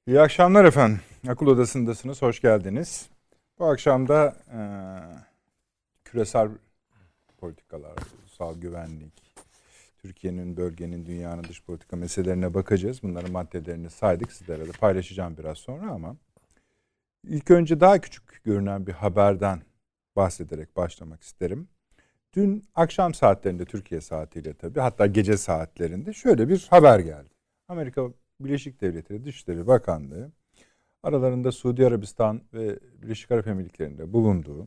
İyi akşamlar efendim. Akıl Odası'ndasınız. Hoş geldiniz. Bu akşam da küresel politikalar, ulusal güvenlik, Türkiye'nin, bölgenin, dünyanın dış politika meselelerine bakacağız. Bunların maddelerini saydık. Sizlerle de paylaşacağım biraz sonra ama ilk önce daha küçük görünen bir haberden bahsederek başlamak isterim. Dün akşam saatlerinde Türkiye saatiyle tabii, hatta gece saatlerinde şöyle bir haber geldi. Amerika Birleşik Devletleri Dışişleri Bakanlığı aralarında Suudi Arabistan ve Birleşik Arap Emirlikleri'nde bulunduğu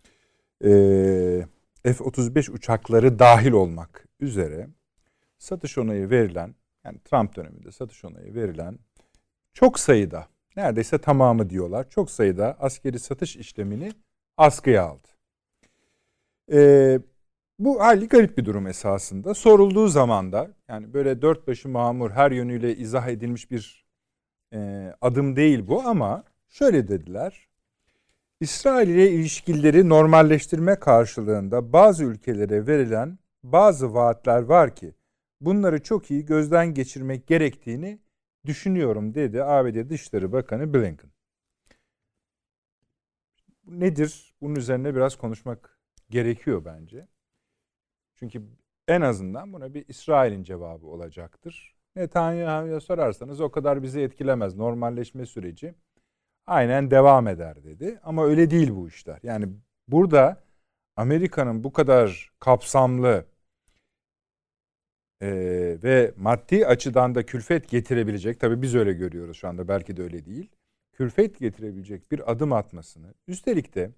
F-35 uçakları dahil olmak üzere satış onayı verilen, yani Trump döneminde satış onayı verilen çok sayıda, neredeyse tamamı diyorlar, çok sayıda askeri satış işlemini askıya aldı. Bu hali garip bir durum esasında. Sorulduğu zaman da, yani böyle dört başı mamur, her yönüyle izah edilmiş bir adım değil bu, ama şöyle dediler. İsrail ile ilişkileri normalleştirme karşılığında bazı ülkelere verilen bazı vaatler var ki bunları çok iyi gözden geçirmek gerektiğini düşünüyorum dedi ABD Dışişleri Bakanı Blinken. Nedir? Bunun üzerine biraz konuşmak gerekiyor bence. Çünkü en azından buna bir İsrail'in cevabı olacaktır. Netanyahu'ya sorarsanız o kadar bizi etkilemez. Normalleşme süreci aynen devam eder dedi. Ama öyle değil bu işler. Yani burada Amerika'nın bu kadar kapsamlı ve maddi açıdan da külfet getirebilecek, tabii biz öyle görüyoruz şu anda, belki de öyle değil, külfet getirebilecek bir adım atmasını, üstelik de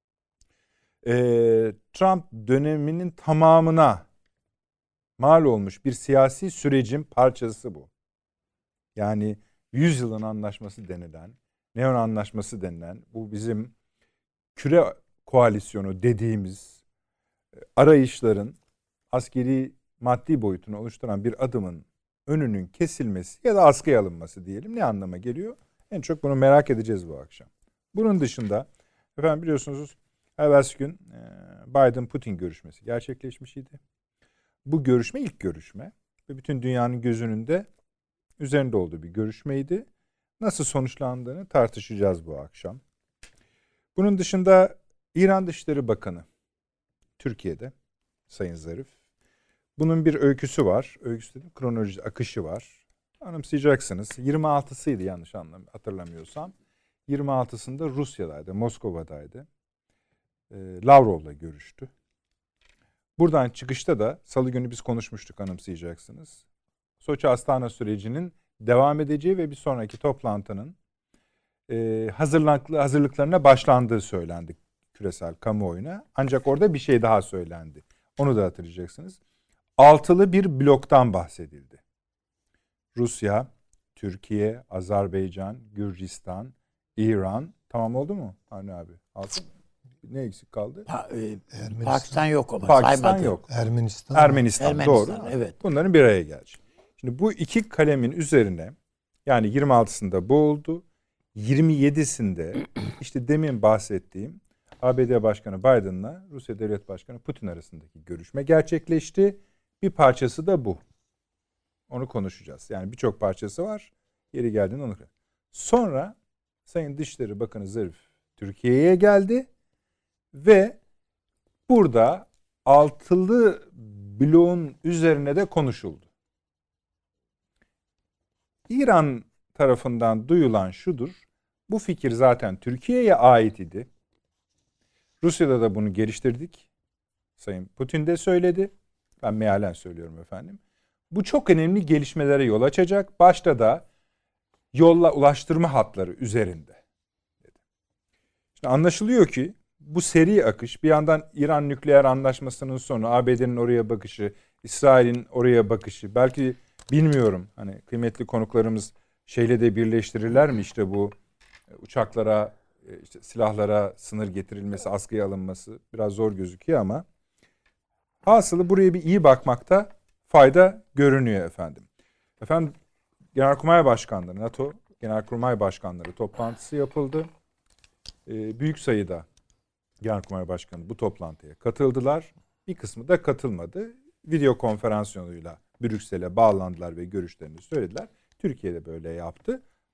Trump döneminin tamamına mal olmuş bir siyasi sürecin parçası bu. Yani 100 yılın anlaşması denilen, Neon Anlaşması denilen, bu bizim küre koalisyonu dediğimiz arayışların askeri maddi boyutunu oluşturan bir adımın önünün kesilmesi ya da askıya alınması diyelim, ne anlama geliyor? En çok bunu merak edeceğiz bu akşam. Bunun dışında efendim biliyorsunuz evvelsi gün Biden-Putin görüşmesi gerçekleşmiş idi. Bu görüşme ilk görüşme ve bütün dünyanın gözünün de üzerinde olduğu bir görüşmeydi. Nasıl sonuçlandığını tartışacağız bu akşam. Bunun dışında İran Dışişleri Bakanı Türkiye'de, Sayın Zarif. Bunun bir öyküsü var. Öyküsü dedim, kronoloji akışı var. Anımsayacaksınız. 26'sıydı yanlış hatırlamıyorsam. 26'sında Rusya'daydı, Moskova'daydı. Lavrov'la görüştü. Buradan çıkışta da salı günü biz konuşmuştuk, anımsayacaksınız. Soçi Astana sürecinin devam edeceği ve bir sonraki toplantının hazırlıklarına başlandığı söylendi küresel kamuoyuna. Ancak orada bir şey daha söylendi. Onu da hatırlayacaksınız. Altılı bir bloktan bahsedildi. Rusya, Türkiye, Azerbaycan, Gürcistan, İran. Tamam oldu mu Avni abi? Altı. Ne eksik kaldı? Pakistan yok ama Pakistan saymadı. yok. Ermenistan doğru. Evet. Bunların bir araya gelecek. Şimdi bu iki kalemin üzerine, yani 26'sında bu oldu. 27'sinde işte demin bahsettiğim ABD Başkanı Biden'la Rusya Devlet Başkanı Putin arasındaki görüşme gerçekleşti. Bir parçası da bu. Onu konuşacağız. Yani birçok parçası var. Yeri geldiğinde onu. Sonra Sayın Dışişleri Bakanı Zarif Türkiye'ye geldi ve burada altılı bloğun üzerine de konuşuldu. İran tarafından duyulan şudur. Bu fikir zaten Türkiye'ye ait idi. Rusya'da da bunu geliştirdik. Sayın Putin de söyledi. Ben mealen söylüyorum efendim. Bu çok önemli gelişmelere yol açacak. Başta da yolla ulaştırma hatları üzerinde. Şimdi anlaşılıyor ki bu seri akış, bir yandan İran nükleer anlaşmasının sonu, ABD'nin oraya bakışı, İsrail'in oraya bakışı, belki bilmiyorum, hani kıymetli konuklarımız şeyle de birleştirirler mi, işte bu uçaklara, işte silahlara sınır getirilmesi, askıya alınması biraz zor gözüküyor ama hasılı buraya bir iyi bakmakta fayda görünüyor efendim. Efendim Genelkurmay Başkanları, NATO Genelkurmay Başkanları toplantısı yapıldı. Büyük sayıda Genelkurmay Başkanı bu toplantıya katıldılar. Bir kısmı da katılmadı. Video konferans yoluyla Brüksel'e bağlandılar ve görüşlerini söylediler. Türkiye'de böyle yaptı.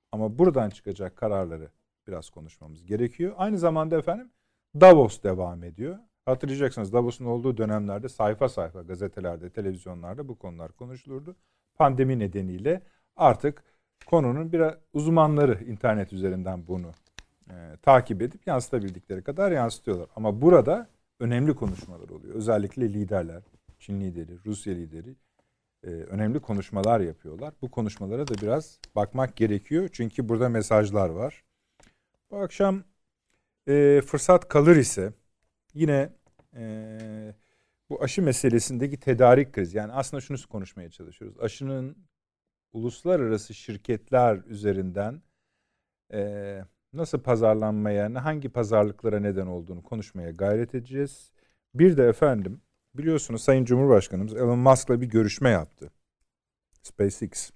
Ama buradan çıkacak kararları biraz konuşmamız gerekiyor. Aynı zamanda efendim Davos devam ediyor. Hatırlayacaksınız, Davos'un olduğu dönemlerde sayfa sayfa gazetelerde, televizyonlarda bu konular konuşulurdu. Pandemi nedeniyle artık konunun biraz uzmanları internet üzerinden bunu takip edip yansıtabildikleri kadar yansıtıyorlar. Ama burada önemli konuşmalar oluyor. Özellikle liderler, Çin lideri, Rusya lideri önemli konuşmalar yapıyorlar. Bu konuşmalara da biraz bakmak gerekiyor. Çünkü burada mesajlar var. Bu akşam fırsat kalır ise yine bu aşı meselesindeki tedarik krizi. Yani aslında şunu konuşmaya çalışıyoruz. Aşının uluslararası şirketler üzerinden nasıl pazarlanmaya, hangi pazarlıklara neden olduğunu konuşmaya gayret edeceğiz. Bir de efendim biliyorsunuz Sayın Cumhurbaşkanımız Elon Musk'la bir görüşme yaptı. SpaceX.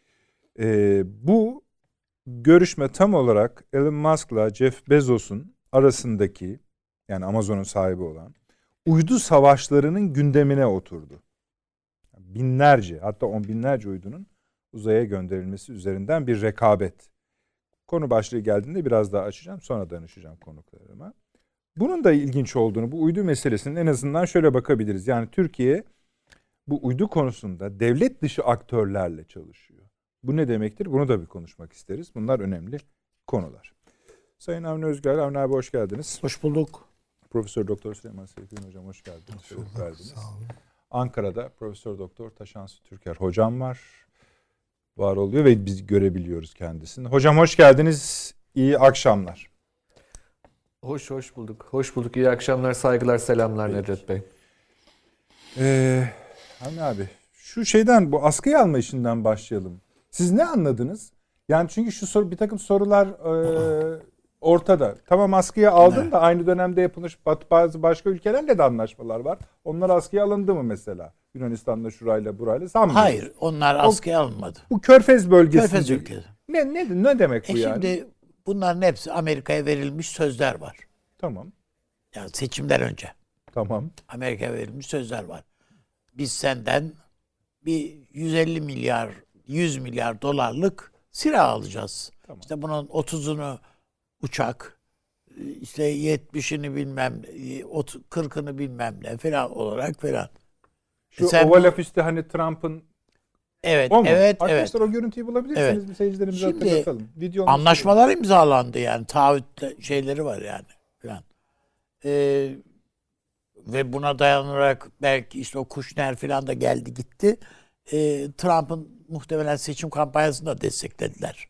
Bu görüşme tam olarak Elon Musk'la Jeff Bezos'un arasındaki, yani Amazon'un sahibi olan uydu savaşlarının gündemine oturdu. Binlerce, hatta on binlerce uydunun uzaya gönderilmesi üzerinden bir rekabet. Konu başlığı geldiğinde biraz daha açacağım, sonra danışacağım konuklarıma. Bunun da ilginç olduğunu, bu uydu meselesinin en azından şöyle bakabiliriz. Yani Türkiye bu uydu konusunda devlet dışı aktörlerle çalışıyor. Bu ne demektir? Bunu da bir konuşmak isteriz. Bunlar önemli konular. Sayın Avni Özgür, Avni abi hoş geldiniz. Hoş bulduk. Profesör Doktor Süleyman Seyfi hocam hoş geldiniz. Hoş bulduk. Sağ olun. Ankara'da Profesör Doktor Taşansı Türker hocam var oluyor ve biz görebiliyoruz kendisini. Hocam hoş geldiniz. İyi akşamlar. Hoş bulduk. Hoş bulduk. İyi akşamlar, saygılar, selamlar Nedret Bey. Avni abi şu şeyden, bu askıya alma işinden başlayalım. Siz ne anladınız? Yani çünkü bir takım sorular ortada. Tamam, askıya aldın da aynı dönemde yapılmış bazı başka ülkelerle de anlaşmalar var. Onlar askıya alındı mı mesela? Yunanistan'la şurayla burayla sanmıyorum. Hayır, onlar askıya alınmadı. Bu Körfez bölgesinde. Körfez ülkesi. Ne demek bu yani? Şimdi bunların hepsi Amerika'ya verilmiş sözler var. Tamam. Yani seçimden önce. Tamam. Amerika'ya verilmiş sözler var. Biz senden bir 150 milyar, 100 milyar dolarlık silah alacağız. Tamam. İşte bunun 30'unu uçak, işte 70'ini bilmem, 40'ını bilmem ne falan olarak falan. Şu oval ofiste hani Trump'ın evet, o mu? Evet, arkadaşlar o görüntüyü bulabilirsiniz. Evet. Bir seyircilerimize hatırlatalım. Anlaşmalar imzalandı yani. Taahhüt şeyleri var yani falan. Ve buna dayanarak belki işte o Kushner falan da geldi gitti. Trump'ın muhtemelen seçim kampanyasını da desteklediler.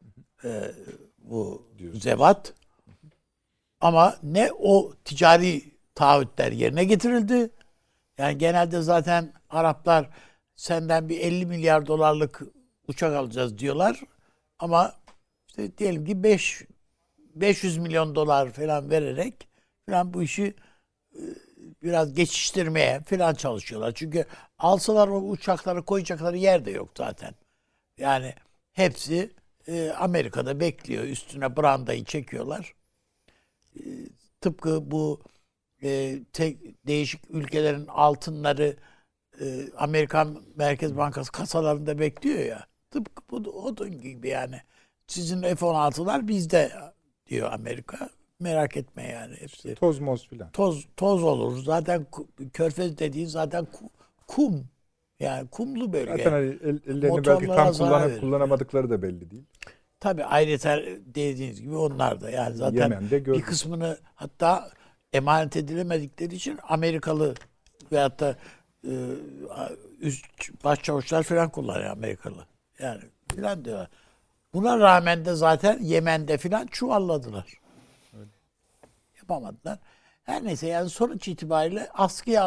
Bu zevat. Ama ne o ticari taahhütler yerine getirildi. Yani genelde zaten Araplar senden bir 50 milyar dolarlık uçak alacağız diyorlar. Ama işte diyelim ki 500 milyon dolar falan vererek falan bu işi biraz geçiştirmeye falan çalışıyorlar. Çünkü alsalar o uçakları koyacakları yer de yok zaten. Yani hepsi Amerika'da bekliyor. Üstüne brandayı çekiyorlar. Tıpkı bu değişik ülkelerin altınları Amerikan Merkez Bankası kasalarında bekliyor ya. Tıpkı bu onun gibi yani. Sizin F-16'lar bizde diyor Amerika. Merak etme yani hepsi. Toz moz filan. Toz olur. Zaten Körfez dediğin zaten kum. Yani kumlu bölge. Zaten hani ellerini belki tam kullanamadıkları da belli değil. Tabii ayrıca dediğiniz gibi onlar da yani zaten bir kısmını hatta emanet edilemedikleri için Amerikalı veyahut da üst başçavuşlar falan kullanıyor Amerikalı. Yani filan diyorlar. Buna rağmen de zaten Yemen'de filan çuvalladılar. Öyle. Yapamadılar. Her neyse yani sonuç itibariyle askıya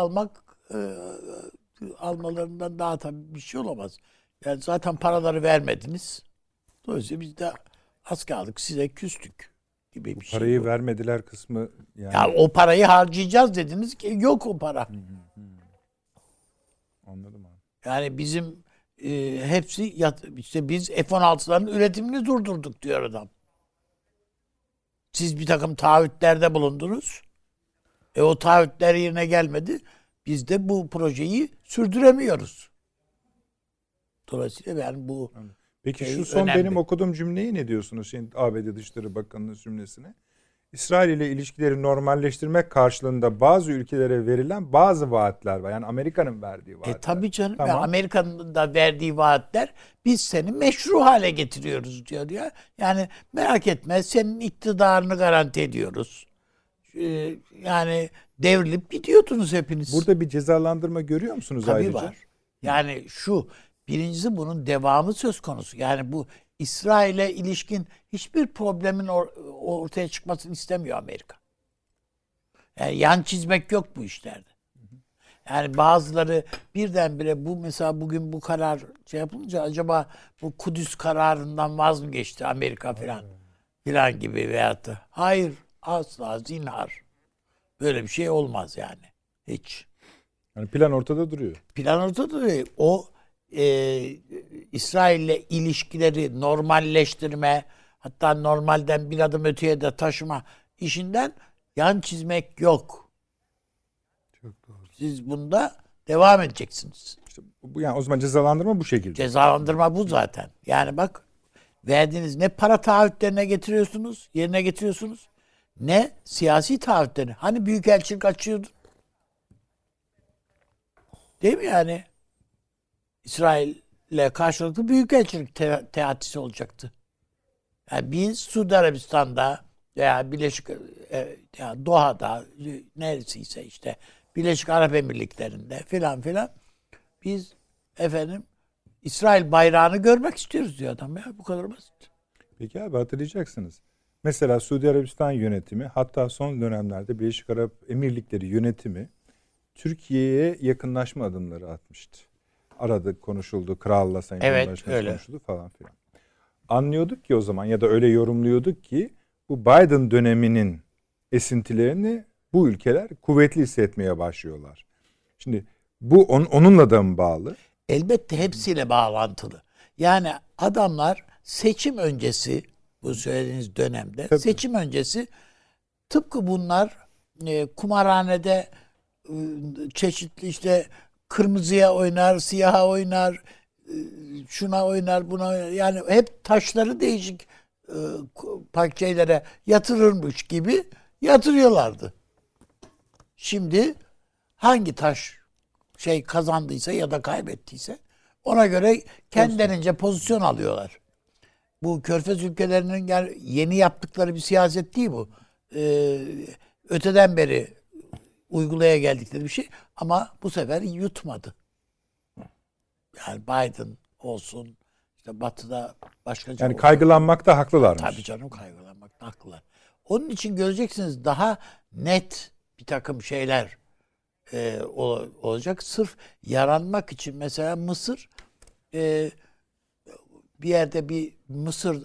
almalarından daha tabii bir şey olamaz. Yani zaten paraları vermediniz. Dolayısıyla biz de askıya aldık, size küstük gibi bir şey. Parayı vermediler kısmı yani. Ya o parayı harcayacağız dediniz ki yok o para. Anladım abi. Yani bizim hepsi işte biz F-16'ların üretimini durdurduk diyor adam. Siz bir takım taahhütlerde bulundunuz. O taahhütler yerine gelmedi. Biz de bu projeyi sürdüremiyoruz. Dolayısıyla yani bu Peki şu son önemli. benim okuduğum cümleyi ne diyorsunuz? Şimdi ABD Dışişleri Bakanı'nın cümlesine. İsrail ile ilişkileri normalleştirmek karşılığında bazı ülkelere verilen bazı vaatler var. Yani Amerika'nın verdiği vaatler. Tabii canım. Tamam. Amerika'nın da verdiği vaatler, biz seni meşru hale getiriyoruz diyor ya. Yani merak etme, senin iktidarını garanti ediyoruz. Yani devrilip gidiyordunuz hepiniz. Burada bir cezalandırma görüyor musunuz Tabii ayrıca? var. Yani birincisi bunun devamı söz konusu. Yani bu İsrail'e ilişkin hiçbir problemin ortaya çıkmasını istemiyor Amerika. Yani yan çizmek yok bu işlerde. Yani bazıları birdenbire mesela bugün bu karar yapılınca acaba bu Kudüs kararından vaz mı geçti Amerika filan gibi veyahut da hayır, asla zinhar. Böyle bir şey olmaz yani. Hiç. Yani plan ortada duruyor. Plan ortada duruyor. O İsrail'le ilişkileri normalleştirme, hatta normalden bir adım öteye de taşıma işinden yan çizmek yok. Çok doğru. Siz bunda devam edeceksiniz. İşte yani o zaman cezalandırma bu şekilde. Cezalandırma bu zaten. Yani bak, verdiğiniz ne para taahhütlerine yerine getiriyorsunuz, ne siyasi taahhütlerini. Hani büyükelçilik açıyordun? Değil mi yani? İsrail'le karşılıklı büyükelçilik teatisi olacaktı. Yani biz Suudi Arabistan'da veya yani Doha'da, neresiyse işte Birleşik Arap Emirlikleri'nde filan biz İsrail bayrağını görmek istiyoruz diyor adam ya. Bu kadar basit. Peki abi, hatırlayacaksınız. Mesela Suudi Arabistan yönetimi, hatta son dönemlerde Birleşik Arap Emirlikleri yönetimi Türkiye'ye yakınlaşma adımları atmıştı. Aradı, konuşuldu, kralla Sayın Cumhurbaşkanı konuşuldu falan filan. Anlıyorduk ki o zaman, ya da öyle yorumluyorduk ki bu Biden döneminin esintilerini bu ülkeler kuvvetli hissetmeye başlıyorlar. Şimdi bu onunla da mı bağlı? Elbette hepsiyle bağlantılı. Yani adamlar seçim öncesi, bu söylediğiniz dönemde, tabii, seçim öncesi tıpkı bunlar kumarhanede çeşitli işte kırmızıya oynar, siyaha oynar, şuna oynar, buna oynar. Yani hep taşları değişik şeylere yatırırmış gibi yatırıyorlardı. Şimdi hangi taş kazandıysa ya da kaybettiyse ona göre kendilerince pozisyon alıyorlar. Bu Körfez ülkelerinin yani yeni yaptıkları bir siyaset değil bu. Öteden beri uygulaya geldikleri bir şey ama bu sefer yutmadı. Yani Biden olsun, işte Batı'da başkaca Yani olsun. kaygılanmakta haklılarmış. Tabii canım, kaygılanmakta haklılar. Onun için göreceksiniz daha net bir takım şeyler olacak. Sırf yaranmak için mesela Mısır bir yerde bir Mısır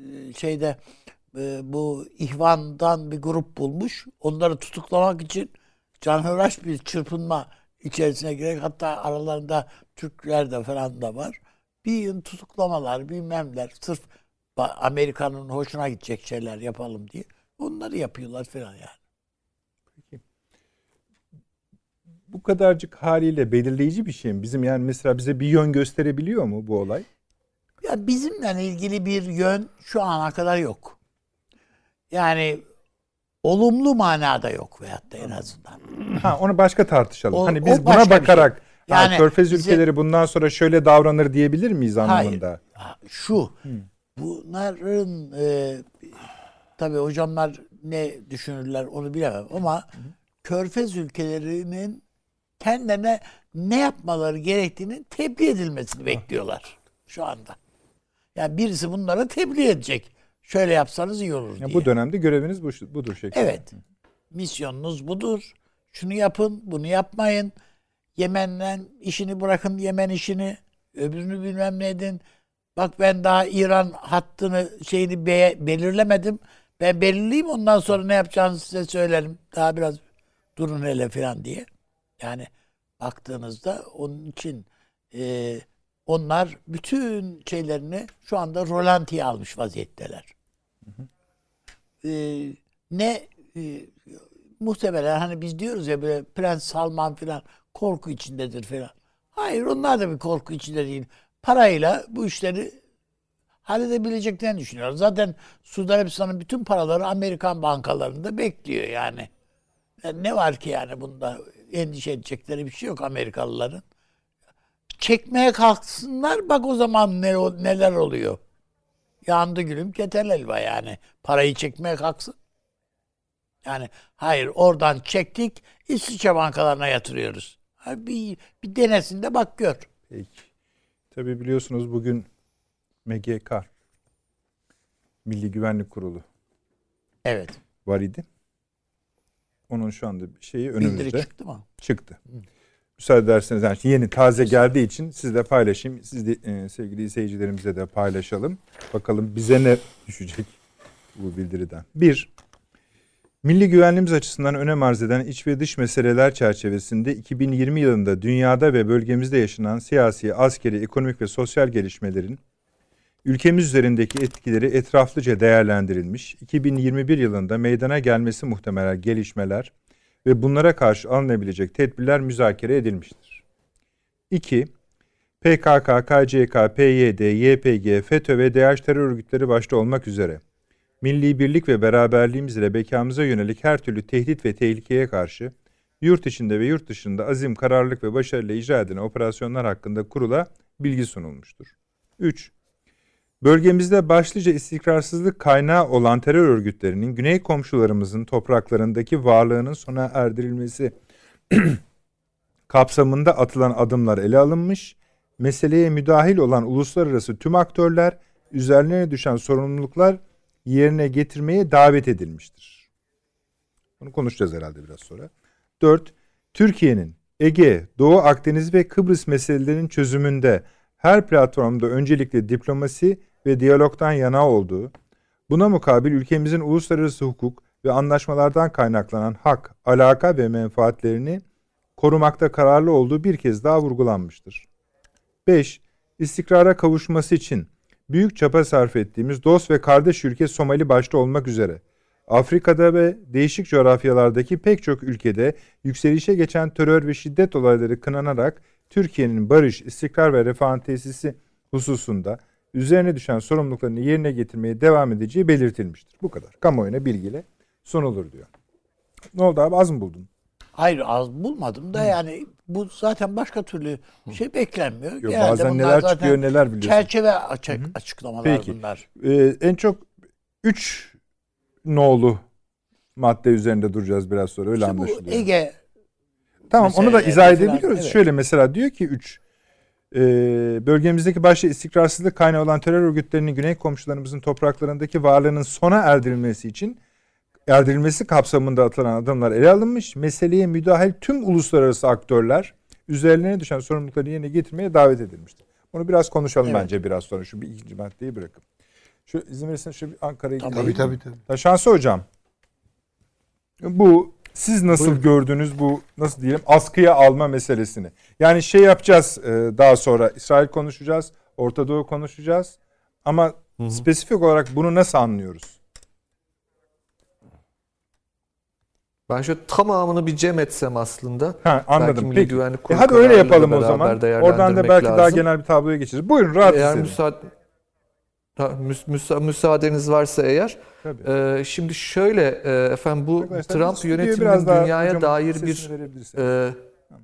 bu İhvan'dan bir grup bulmuş. Onları tutuklamak için canhıraş bir çırpınma içerisine girerek, hatta aralarında Türkler de falan da var. Bir tutuklamalar, bilmemler, sırf Amerika'nın hoşuna gidecek şeyler yapalım diye. Onları yapıyorlar falan yani. Peki. Bu kadarcık haliyle belirleyici bir şey mi? Bizim yani mesela bize bir yön gösterebiliyor mu bu olay? Ya bizimle ilgili bir yön şu ana kadar yok. Yani olumlu manada yok veyahut da en azından. Onu başka tartışalım. Hani biz o buna bakarak şey. Yani Körfez ülkeleri bundan sonra şöyle davranır diyebilir miyiz anlamında? Hayır. Bunların tabii hocamlar ne düşünürler onu bilemem ama Körfez ülkelerinin kendilerine ne yapmaları gerektiğinin tebliğ edilmesini bekliyorlar şu anda. Yani birisi bunlara tebliğ edecek. Şöyle yapsanız iyi olur diye. Bu dönemde göreviniz budur şeklinde. Evet. Misyonunuz budur. Şunu yapın, bunu yapmayın. Yemen'den işini bırakın, Yemen işini. Öbürünü bilmem ne edin. Bak ben daha İran hattını belirlemedim. Ben belirleyeyim, ondan sonra ne yapacağınızı size söylerim. Daha biraz durun hele falan diye. Yani baktığınızda onun için onlar bütün şeylerini şu anda rolantiye almış vaziyetteler. Muhtemelen hani biz diyoruz ya böyle Prens Salman falan korku içindedir falan. Hayır, onlar da bir korku içinde değil. Parayla bu işleri halledebileceklerini düşünüyorlar. Zaten Suudi Arabistan'ın bütün paraları Amerikan bankalarında bekliyor yani. Ne var ki yani bunda endişe edecekleri bir şey yok Amerikalıların. Çekmeye kalksınlar bak o zaman neler oluyor. Yandı gülüm ketel elva yani. Parayı çekmeye kalksın. Yani hayır oradan çektik İsviçre bankalarına yatırıyoruz. Bir denesin de bak gör. Peki. Tabii biliyorsunuz bugün MGK, Milli Güvenlik Kurulu Evet. var idi. Onun şu anda şeyi Bildiri önümüzde çıktı mı? çıktı. Müsaade ederseniz yani yeni taze geldiği için sizle paylaşayım. Siz de sevgili izleyicilerimize de paylaşalım. Bakalım bize ne düşecek bu bildiriden. 1. Milli güvenliğimiz açısından önem arz eden iç ve dış meseleler çerçevesinde 2020 yılında dünyada ve bölgemizde yaşanan siyasi, askeri, ekonomik ve sosyal gelişmelerin ülkemiz üzerindeki etkileri etraflıca değerlendirilmiş, 2021 yılında meydana gelmesi muhtemel gelişmeler ve bunlara karşı alınabilecek tedbirler müzakere edilmiştir. 2. PKK, KCK, PYD, YPG, FETÖ ve DAEŞ terör örgütleri başta olmak üzere milli birlik ve beraberliğimiz ile bekamıza yönelik her türlü tehdit ve tehlikeye karşı yurt içinde ve yurt dışında azim, kararlılık ve başarıyla icra edilen operasyonlar hakkında kurula bilgi sunulmuştur. 3. Bölgemizde başlıca istikrarsızlık kaynağı olan terör örgütlerinin güney komşularımızın topraklarındaki varlığının sona erdirilmesi kapsamında atılan adımlar ele alınmış, meseleye müdahil olan uluslararası tüm aktörler üzerlerine düşen sorumluluklar yerine getirmeye davet edilmiştir. Bunu konuşacağız herhalde biraz sonra. 4. Türkiye'nin Ege, Doğu Akdeniz ve Kıbrıs meselelerinin çözümünde her platformda öncelikle diplomasi ve diyalogdan yana olduğu, buna mukabil ülkemizin uluslararası hukuk ve anlaşmalardan kaynaklanan hak, alaka ve menfaatlerini korumakta kararlı olduğu bir kez daha vurgulanmıştır. 5. İstikrara kavuşması için büyük çaba sarf ettiğimiz dost ve kardeş ülke Somali başta olmak üzere Afrika'da ve değişik coğrafyalardaki pek çok ülkede yükselişe geçen terör ve şiddet olayları kınanarak Türkiye'nin barış, istikrar ve refahın tesisi hususunda üzerine düşen sorumluluklarını yerine getirmeye devam edeceği belirtilmiştir. Bu kadar. Kamuoyuna bilgiyle sunulur diyor. Ne oldu abi, az mı buldun? Hayır az bulmadım da yani bu zaten başka türlü bir şey beklenmiyor. Yok, Genelde bazen bunlar neler zaten çıkıyor neler biliyorsun. çerçeve açıklamalar Peki. bunlar. En çok 3 nolu madde üzerinde duracağız biraz sonra, öyle İşte anlaşılıyor. bu Ege Tamam, onu da meseleleri izah falan, edebiliyoruz. evet. Şöyle mesela diyor ki 3. Bölgemizdeki başta istikrarsızlık kaynağı olan terör örgütlerinin güney komşularımızın topraklarındaki varlığının sona erdirilmesi kapsamında atılan adımlar ele alınmış. Meseleye müdahil tüm uluslararası aktörler üzerlerine düşen sorumlulukları yerine getirmeye davet edilmiştir. Bunu biraz konuşalım bence biraz sonra. Şu bir ikinci maddeyi bırakın. Şu izin verirseniz şu bir Ankara'ya gidelim. Tabii. Taşansı hocam. Bu siz nasıl gördünüz bu, nasıl diyelim, askıya alma meselesini? Yani şey yapacağız, daha sonra İsrail konuşacağız, Orta Doğu konuşacağız. Ama spesifik olarak bunu nasıl anlıyoruz? Ben şöyle tamamını bir cem etsem aslında. Anladım. Belki Milli Peki. Güvenlik Kurulu Hadi öyle yapalım o kararıyla zaman. beraber Oradan da değerlendirmek belki daha lazım. genel bir tabloya geçeceğiz. Buyurun, rahat Eğer edin. müsaadeniz varsa eğer. Tabii. Şimdi şöyle efendim, bu Arkadaşlar, Trump stüdyoya yönetiminin biraz daha dünyaya hocamın dair sesini bir verebilirsiniz.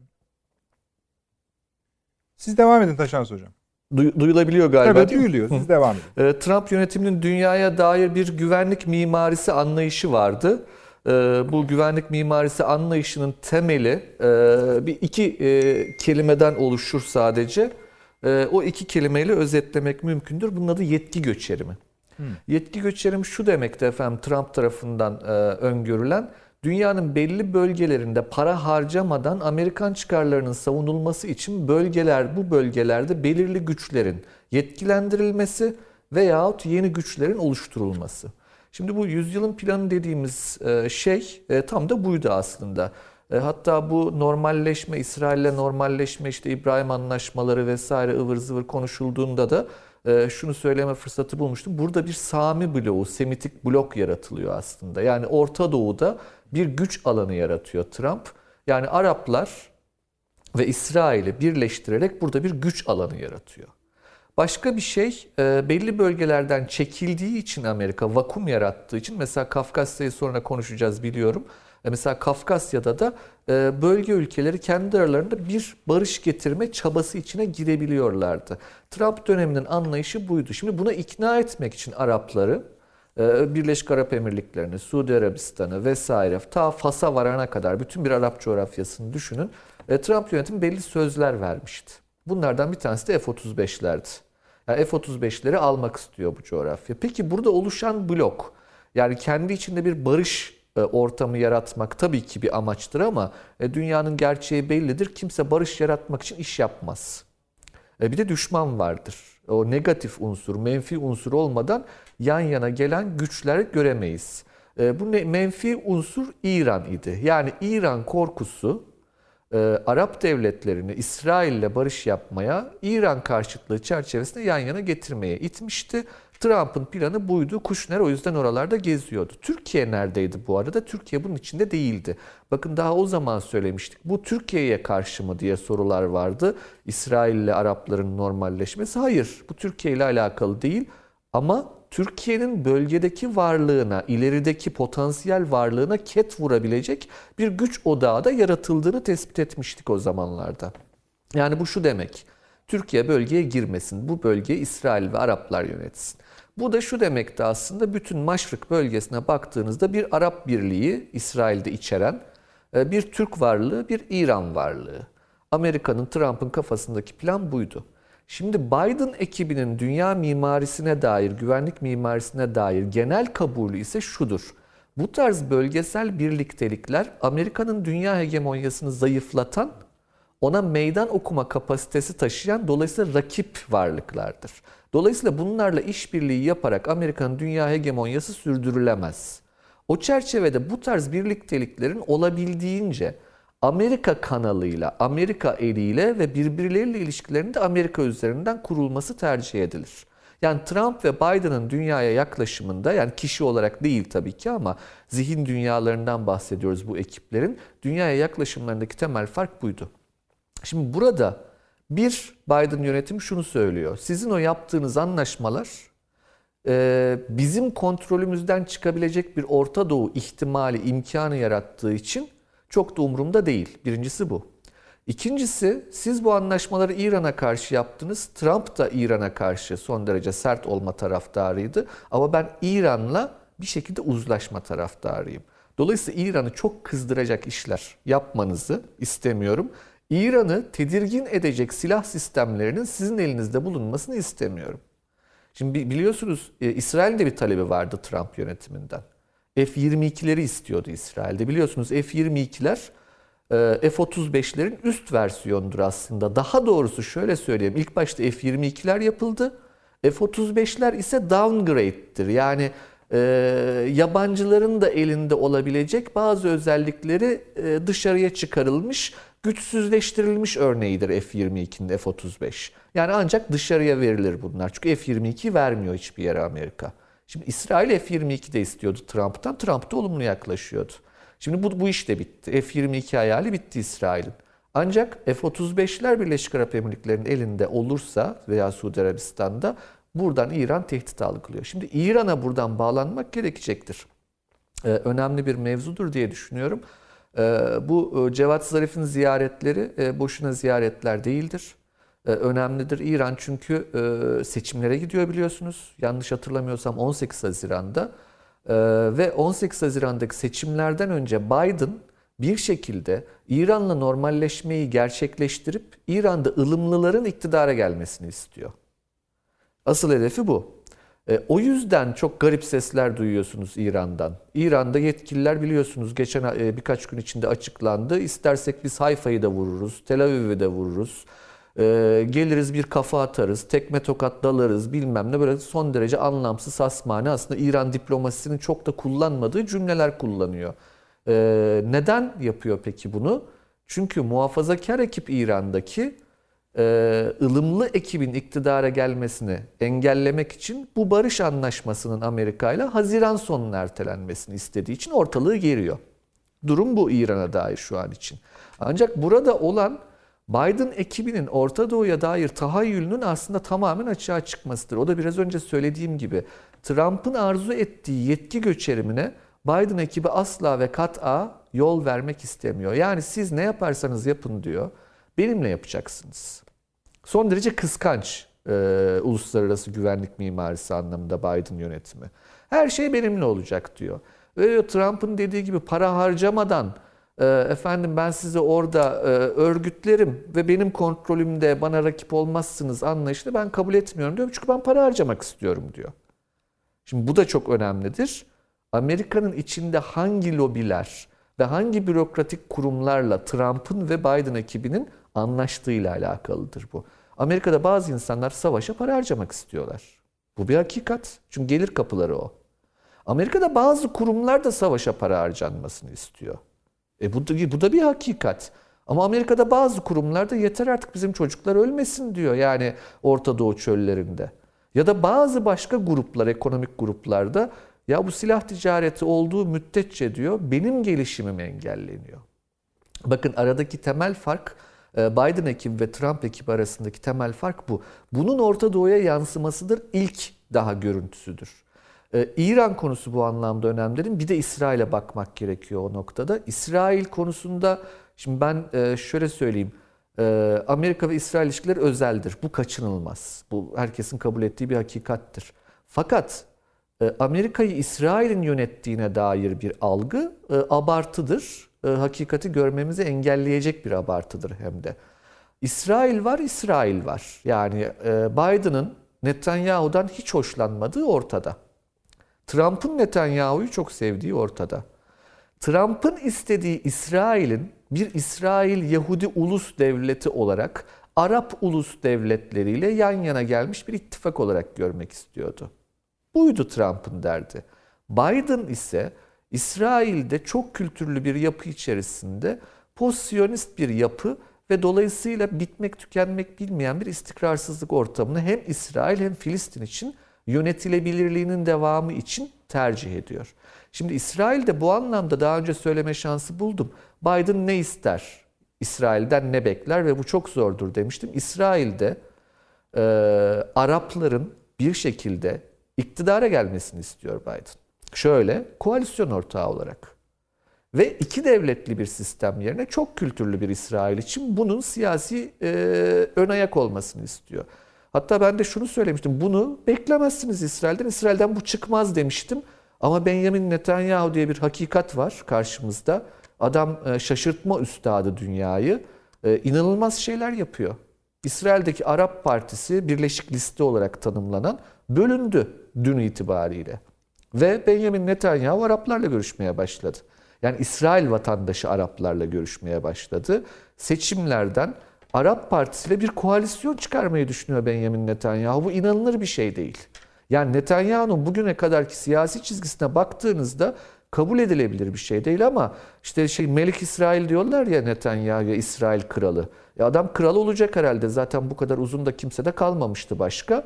Siz devam edin Taşans hocam. duyulabiliyor galiba, Tabii değil mi? duyuluyor. Siz devam edin. Trump yönetiminin dünyaya dair bir güvenlik mimarisi anlayışı vardı. Bu güvenlik mimarisi anlayışının temeli iki kelimeden oluşur sadece. O iki kelimeyle özetlemek mümkündür. Bunun adı yetki göçerimi. Yetki göçerimi şu demekti efendim, Trump tarafından öngörülen, dünyanın belli bölgelerinde para harcamadan Amerikan çıkarlarının savunulması için bu bölgelerde belirli güçlerin yetkilendirilmesi veyahut yeni güçlerin oluşturulması. Şimdi bu yüzyılın planı dediğimiz şey tam da buydu aslında. Hatta bu normalleşme, İsrail'le normalleşme, işte İbrahim anlaşmaları vesaire ıvır zıvır konuşulduğunda da şunu söyleme fırsatı bulmuştum. Burada bir Sami bloğu, Semitik blok yaratılıyor aslında. Yani Orta Doğu'da bir güç alanı yaratıyor Trump. Yani Araplar ve İsrail'i birleştirerek burada bir güç alanı yaratıyor. Başka bir şey, belli bölgelerden çekildiği için Amerika, vakum yarattığı için, mesela Kafkasya'yı sonra konuşacağız biliyorum. Mesela Kafkasya'da da bölge ülkeleri kendi aralarında bir barış getirme çabası içine girebiliyorlardı. Trump döneminin anlayışı buydu. Şimdi buna ikna etmek için Arapları, Birleşik Arap Emirlikleri'ni, Suudi Arabistan'ı vesaire, ta Fas'a varana kadar bütün bir Arap coğrafyasını düşünün. Trump yönetimi belli sözler vermişti. Bunlardan bir tanesi de F-35'lerdi. Yani F-35'leri almak istiyor bu coğrafya. Peki burada oluşan blok, yani kendi içinde bir barış ortamı yaratmak tabii ki bir amaçtır ama dünyanın gerçeği bellidir. Kimse barış yaratmak için iş yapmaz. Bir de düşman vardır. O negatif unsur, menfi unsur olmadan yan yana gelen güçler göremeyiz. Bu menfi unsur İran idi. Yani İran korkusu Arap devletlerini İsrail'le barış yapmaya, İran karşıtlığı çerçevesinde yan yana getirmeye itmişti. Trump'ın planı buydu. Kushner o yüzden oralarda geziyordu. Türkiye neredeydi bu arada? Türkiye bunun içinde değildi. Bakın daha o zaman söylemiştik. Bu Türkiye'ye karşı mı diye sorular vardı. İsrail ile Arapların normalleşmesi. Hayır, bu Türkiye ile alakalı değil. Ama Türkiye'nin bölgedeki varlığına, ilerideki potansiyel varlığına ket vurabilecek bir güç odağı da yaratıldığını tespit etmiştik o zamanlarda. Yani bu şu demek: Türkiye bölgeye girmesin, bu bölgeyi İsrail ve Araplar yönetsin. Bu da şu demekti aslında: bütün Maşrık bölgesine baktığınızda bir Arap birliği, İsrail'de içeren, bir Türk varlığı, bir İran varlığı. Amerika'nın, Trump'ın kafasındaki plan buydu. Şimdi Biden ekibinin dünya mimarisine dair, güvenlik mimarisine dair genel kabulü ise şudur: bu tarz bölgesel birliktelikler Amerika'nın dünya hegemonyasını zayıflatan, ona meydan okuma kapasitesi taşıyan, dolayısıyla rakip varlıklardır. Dolayısıyla bunlarla işbirliği yaparak Amerika'nın dünya hegemonyası sürdürülemez. O çerçevede bu tarz birlikteliklerin olabildiğince Amerika kanalıyla, Amerika eliyle ve birbirleriyle ilişkilerinin de Amerika üzerinden kurulması tercih edilir. Yani Trump ve Biden'ın dünyaya yaklaşımında, yani kişi olarak değil tabii ki ama zihin dünyalarından bahsediyoruz bu ekiplerin, dünyaya yaklaşımlarındaki temel fark buydu. Şimdi burada bir Biden yönetimi şunu söylüyor: sizin o yaptığınız anlaşmalar bizim kontrolümüzden çıkabilecek bir Orta Doğu ihtimali, imkanı yarattığı için çok da umurumda değil. Birincisi bu. İkincisi, siz bu anlaşmaları İran'a karşı yaptınız. Trump da İran'a karşı son derece sert olma taraftarıydı. Ama ben İran'la bir şekilde uzlaşma taraftarıyım. Dolayısıyla İran'ı çok kızdıracak işler yapmanızı istemiyorum. İran'ı tedirgin edecek silah sistemlerinin sizin elinizde bulunmasını istemiyorum. Şimdi biliyorsunuz İsrail'de bir talebi vardı Trump yönetiminden. F-22'leri istiyordu İsrail'de. Biliyorsunuz F-22'ler F-35'lerin üst versiyonudur aslında. Daha doğrusu şöyle söyleyeyim: İlk başta F-22'ler yapıldı. F-35'ler ise downgrade'dir. Yani yabancıların da elinde olabilecek bazı özellikleri dışarıya çıkarılmış, güçsüzleştirilmiş örneğidir F-22'nin F-35. Yani ancak dışarıya verilir bunlar. Çünkü F-22 vermiyor hiçbir yere Amerika. Şimdi İsrail F-22 de istiyordu Trump'tan. Trump da olumlu yaklaşıyordu. Şimdi bu iş de bitti. F-22 hayali bitti İsrail'in. Ancak F-35'ler Birleşik Arap Emirlikleri'nin elinde olursa veya Suudi Arabistan'da, buradan İran tehdit algılıyor. Şimdi İran'a buradan bağlanmak gerekecektir. Önemli bir mevzudur diye düşünüyorum. Bu Cevat Zarif'in ziyaretleri boşuna ziyaretler değildir. Önemlidir. İran çünkü seçimlere gidiyor biliyorsunuz. Yanlış hatırlamıyorsam 18 Haziran'da. Ve 18 Haziran'daki seçimlerden önce Biden bir şekilde İran'la normalleşmeyi gerçekleştirip İran'da ılımlıların iktidara gelmesini istiyor. Asıl hedefi bu. O yüzden çok garip sesler duyuyorsunuz İran'dan. İran'da yetkililer biliyorsunuz geçen birkaç gün içinde açıklandı: İstersek biz Hayfa'yı da vururuz, Tel Aviv'i de vururuz. Geliriz bir kafa atarız, tekme tokat dalarız bilmem ne, böyle son derece anlamsız, hasmane, aslında İran diplomasisinin çok da kullanmadığı cümleler kullanıyor. Neden yapıyor peki bunu? Çünkü muhafazakar ekip İran'daki ılımlı ekibin iktidara gelmesini engellemek için bu barış anlaşmasının Amerika ile Haziran sonuna ertelenmesini istediği için ortalığı geriyor. Durum bu İran'a dair şu an için. Ancak burada olan Biden ekibinin Orta Doğu'ya dair tahayyülünün aslında tamamen açığa çıkmasıdır. O da biraz önce söylediğim gibi Trump'ın arzu ettiği yetki göçerimine Biden ekibi asla ve kat'a yol vermek istemiyor. Yani siz ne yaparsanız yapın diyor, benimle yapacaksınız. Son derece kıskanç uluslararası güvenlik mimarisi anlamında Biden yönetimi. Her şey benimle olacak diyor. Ve Trump'ın dediği gibi para harcamadan efendim ben sizi orada örgütlerim ve benim kontrolümde bana rakip olmazsınız anlayışını ben kabul etmiyorum diyor. Çünkü ben para harcamak istiyorum diyor. Şimdi bu da çok önemlidir. Amerika'nın içinde hangi lobiler ve hangi bürokratik kurumlarla Trump'ın ve Biden ekibinin anlaştığıyla alakalıdır bu. Amerika'da bazı insanlar savaşa para harcamak istiyorlar. Bu bir hakikat. Çünkü gelir kapıları o. Amerika'da bazı kurumlar da savaşa para harcanmasını istiyor. Bu da bir hakikat. Ama Amerika'da bazı kurumlar da yeter artık bizim çocuklar ölmesin diyor. Yani Orta Doğu çöllerinde. Ya da bazı başka gruplar, ekonomik gruplarda ya bu silah ticareti olduğu müddetçe diyor benim gelişimim engelleniyor. Bakın aradaki temel fark Biden ekibi ve Trump ekibi arasındaki temel fark bu. Bunun Orta Doğu'ya yansımasıdır. İlk daha görüntüsüdür. İran konusu bu anlamda önemlidir. Bir de İsrail'e bakmak gerekiyor o noktada. İsrail konusunda şimdi ben şöyle söyleyeyim. Amerika ve İsrail ilişkileri özeldir. Bu kaçınılmaz. Bu herkesin kabul ettiği bir hakikattir. Fakat Amerika'yı İsrail'in yönettiğine dair bir algı abartıdır. Hakikati görmemizi engelleyecek bir abartıdır hem de. İsrail var, İsrail var. Yani Biden'ın Netanyahu'dan hiç hoşlanmadığı ortada. Trump'ın Netanyahu'yu çok sevdiği ortada. Trump'ın istediği İsrail'in bir İsrail Yahudi ulus devleti olarak Arap ulus devletleriyle yan yana gelmiş bir ittifak olarak görmek istiyordu. Buydu Trump'ın derdi. Biden ise İsrail'de çok kültürlü bir yapı içerisinde post-siyonist bir yapı ve dolayısıyla bitmek tükenmek bilmeyen bir istikrarsızlık ortamını hem İsrail hem Filistin için yönetilebilirliğinin devamı için tercih ediyor. Şimdi İsrail'de bu anlamda daha önce söyleme şansı buldum. Biden ne ister? İsrail'den ne bekler ve bu çok zordur demiştim. İsrail'de Arapların bir şekilde iktidara gelmesini istiyor Biden. Şöyle, koalisyon ortağı olarak. Ve iki devletli bir sistem yerine çok kültürlü bir İsrail için bunun siyasi ön ayak olmasını istiyor. Hatta ben de şunu söylemiştim, bunu beklemezsiniz İsrail'den, İsrail'den bu çıkmaz demiştim. Ama Benjamin Netanyahu diye bir hakikat var karşımızda. Adam şaşırtma üstadı dünyayı, inanılmaz şeyler yapıyor. İsrail'deki Arap Partisi Birleşik Liste olarak tanımlanan bölündü dün itibariyle. Ve Benjamin Netanyahu Araplarla görüşmeye başladı. Yani İsrail vatandaşı Araplarla görüşmeye başladı. Seçimlerden Arap Partisi ile bir koalisyon çıkarmayı düşünüyor Benjamin Netanyahu. Bu inanılır bir şey değil. Yani Netanyahu'nun bugüne kadarki siyasi çizgisine baktığınızda kabul edilebilir bir şey değil ama işte Melik İsrail diyorlar ya Netanyahu'ya, İsrail kralı. Adam kral olacak herhalde. Zaten bu kadar uzun da kimse de kalmamıştı başka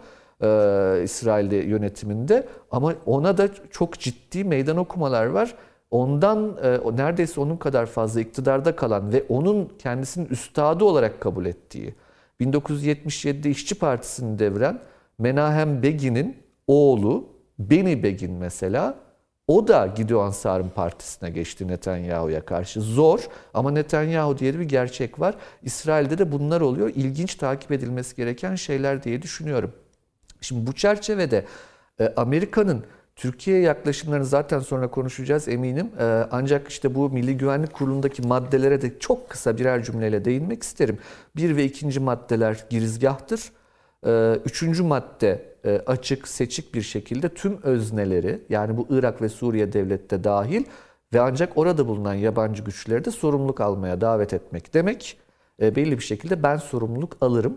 İsrail yönetiminde. Ama ona da çok ciddi meydan okumalar var. Ondan neredeyse onun kadar fazla iktidarda kalan ve onun kendisinin üstadı olarak kabul ettiği 1977'de İşçi Partisi'ni deviren Menahem Begin'in oğlu Beni Begin mesela o da Gideon Sa'rın partisine geçti Netanyahu'ya karşı. Zor ama Netanyahu diye bir gerçek var. İsrail'de de bunlar oluyor. İlginç, takip edilmesi gereken şeyler diye düşünüyorum. Şimdi bu çerçevede Amerika'nın Türkiye'ye yaklaşımlarını zaten sonra konuşacağız eminim. Ancak işte bu Milli Güvenlik Kurulu'ndaki maddelere de çok kısa birer cümleyle değinmek isterim. 1 ve 2. maddeler girizgahtır. 3. madde açık, seçik bir şekilde tüm özneleri yani bu Irak ve Suriye devlette dahil ve ancak orada bulunan yabancı güçleri de sorumluluk almaya davet etmek demek. Belli bir şekilde ben sorumluluk alırım.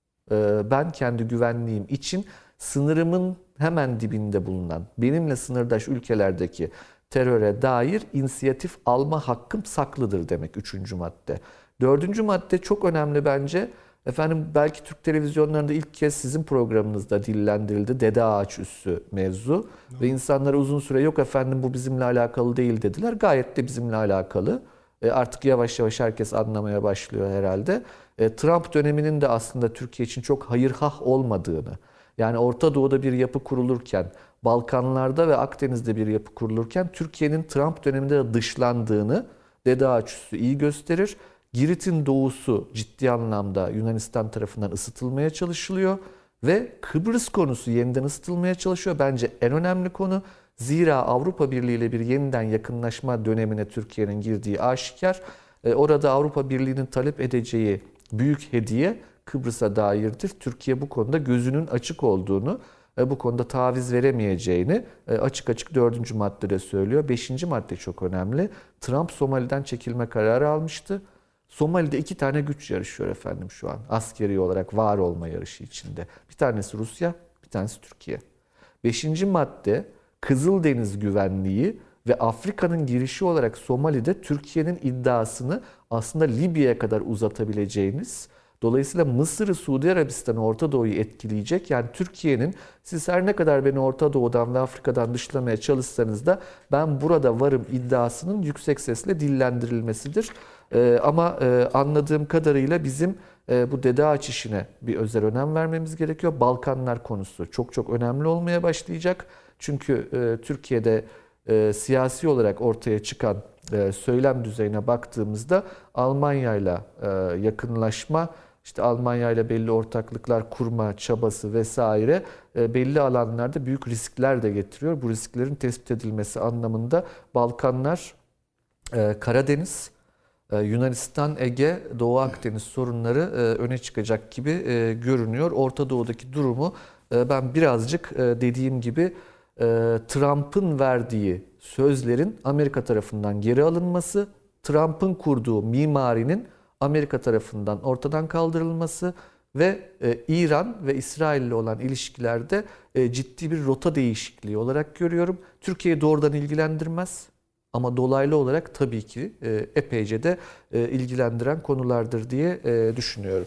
Ben kendi güvenliğim için sınırımın hemen dibinde bulunan, benimle sınırdaş ülkelerdeki teröre dair inisiyatif alma hakkım saklıdır demek 3. madde. 4. madde çok önemli bence. Efendim belki Türk televizyonlarında ilk kez sizin programınızda dillendirildi. Dede Ağaç Üssü mevzu. Ve insanlara uzun süre yok efendim bu bizimle alakalı değil dediler. Gayet de bizimle alakalı. Artık yavaş yavaş herkes anlamaya başlıyor herhalde. Trump döneminin de aslında Türkiye için çok hayırhah olmadığını, yani Orta Doğu'da bir yapı kurulurken, Balkanlarda ve Akdeniz'de bir yapı kurulurken Türkiye'nin Trump döneminde de dışlandığını Dede Ağaçüstü iyi gösterir. Girit'in doğusu ciddi anlamda Yunanistan tarafından ısıtılmaya çalışılıyor ve Kıbrıs konusu yeniden ısıtılmaya çalışıyor. Bence en önemli konu. Zira Avrupa Birliği ile bir yeniden yakınlaşma dönemine Türkiye'nin girdiği aşikar. Orada Avrupa Birliği'nin talep edeceği büyük hediye Kıbrıs'a dairdir. Türkiye bu konuda gözünün açık olduğunu, bu konuda taviz veremeyeceğini açık açık 4. maddede söylüyor. 5. madde çok önemli. Trump Somali'den çekilme kararı almıştı. Somali'de 2 tane güç yarışıyor efendim şu an. Askeri olarak var olma yarışı içinde. Bir tanesi Rusya, bir tanesi Türkiye. 5. madde Kızıldeniz güvenliği ve Afrika'nın girişi olarak Somali'de Türkiye'nin iddiasını aslında Libya'ya kadar uzatabileceğiniz, dolayısıyla Mısır'ı, Suudi Arabistan'ı, Orta Doğu'yu etkileyecek. Yani Türkiye'nin siz her ne kadar beni Orta Doğu'dan ve Afrika'dan dışlamaya çalışsanız da ben burada varım iddiasının yüksek sesle dillendirilmesidir. Ama anladığım kadarıyla bizim bu Dede Ağaç işine bir özel önem vermemiz gerekiyor. Balkanlar konusu çok çok önemli olmaya başlayacak. Çünkü Türkiye'de siyasi olarak ortaya çıkan söylem düzeyine baktığımızda Almanya'yla yakınlaşma, işte Almanya'yla belli ortaklıklar kurma çabası vesaire belli alanlarda büyük riskler de getiriyor. Bu risklerin tespit edilmesi anlamında Balkanlar, Karadeniz, Yunanistan, Ege, Doğu Akdeniz sorunları öne çıkacak gibi görünüyor. Orta Doğu'daki durumu ben birazcık dediğim gibi Trump'ın verdiği sözlerin Amerika tarafından geri alınması, Trump'ın kurduğu mimarinin Amerika tarafından ortadan kaldırılması ve İran ve İsrail ile olan ilişkilerde ciddi bir rota değişikliği olarak görüyorum. Türkiye'yi doğrudan ilgilendirmez ama dolaylı olarak tabii ki epeyce de ilgilendiren konulardır diye düşünüyorum.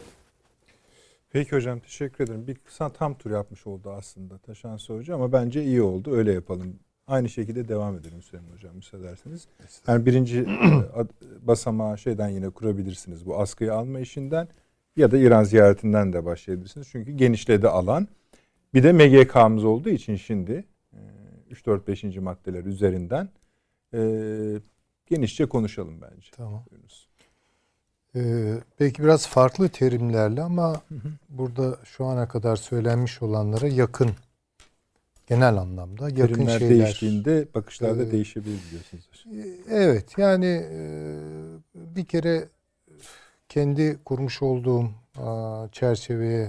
Peki hocam, teşekkür ederim. Bir kısa tam tur yapmış oldu aslında Taşan Hoca ama bence iyi oldu. Öyle yapalım. Aynı şekilde devam edelim Süleyman Hocam müsaade ederseniz. Yani birinci basamağı şeyden yine kurabilirsiniz. Bu askıyı alma işinden ya da İran ziyaretinden de başlayabilirsiniz. Çünkü genişledi alan. Bir de MGK'mız olduğu için şimdi 3, 4, 5. maddeler üzerinden genişçe konuşalım bence. Tamam. Belki biraz farklı terimlerle ama burada şu ana kadar söylenmiş olanlara yakın, genel anlamda yakın Terimler şeyler. değiştiğinde bakışlar da değişebilir diyorsunuz. Evet, yani bir kere kendi kurmuş olduğum çerçeveye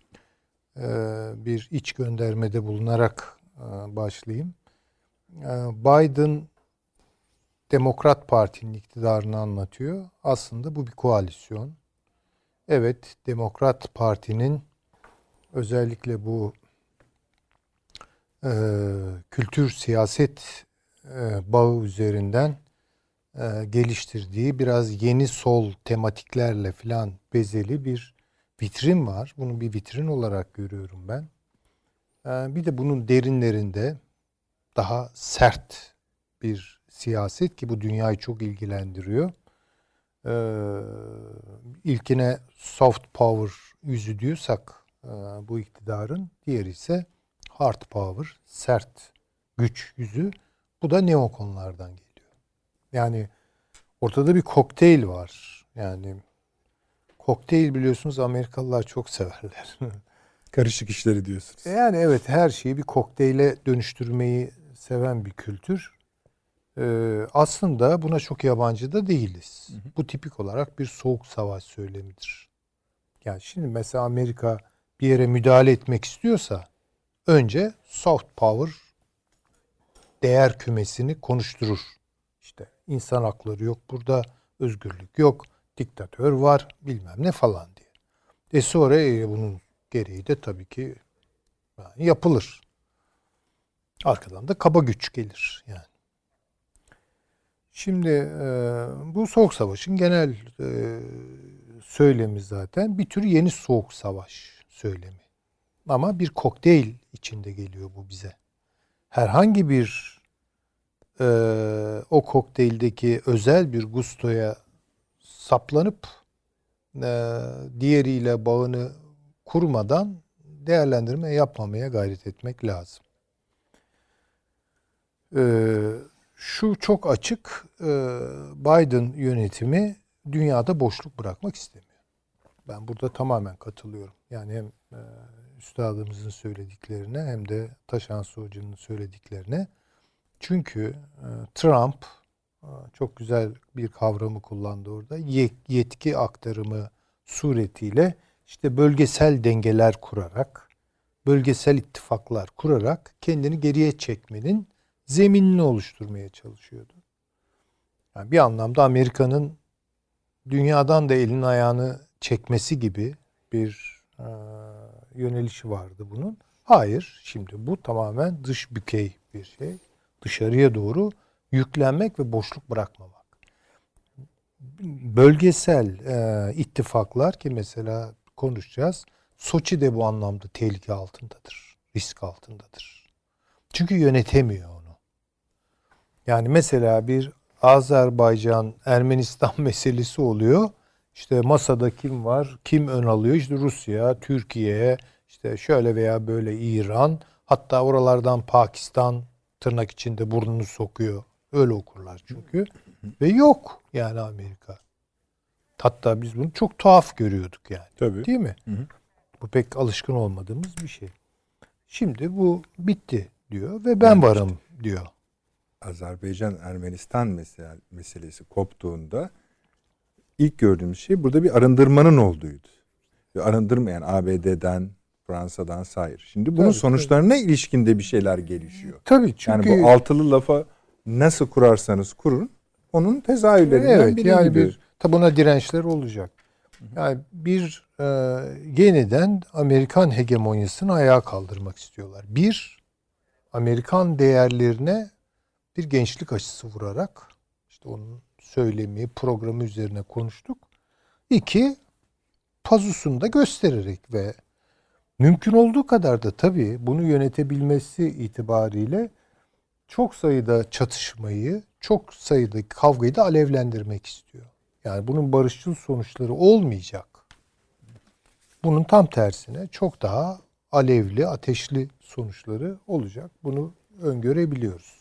bir iç göndermede bulunarak başlayayım. Biden Demokrat Parti'nin iktidarını anlatıyor. Aslında bu bir koalisyon. Evet, Demokrat Parti'nin özellikle bu kültür siyaset bağı üzerinden geliştirdiği biraz yeni sol tematiklerle filan bezeli bir vitrin var. Bunu bir vitrin olarak görüyorum ben. Bir de bunun derinlerinde daha sert bir siyaset ki bu dünyayı çok ilgilendiriyor. İlkine soft power yüzü diyorsak bu iktidarın, diğeri ise hard power, sert güç yüzü. Bu da neokonlardan geliyor. Yani ortada bir kokteyl var. Yani kokteyl biliyorsunuz Amerikalılar çok severler. Karışık işleri diyorsunuz. Yani evet, her şeyi bir kokteyle dönüştürmeyi seven bir kültür. Aslında buna çok yabancı da değiliz. Bu tipik olarak bir soğuk savaş söylemidir. Yani şimdi mesela Amerika bir yere müdahale etmek istiyorsa önce soft power değer kümesini konuşturur. İşte insan hakları yok burada, özgürlük yok, diktatör var, bilmem ne falan diye. Sonra bunun gereği de tabii ki yani yapılır. Arkadan da kaba güç gelir yani. Şimdi bu soğuk savaşın genel söylemi zaten bir tür yeni soğuk savaş söylemi. Ama bir kokteyl içinde geliyor bu bize. Herhangi bir o kokteyldeki özel bir gustoya saplanıp diğeriyle bağını kurmadan değerlendirme yapmamaya gayret etmek lazım. Şu çok açık, Biden yönetimi dünyada boşluk bırakmak istemiyor. Ben burada tamamen katılıyorum. Yani hem üstadımızın söylediklerine hem de Taşansı Hoca'nın söylediklerine. Çünkü Trump çok güzel bir kavramı kullandı orada. Yetki aktarımı suretiyle işte bölgesel dengeler kurarak, bölgesel ittifaklar kurarak kendini geriye çekmenin zeminini oluşturmaya çalışıyordu. Yani bir anlamda Amerika'nın dünyadan da elini ayağını çekmesi gibi bir yönelişi vardı bunun. Hayır, şimdi bu tamamen dış bükey bir şey. Dışarıya doğru yüklenmek ve boşluk bırakmamak. Bölgesel ittifaklar ki mesela konuşacağız. Soçi de bu anlamda tehlike altındadır. Risk altındadır. Çünkü yönetemiyor onu. Yani mesela bir Azerbaycan-Ermenistan meselesi oluyor. İşte masada kim var? Kim ön alıyor? İşte Rusya, Türkiye, işte şöyle veya böyle İran. Hatta oralardan Pakistan tırnak içinde burnunu sokuyor. Öyle okurlar çünkü. Ve yok yani Amerika. Hatta biz bunu çok tuhaf görüyorduk yani. Tabii. Değil mi? Hı hı. Bu pek alışkın olmadığımız bir şey. Şimdi bu bitti diyor ve ben varım diyor. Azerbaycan-Ermenistan meselesi koptuğunda ilk gördüğümüz şey burada bir arındırmanın olduğuydu. Bir arındırma yani ABD'den, Fransa'dan sair. Şimdi bunun sonuçlarına ilişkin de bir şeyler gelişiyor. Tabii çünkü... Yani bu altılı lafa nasıl kurarsanız kurun, onun tezahürlerinden biri yani gibi. Tabi buna dirençler olacak. Yani bir yeniden Amerikan hegemonyasını ayağa kaldırmak istiyorlar. Bir, Amerikan değerlerine bir gençlik aşısı vurarak, işte onun söylemi, programı üzerine konuştuk. İki, pazusunu da göstererek ve mümkün olduğu kadar da tabii bunu yönetebilmesi itibariyle çok sayıda çatışmayı, çok sayıda kavgayı da alevlendirmek istiyor. Yani bunun barışçıl sonuçları olmayacak. Bunun tam tersine çok daha alevli, ateşli sonuçları olacak. Bunu öngörebiliyoruz.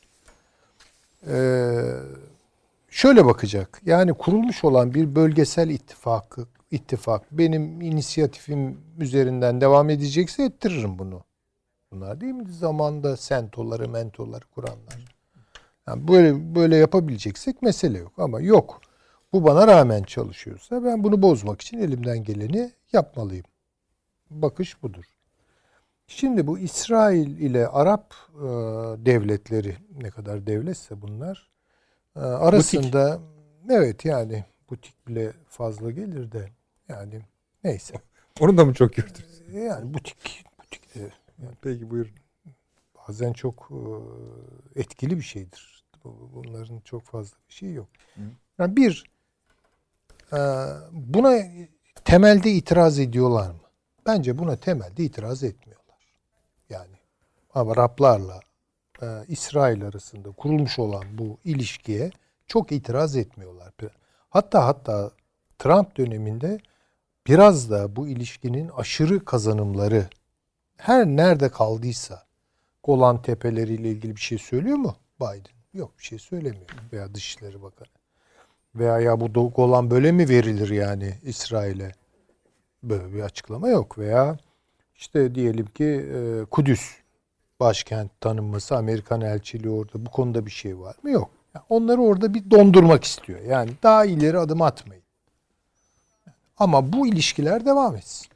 Şöyle bakacak. Yani kurulmuş olan bir bölgesel ittifak benim inisiyatifim üzerinden devam edecekse ettiririm bunu. Bunlar değil mi zamanda sentoları, mentoları kuranlar? Yani böyle yapabileceksek mesele yok ama yok. Bu bana rağmen çalışıyorsa ben bunu bozmak için elimden geleni yapmalıyım. Bakış budur. Şimdi bu İsrail ile Arap devletleri, ne kadar devletse bunlar arasında evet yani butik bile fazla gelir de yani neyse. Onu da mı çok gördünüz? Yani butik de yani peki buyurun. Bazen çok etkili bir şeydir. Bunların çok fazla bir şey yok. Yani buna temelde itiraz ediyorlar mı? Bence buna temelde itiraz etmiyorlar. Yani Araplarla İsrail arasında kurulmuş olan bu ilişkiye çok itiraz etmiyorlar. Hatta Trump döneminde biraz da bu ilişkinin aşırı kazanımları her nerede kaldıysa Golan Tepeleri'yle ilgili bir şey söylüyor mu Biden? Yok, bir şey söylemiyor. Veya Dışişleri Bakanı. Veya ya bu Golan böyle mi verilir yani İsrail'e? Böyle bir açıklama yok. Veya işte diyelim ki Kudüs başkent tanınması, Amerikan elçiliği orada, bu konuda bir şey var mı? Yok. Yani onları orada bir dondurmak istiyor. Yani daha ileri adım atmayın. Ama bu ilişkiler devam etsin.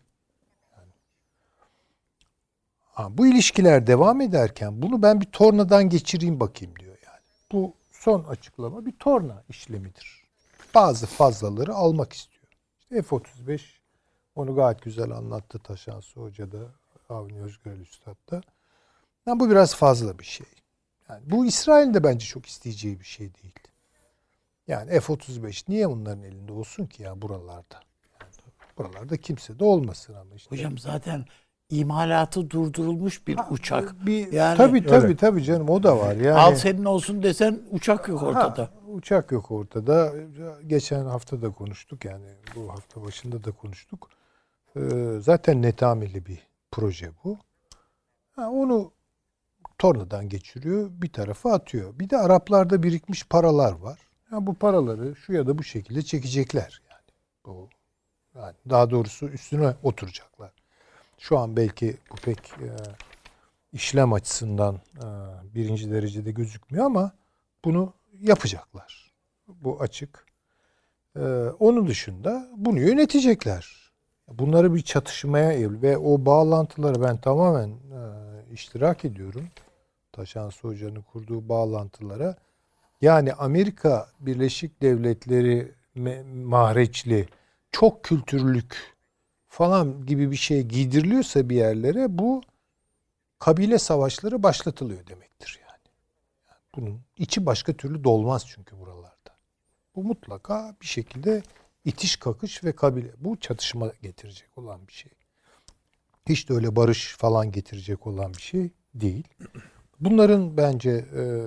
Bu ilişkiler devam ederken bunu ben bir tornadan geçireyim bakayım diyor yani. Bu son açıklama bir torna işlemidir. Bazı fazlaları almak istiyor. İşte F-35 onu gayet güzel anlattı Taşansı Hoca da, Avni Özgürel Üstad da. Yani bu biraz fazla bir şey. Yani bu İsrail'in de bence çok isteyeceği bir şey değil. Yani F-35 niye bunların elinde olsun ki ya buralarda? Yani buralarda kimse de olmasın ama işte. Hocam zaten imalatı durdurulmuş bir uçak. Yani yani tabii canım o da var. Yani al senin olsun desen uçak yok ortada. uçak yok ortada. Geçen hafta da konuştuk, yani bu hafta başında da konuştuk. Zaten netameli bir proje bu. Onu tornadan geçiriyor, bir tarafa atıyor. Bir de Araplarda birikmiş paralar var. Yani bu paraları şu ya da bu şekilde çekecekler. Yani daha doğrusu üstüne oturacaklar. Şu an belki bu pek işlem açısından birinci derecede gözükmüyor ama bunu yapacaklar. Bu açık. Onun dışında bunu yönetecekler. Bunları bir çatışmaya ve o bağlantıları ben tamamen iştirak ediyorum. Taşansı Hoca'nın kurduğu bağlantılara. Yani Amerika Birleşik Devletleri mahreçli, çok kültürlük falan gibi bir şey giydiriliyorsa bir yerlere, bu kabile savaşları başlatılıyor demektir yani. Bunun içi başka türlü dolmaz çünkü buralarda. Bu mutlaka bir şekilde itiş kakış ve kabile. Bu çatışma getirecek olan bir şey. Hiç de öyle barış falan getirecek olan bir şey değil. Bunların bence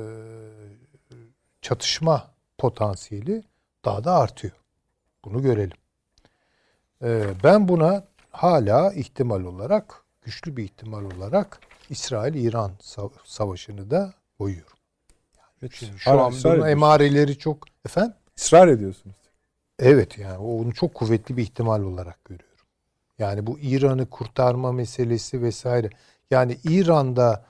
çatışma potansiyeli daha da artıyor. Bunu görelim. Ben buna hala ihtimal olarak, güçlü bir ihtimal olarak İsrail-İran savaşını da koyuyorum. Yani şimdi şu an bunun emareleri çok... Efendim? İsrar ediyorsunuz. Evet, yani onu çok kuvvetli bir ihtimal olarak görüyorum. Yani bu İran'ı kurtarma meselesi vesaire. Yani İran'da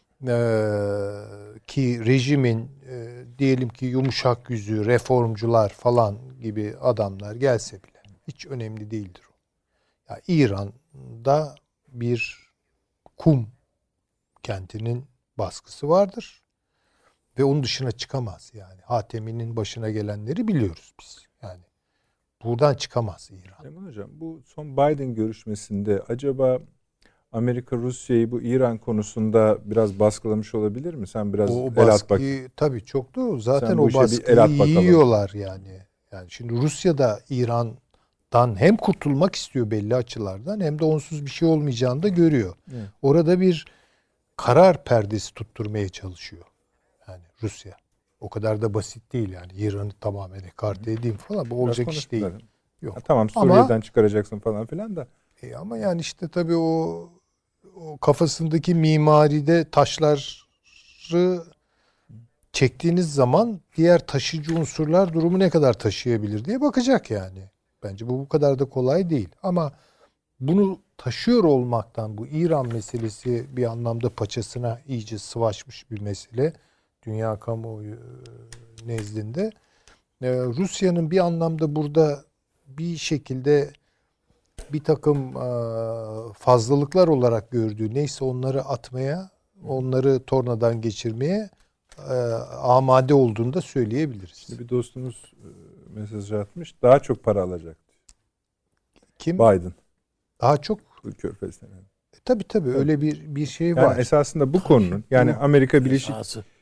ki rejimin diyelim ki yumuşak yüzü, reformcular falan gibi adamlar gelse bile hiç önemli değildir o. Yani İran'da bir Kum kentinin baskısı vardır ve onun dışına çıkamaz yani. Hatemi'nin başına gelenleri biliyoruz biz. Yani buradan çıkamaz İran. Emin Hocam, bu son Biden görüşmesinde acaba Amerika Rusya'yı bu İran konusunda biraz baskılamış olabilir mi? Sen biraz o el at bak. tabii çok doğru. Zaten Sen bu o işe bir el baskıyı at bakalım. yiyorlar yani. Yani şimdi Rusya da İran'dan hem kurtulmak istiyor belli açılardan, hem de onsuz bir şey olmayacağını da görüyor. Evet. Orada bir karar perdesi tutturmaya çalışıyor. Yani Rusya. O kadar da basit değil yani. İran'ı tamamen ekarte edeyim falan. Bu olacak iş değil. Yok. Ya tamam, Suriye'den çıkaracaksın falan filan da. Ama yani işte tabii o kafasındaki mimaride taşları çektiğiniz zaman diğer taşıyıcı unsurlar durumu ne kadar taşıyabilir diye bakacak yani. Bence bu kadar da kolay değil. Ama bunu taşıyor olmaktan, bu İran meselesi bir anlamda paçasına iyice sıvaşmış bir mesele. Dünya kamuoyu nezdinde. Rusya'nın bir anlamda burada bir şekilde bir takım fazlalıklar olarak gördüğü neyse onları atmaya, onları tornadan geçirmeye amade olduğunu da söyleyebiliriz. Şimdi bir dostumuz mesaj atmış. Daha çok para alacak. Kim? Biden. Daha çok? Körfez'den. Tabii öyle bir şey Yani var. esasında bu konunun, yani Amerika Birleşik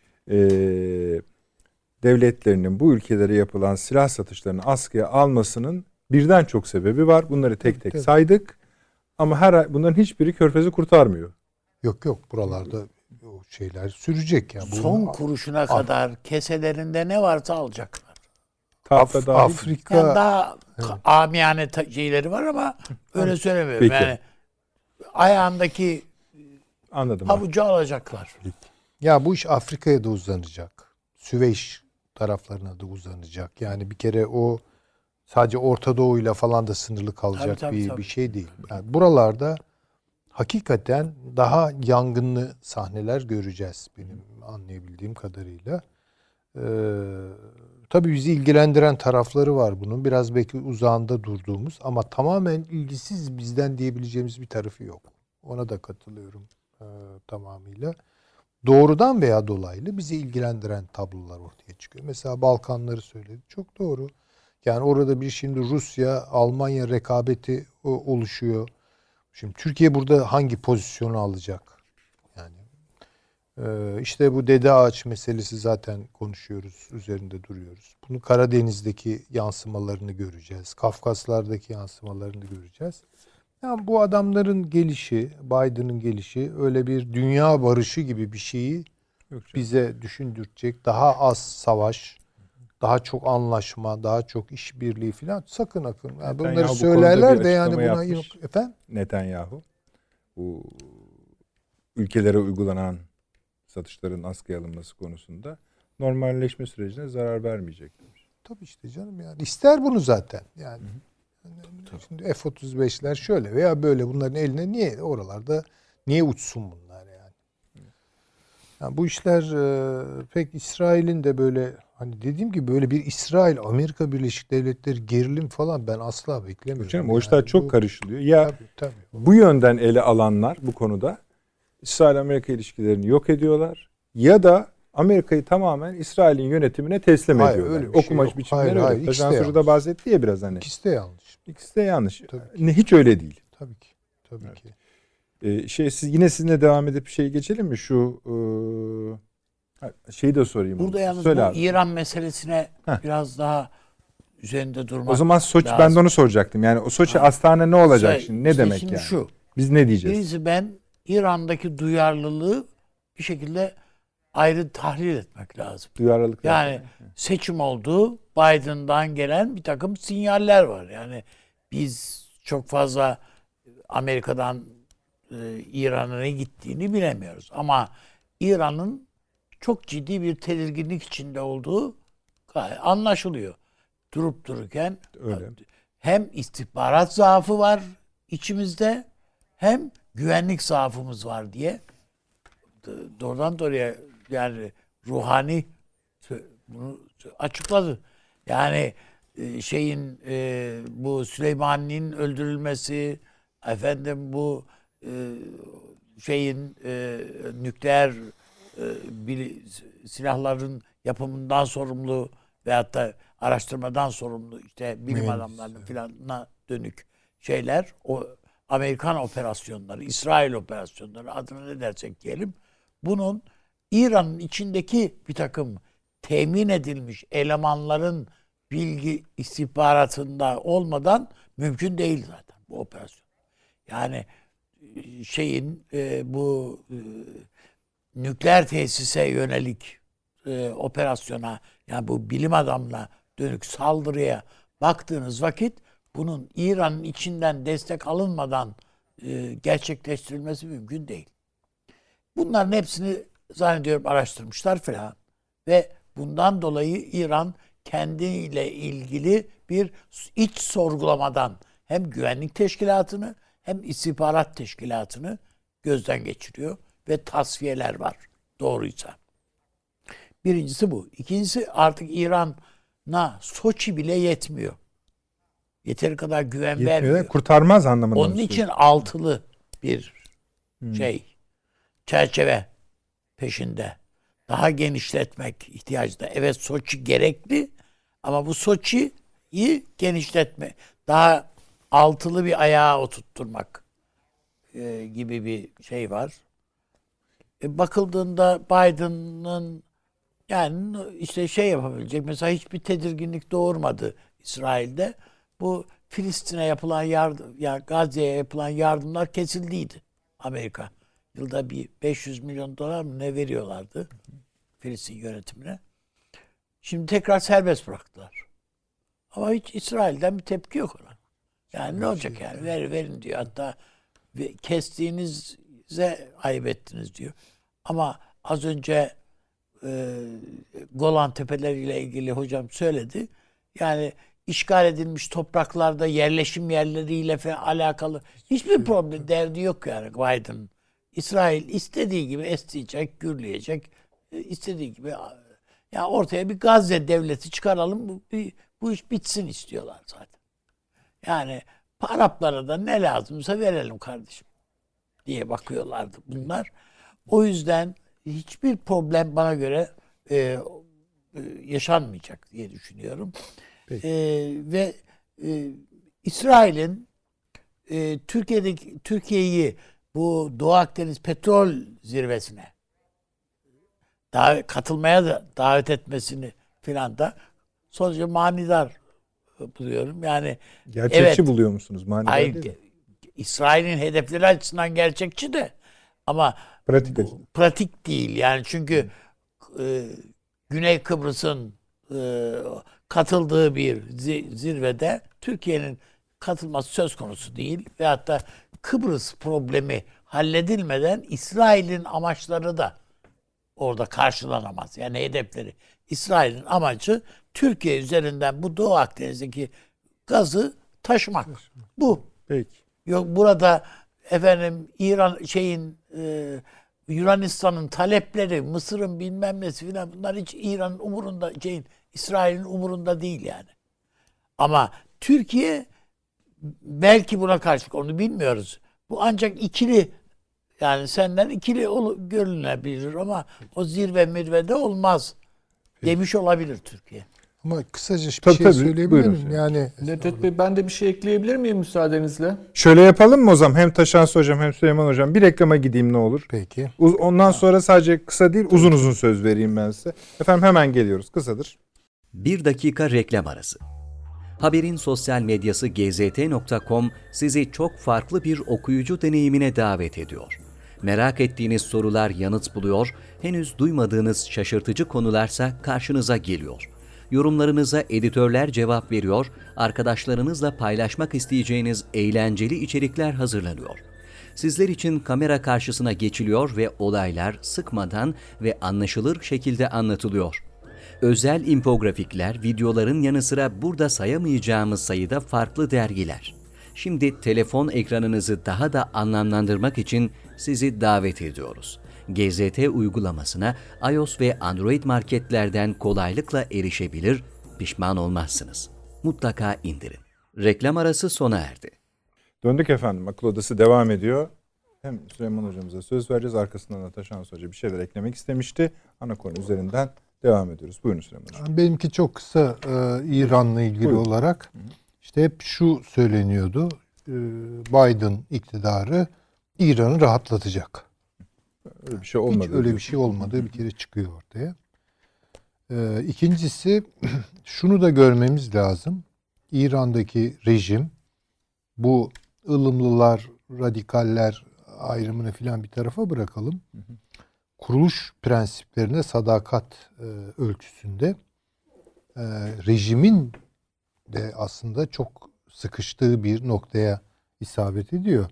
Devletleri'nin bu ülkelere yapılan silah satışlarını askıya almasının birden çok sebebi var. Bunları tek tek saydık. Ama bunların hiçbiri Körfez'i kurtarmıyor. Yok, buralarda o şeyler sürecek yani. Son kuruşuna kadar keselerinde ne varsa alacaklar. Afrika yani daha amiyane şeyleri var ama öyle söylemiyorum. Peki. Yani ayağındaki Anladım. havucu alacaklar. Ya bu iş Afrika'ya da uzanacak. Süveyş taraflarına da uzanacak. Yani bir kere o sadece Orta Doğu'yla falan da sınırlı kalacak Tabii. bir şey değil. Yani buralarda hakikaten daha yangınlı sahneler göreceğiz benim anlayabildiğim kadarıyla. Tabii bizi ilgilendiren tarafları var bunun. Biraz belki uzağında durduğumuz ama tamamen ilgisiz bizden diyebileceğimiz bir tarafı yok. Ona da katılıyorum tamamıyla. Doğrudan veya dolaylı bizi ilgilendiren tablolar ortaya çıkıyor. Mesela Balkanları söyledik. Çok doğru. Yani orada bir şimdi Rusya-Almanya rekabeti oluşuyor. Şimdi Türkiye burada hangi pozisyonu alacak? Yani işte bu Dede Ağaç meselesi zaten konuşuyoruz, üzerinde duruyoruz. Bunu Karadeniz'deki yansımalarını göreceğiz. Kafkaslardaki yansımalarını göreceğiz. Yani bu adamların gelişi, Biden'ın gelişi öyle bir dünya barışı gibi bir şeyi bize düşündürecek. Daha az savaş, daha çok anlaşma, daha çok işbirliği falan sakın akın. Yani Netanyahu bunları bu konuda söylerler bir de yani açıklama buna yapmış. yok efendim. Netanyahu bu ülkelere uygulanan satışların askıya alınması konusunda normalleşme sürecine zarar vermeyecek demiş. Tabii işte canım yani ister bunu zaten. Yani şimdi F-35'ler şöyle veya böyle bunların eline niye oralarda niye uçsun bunlar yani? Yani bu işler pek İsrail'in de böyle hani dediğim gibi böyle bir İsrail Amerika Birleşik Devletleri gerilim falan ben asla beklemiyorum. Hocam o yani. işler çok Bu, karışılıyor. Ya tabii. bu yönden ele alanlar bu konuda İsrail-Amerika ilişkilerini yok ediyorlar ya da Amerika'yı tamamen İsrail'in yönetimine teslim Hayır, ediyorlar. öyle bir şey Okuma yok. biçimleri Hayır, öyle. ikisi de Taşan Hoca da yanlış. bahsetti ya biraz hani. İkisi de yanlış. İkisi de yanlış. Tabii Ne, hiç öyle değil. Tabii ki. Tabii Evet. ki. Sizinle devam edip geçelim mi şu şeyi de sorayım. Burada yalnız Söyle bu abi. İran meselesine Heh. biraz daha üzerinde durmak O zaman Soçi lazım. ben de onu soracaktım. Yani o Soçi Astana ne olacak şimdi? Ne İşte demek şimdi yani? şu. Biz ne diyeceğiz? Birincisi ben İran'daki duyarlılığı bir şekilde ayrı tahlil etmek lazım. Duyarlılık. Yani seçim oldu. Biden'dan gelen bir takım sinyaller var. Yani biz çok fazla Amerika'dan İran'a ne gittiğini bilemiyoruz. Ama İran'ın çok ciddi bir tedirginlik içinde olduğu gayet anlaşılıyor. Durup dururken Öyle. hem istihbarat zaafı var içimizde hem güvenlik zaafımız var diye doğrudan doğruya yani Ruhani bunu açıkladı. Yani bu Süleymani'nin öldürülmesi, efendim bu nükleer silahların yapımından sorumlu veyahut da araştırmadan sorumlu işte bilim adamlarının filanına dönük şeyler, o Amerikan operasyonları, İsrail operasyonları adına ne dersek diyelim, bunun İran'ın içindeki bir takım temin edilmiş elemanların bilgi istihbaratında olmadan mümkün değil zaten bu operasyon. Yani bu nükleer tesise yönelik operasyona, yani bu bilim adamına dönük saldırıya baktığınız vakit bunun İran'ın içinden destek alınmadan gerçekleştirilmesi mümkün değil. Bunların hepsini zannediyorum araştırmışlar falan ve bundan dolayı İran kendiyle ilgili bir iç sorgulamadan hem güvenlik teşkilatını hem istihbarat teşkilatını gözden geçiriyor ve tasfiyeler var doğruysa. Birincisi bu. İkincisi artık İran'a Soçi bile yetmiyor. Yeteri kadar güven vermiyor. Kurtarmaz anlamında. Onun için altılı bir çerçeve peşinde. Daha genişletmek ihtiyacında. Evet Soçi gerekli ama bu Soçi'yi genişletme, daha altılı bir ayağa oturtturmak gibi bir şey var. Bakıldığında Biden'ın yani işte yapabilecek, mesela hiçbir tedirginlik doğurmadı İsrail'de. Bu Filistin'e yapılan yardım, yani Gazze'ye yapılan yardımlar kesildiydi. Amerika yılda bir 500 milyon dolar mı ne veriyorlardı Filistin yönetimine. Şimdi tekrar serbest bıraktılar. Ama hiç İsrail'den bir tepki yok ona. Yani ne olacak yani? Verin diyor. Hatta kestiğinize ayıp ettiniz diyor. Ama az önce Golan Tepeleri'yle ilgili hocam söyledi. Yani işgal edilmiş topraklarda yerleşim yerleriyle falan alakalı hiçbir problem, derdi yok yani Biden. İsrail istediği gibi esneyecek, gürleyecek, istediği gibi ya ortaya bir Gazze devleti çıkaralım, bu iş bitsin istiyorlar zaten. Yani Araplara da ne lazımsa verelim kardeşim diye bakıyorlardı bunlar. O yüzden hiçbir problem bana göre yaşanmayacak diye düşünüyorum. Ve İsrail'in Türkiye'yi bu Doğu Akdeniz petrol zirvesine katılmaya da davet etmesini filan da sonuçta manidar buluyorum. Yani Gerçekçi buluyor musunuz? Manidar hayır, değil mi? İsrail'in hedefleri açısından gerçekçi de ama Pratik pratik değil. Yani çünkü Güney Kıbrıs'ın katıldığı bir zirvede Türkiye'nin katılması söz konusu değil. Ve hatta Kıbrıs problemi halledilmeden İsrail'in amaçları da orada karşılanamaz. Yani hedefleri. İsrail'in amacı Türkiye üzerinden bu Doğu Akdeniz'deki gazı taşımak. Bu. Peki. Yok burada efendim Yunanistan'ın talepleri, Mısır'ın bilmem nesi filan, bunlar hiç İran'ın umurunda, İsrail'in umurunda değil yani. Ama Türkiye belki buna karşılık, onu bilmiyoruz. Bu ancak ikili, yani senden ikili görülebilir ama o zirvede olmaz demiş olabilir Türkiye. Ama kısaca bir Tabii, şey tabii. söyleyebilir Buyurun. miyim? Yani Nedret Bey, ben de bir şey ekleyebilir miyim müsaadenizle? Şöyle yapalım mı o zaman? Hem Taşansı Hocam hem Süleyman Hocam. Bir reklama gideyim ne olur. peki. Ondan sonra sadece kısa değil uzun uzun söz vereyim ben size. Efendim hemen geliyoruz. Kısadır. 1 dakika reklam arası. Haberin sosyal medyası gzt.com sizi çok farklı bir okuyucu deneyimine davet ediyor. Merak ettiğiniz sorular yanıt buluyor, henüz duymadığınız şaşırtıcı konularsa karşınıza geliyor. Yorumlarınıza editörler cevap veriyor, arkadaşlarınızla paylaşmak isteyeceğiniz eğlenceli içerikler hazırlanıyor. Sizler için kamera karşısına geçiliyor ve olaylar sıkmadan ve anlaşılır şekilde anlatılıyor. Özel infografikler, videoların yanı sıra burada sayamayacağımız sayıda farklı dergiler. Şimdi telefon ekranınızı daha da anlamlandırmak için sizi davet ediyoruz. GZT uygulamasına iOS ve Android marketlerden kolaylıkla erişebilir, pişman olmazsınız. Mutlaka indirin. Reklam arası sona erdi. Döndük efendim. Akıl Odası devam ediyor. Hem Süleyman Hocamıza söz vereceğiz. Arkasından da Taşansı Hoca bir şeyler eklemek istemişti. Ana konu üzerinden devam ediyoruz. Buyurun Süleyman Hocam. Benimki çok kısa İran'la ilgili Buyurun. olarak. İşte hep şu söyleniyordu. Biden iktidarı İran'ı rahatlatacak. Öyle bir şey olmadı. Hiç öyle bir şey olmadığı bir kere çıkıyor ortaya. İkincisi şunu da görmemiz lazım. İran'daki rejim bu ılımlılar, radikaller ayrımını filan bir tarafa bırakalım. Kuruluş prensiplerine sadakat ölçüsünde rejimin de aslında çok sıkıştığı bir noktaya isabet ediyor.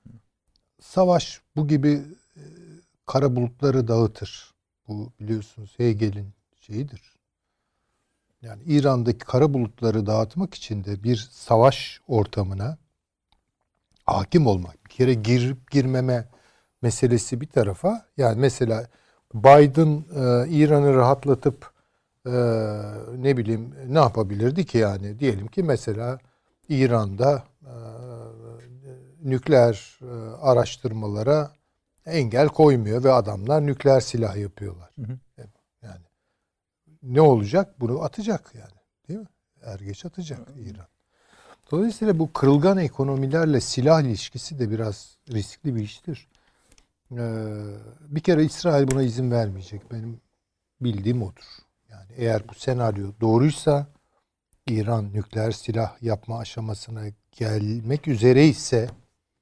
Savaş bu gibi kara bulutları dağıtır. Bu biliyorsunuz Hegel'in şeyidir. Yani İran'daki kara bulutları dağıtmak için de bir savaş ortamına hakim olmak. Bir kere girip girmeme meselesi bir tarafa. Yani mesela Biden İran'ı rahatlatıp ne bileyim ne yapabilirdi ki yani? Diyelim ki mesela İran'da nükleer araştırmalara engel koymuyor ve adamlar nükleer silah yapıyorlar. Yani ne olacak? Bunu atacak yani. Değil mi? Er geç atacak İran. Dolayısıyla bu kırılgan ekonomilerle silah ilişkisi de biraz riskli bir iştir. Bir kere İsrail buna izin vermeyecek. Benim bildiğim odur. Yani eğer bu senaryo doğruysa, İran nükleer silah yapma aşamasına gelmek üzere ise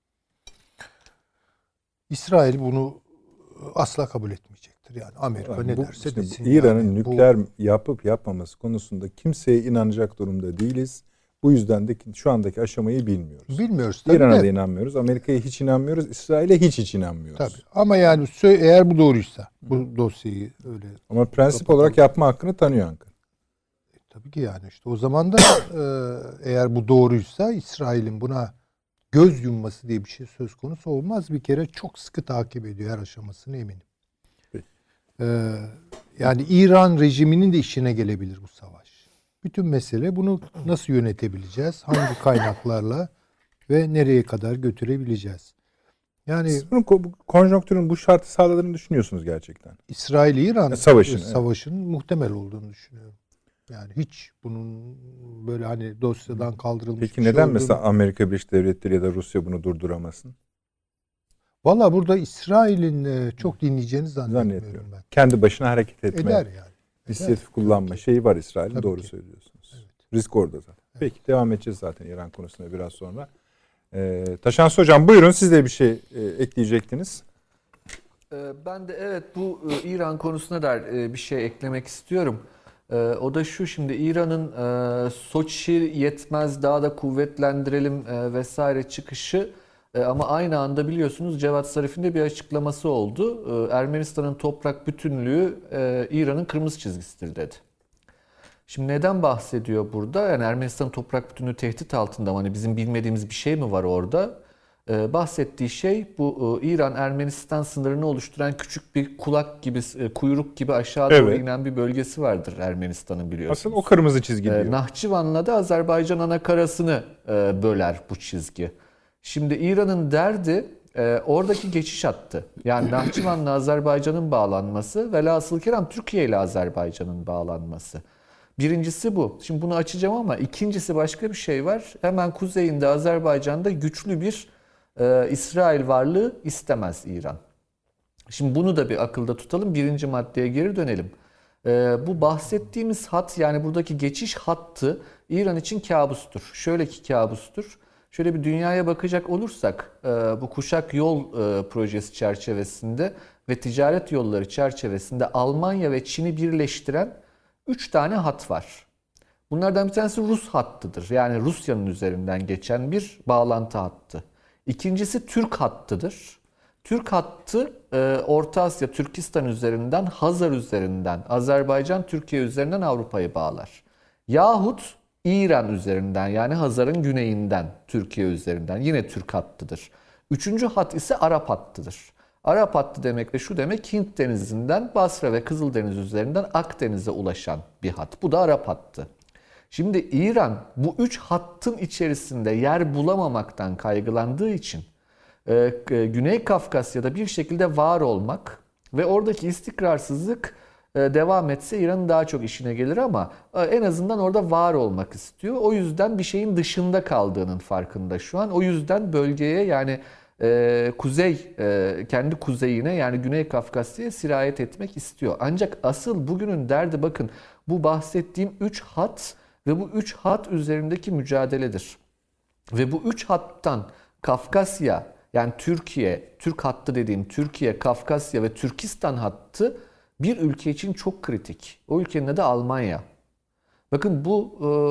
İsrail bunu asla kabul etmeyecektir. Yani Amerika Yani ne bu, derse işte desin. İran'ın yani nükleer yapıp yapmaması konusunda kimseye inanacak durumda değiliz. Bu yüzden de şu andaki aşamayı bilmiyoruz. Bilmiyoruz tabii İran'a da de. inanmıyoruz. Amerika'ya hiç inanmıyoruz. İsrail'e hiç inanmıyoruz. Tabii. Ama yani eğer bu doğruysa bu dosyayı öyle Ama prensip kapatalım. olarak yapma hakkını tanıyor Ankara. Tabii ki yani işte o zaman da eğer bu doğruysa İsrail'in buna göz yumması diye bir şey söz konusu olmaz. Bir kere çok sıkı takip ediyor her aşamasını eminim. Peki. Yani İran rejiminin de işine gelebilir bu savaş. Bütün mesele bunu nasıl yönetebileceğiz? Hangi kaynaklarla ve nereye kadar götürebileceğiz? Yani Siz bunun bu konjonktürün bu şartı sağladığını düşünüyorsunuz gerçekten. İsrail-İran Savaşın, evet. muhtemel olduğunu düşünüyorum. Yani hiç bunun böyle hani dosyadan kaldırılmış Peki bir şey neden olduğunu... mesela Amerika Birleşik Devletleri ya da Rusya bunu durduramasın? Valla burada İsrail'in çok dinleyeceğini zannetmiyorum ben. Kendi başına hareket etme. Eder yani. İnisiyatif kullanma şeyi var İsrail'in. Tabii Doğru ki. söylüyorsunuz. Evet. Risk orada zaten. Evet. Peki devam edeceğiz zaten İran konusuna biraz sonra. Taşansı Hocam buyurun siz de bir şey ekleyecektiniz. Ben de evet bu İran konusuna da bir şey eklemek istiyorum. O da şu: şimdi İran'ın Soçi yetmez daha da kuvvetlendirelim vesaire çıkışı, ama aynı anda biliyorsunuz Cevat Zarif'in de bir açıklaması oldu. Ermenistan'ın toprak bütünlüğü İran'ın kırmızı çizgisidir dedi. Şimdi neden bahsediyor burada? Yani Ermenistan'ın toprak bütünlüğü tehdit altında mı? Hani bizim bilmediğimiz bir şey mi var orada? Bahsettiği şey bu İran-Ermenistan sınırını oluşturan küçük bir kulak gibi, kuyruk gibi aşağı doğru Evet. inen bir bölgesi vardır Ermenistan'ın, biliyorsunuz. Asıl o kırmızı çizgi diyor. Nahçıvan'la da Azerbaycan anakarasını böler bu çizgi. Şimdi İran'ın derdi oradaki geçiş hattı. Yani Nahçıvan'la Azerbaycan'ın bağlanması, velhasıl kelam Türkiye ile Azerbaycan'ın bağlanması. Birincisi bu. Şimdi bunu açacağım ama ikincisi başka bir şey var. Hemen kuzeyinde Azerbaycan'da güçlü bir İsrail varlığı istemez İran. Şimdi bunu da bir akılda tutalım. Birinci maddeye geri dönelim. Bu bahsettiğimiz hat, yani buradaki geçiş hattı İran için kabustur. Şöyle ki kabustur. Şöyle bir dünyaya bakacak olursak bu kuşak yol projesi çerçevesinde ve ticaret yolları çerçevesinde Almanya ve Çin'i birleştiren 3 tane hat var. Bunlardan bir tanesi Rus hattıdır. Yani Rusya'nın üzerinden geçen bir bağlantı hattı. İkincisi Türk hattıdır. Türk hattı Orta Asya, Türkistan üzerinden, Hazar üzerinden, Azerbaycan, Türkiye üzerinden Avrupa'yı bağlar. Yahut İran üzerinden, yani Hazar'ın güneyinden Türkiye üzerinden, yine Türk hattıdır. Üçüncü hat ise Arap hattıdır. Arap hattı demek de şu demek: Hint denizinden Basra ve Kızıldeniz üzerinden Akdeniz'e ulaşan bir hat. Bu da Arap hattı. Şimdi İran bu üç hattın içerisinde yer bulamamaktan kaygılandığı için Güney Kafkasya'da bir şekilde var olmak ve oradaki istikrarsızlık devam etse İran'ın daha çok işine gelir, ama en azından orada var olmak istiyor. O yüzden bir şeyin dışında kaldığının farkında şu an. O yüzden bölgeye, yani kendi kuzeyine, yani Güney Kafkasya'ya sirayet etmek istiyor. Ancak asıl bugünün derdi, bakın, bu bahsettiğim 3 hat ve bu 3 hat üzerindeki mücadeledir. Ve bu 3 hattan Kafkasya, yani Türkiye, Türk hattı dediğim Türkiye, Kafkasya ve Türkistan hattı bir ülke için çok kritik. O ülkenin adı Almanya. Bakın, bu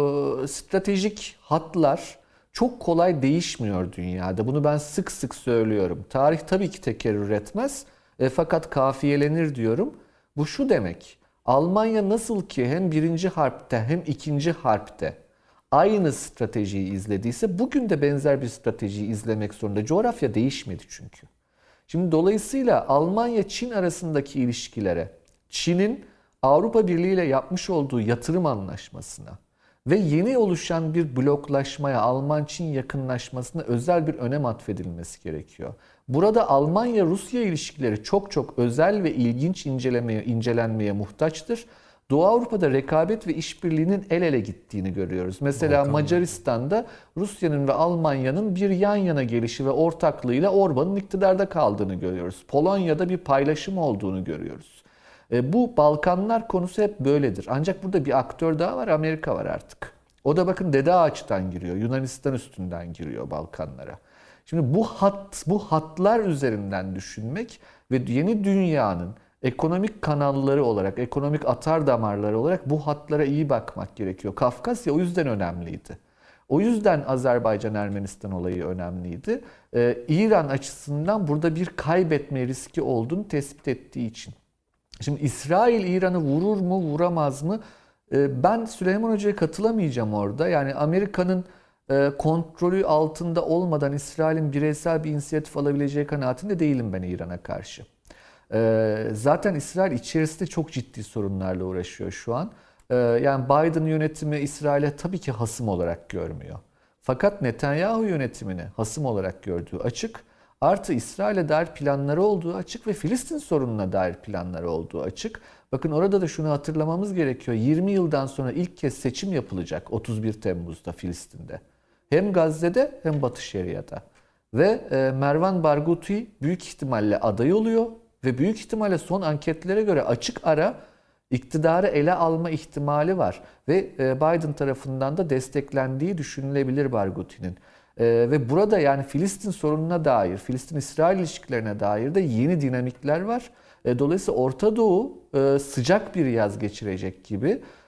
stratejik hatlar çok kolay değişmiyor dünyada. Bunu ben sık sık söylüyorum. Tarih tabii ki tekerrür etmez, fakat kafiyelenir diyorum. Bu şu demek: Almanya nasıl ki hem 1. Harp'te hem 2. Harp'te aynı stratejiyi izlediyse bugün de benzer bir stratejiyi izlemek zorunda. Coğrafya değişmedi çünkü. Şimdi dolayısıyla Almanya-Çin arasındaki ilişkilere, Çin'in Avrupa Birliği ile yapmış olduğu yatırım anlaşmasına ve yeni oluşan bir bloklaşmaya, Alman-Çin yakınlaşmasına özel bir önem atfedilmesi gerekiyor. Burada Almanya-Rusya ilişkileri çok çok özel ve ilginç incelenmeye muhtaçtır. Doğu Avrupa'da rekabet ve işbirliğinin el ele gittiğini görüyoruz. Mesela Macaristan'da Rusya'nın ve Almanya'nın bir yan yana gelişi ve ortaklığıyla Orban'ın iktidarda kaldığını görüyoruz. Polonya'da bir paylaşım olduğunu görüyoruz. Bu Balkanlar konusu hep böyledir. Ancak burada bir aktör daha var, Amerika var artık. O da bakın Dede Ağaç'tan giriyor, Yunanistan üstünden giriyor Balkanlara. Şimdi bu hatlar üzerinden düşünmek ve yeni dünyanın ekonomik kanalları olarak, ekonomik atar damarları olarak bu hatlara iyi bakmak gerekiyor. Kafkasya o yüzden önemliydi. O yüzden Azerbaycan-Ermenistan olayı önemliydi. İran açısından burada bir kaybetme riski olduğunu tespit ettiği için. Şimdi İsrail İran'ı vurur mu, vuramaz mı? Ben Süleyman Hoca'ya katılamayacağım orada. Yani Amerika'nın kontrolü altında olmadan İsrail'in bireysel bir inisiyatif alabileceği kanaatinde değilim ben İran'a karşı. Zaten İsrail içerisinde çok ciddi sorunlarla uğraşıyor şu an. Yani Biden yönetimi İsrail'e tabii ki hasım olarak görmüyor. Fakat Netanyahu yönetimini hasım olarak gördüğü açık. Artı İsrail'e dair planları olduğu açık ve Filistin sorununa dair planları olduğu açık. Bakın, orada da şunu hatırlamamız gerekiyor. 20 yıldan sonra ilk kez seçim yapılacak 31 Temmuz'da Filistin'de. Hem Gazze'de hem Batı Şeria'da. Ve Mervan Barghouti büyük ihtimalle aday oluyor. Ve büyük ihtimalle son anketlere göre açık ara iktidarı ele alma ihtimali var. Ve Biden tarafından da desteklendiği düşünülebilir Barghouti'nin. Ve burada yani Filistin sorununa dair, Filistin-İsrail ilişkilerine dair de yeni dinamikler var. Dolayısıyla Orta Doğu sıcak bir yaz geçirecek gibi.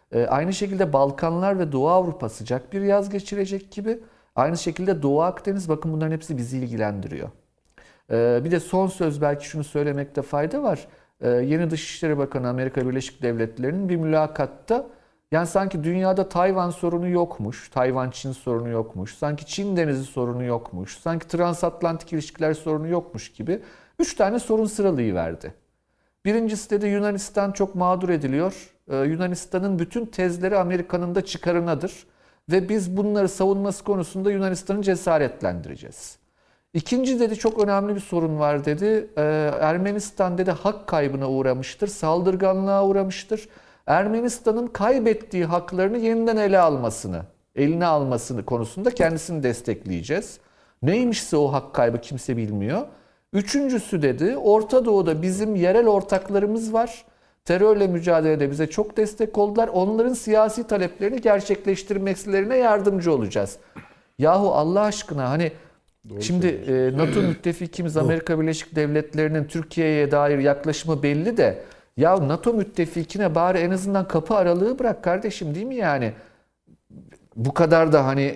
Aynı şekilde Balkanlar ve Doğu Avrupa sıcak bir yaz geçirecek gibi. Aynı şekilde Doğu Akdeniz, bakın bunların hepsi bizi ilgilendiriyor. Bir de son söz, belki şunu söylemekte fayda var. Yeni Dışişleri Bakanı Amerika Birleşik Devletleri'nin bir mülakatta, yani sanki dünyada Tayvan sorunu yokmuş, Tayvan-Çin sorunu yokmuş, sanki Çin Denizi sorunu yokmuş, sanki transatlantik ilişkiler sorunu yokmuş gibi 3 tane sorun sıralayıverdi. Birincisi dedi, Yunanistan çok mağdur ediliyor. Yunanistan'ın bütün tezleri Amerika'nın da çıkarınadır. Ve biz bunları savunması konusunda Yunanistan'ı cesaretlendireceğiz. İkinci dedi, çok önemli bir sorun var dedi. Ermenistan dedi hak kaybına uğramıştır, saldırganlığa uğramıştır. Ermenistan'ın kaybettiği haklarını yeniden eline almasını konusunda kendisini destekleyeceğiz. Neymişse o hak kaybı kimse bilmiyor. Üçüncüsü dedi, Orta Doğu'da bizim yerel ortaklarımız var. Terörle mücadelede bize çok destek oldular. Onların siyasi taleplerini gerçekleştirmelerine yardımcı olacağız. Yahu Allah aşkına, hani şimdi NATO müttefikimiz Amerika Birleşik Devletleri'nin Türkiye'ye dair yaklaşımı belli de, ya NATO müttefikine bari en azından kapı aralığı bırak kardeşim, değil mi yani? Bu kadar da hani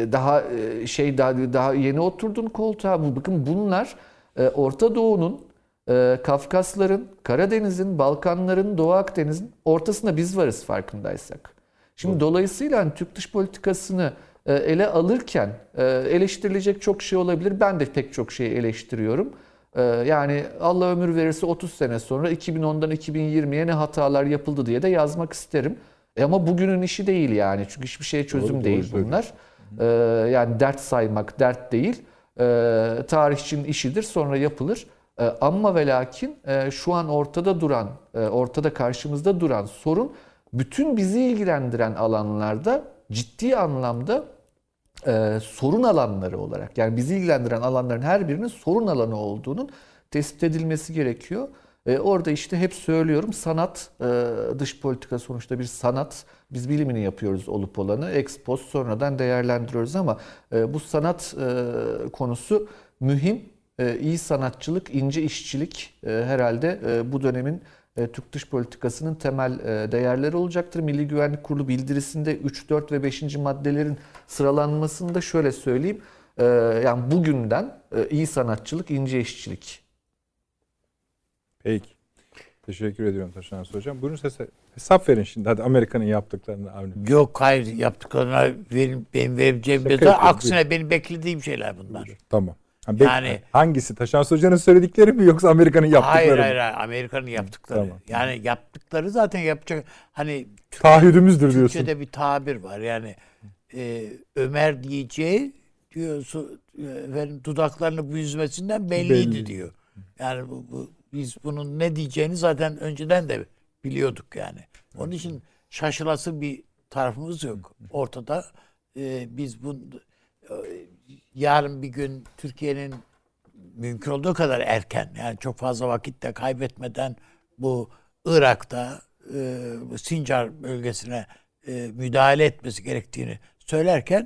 daha yeni oturdun koltuğa. Bakın bunlar Orta Doğu'nun, Kafkasların, Karadeniz'in, Balkanların, Doğu Akdeniz'in ortasında biz varız farkındaysak. Şimdi dolayısıyla hani Türk dış politikasını ele alırken eleştirilecek çok şey olabilir. Ben de pek çok şeyi eleştiriyorum. Yani Allah ömür verirse 30 sene sonra 2010'dan 2020'ye ne hatalar yapıldı diye de yazmak isterim. Ama bugünün işi değil yani. Çünkü hiçbir şeye çözüm değil bunlar. Yani dert saymak dert değil. Tarihçinin işidir, sonra yapılır. Ama ve lakin şu an ortada karşımızda duran sorun, bütün bizi ilgilendiren alanlarda ciddi anlamda sorun alanları olarak, yani bizi ilgilendiren alanların her birinin sorun alanı olduğunun tespit edilmesi gerekiyor. Orada işte hep söylüyorum, sanat, dış politika sonuçta bir sanat. Biz bilimini yapıyoruz olup olanı, ex post sonradan değerlendiriyoruz ama bu sanat konusu mühim. İyi sanatçılık, ince işçilik herhalde bu dönemin Türk dış politikasının temel değerleri olacaktır. Milli Güvenlik Kurulu bildirisinde 3, 4 ve 5. maddelerin sıralanmasını da şöyle söyleyeyim. Yani bugünden iyi sanatçılık, ince işçilik. Peki. Teşekkür ediyorum Taşan Arsu Hocam. Buyurun hesap verin şimdi. Hadi Amerika'nın yaptıklarını. Yok, hayır, yaptıklarına benim vereceğim de aksine benim beklediğim şeyler bunlar. Tamam. Yani hangisi? Taşan Arsu Hoca'nın söyledikleri mi yoksa Amerika'nın yaptıkları mı? Hayır, Amerika'nın yaptıkları. Tamam. Yani yaptıkları zaten yapacak. Hani Taahhüdümüzdür diyorsun. Türkçe'de bir tabir var. Yani Ömer diyeceği diyorsun, dudaklarını büzmesinden belliydi diyor. Yani biz bunun ne diyeceğini zaten önceden de biliyorduk yani. Onun için şaşılası bir tarafımız yok. Ortada biz yarın bir gün Türkiye'nin mümkün olduğu kadar erken, yani çok fazla vakit de kaybetmeden bu Irak'ta Sincar bölgesine müdahale etmesi gerektiğini söylerken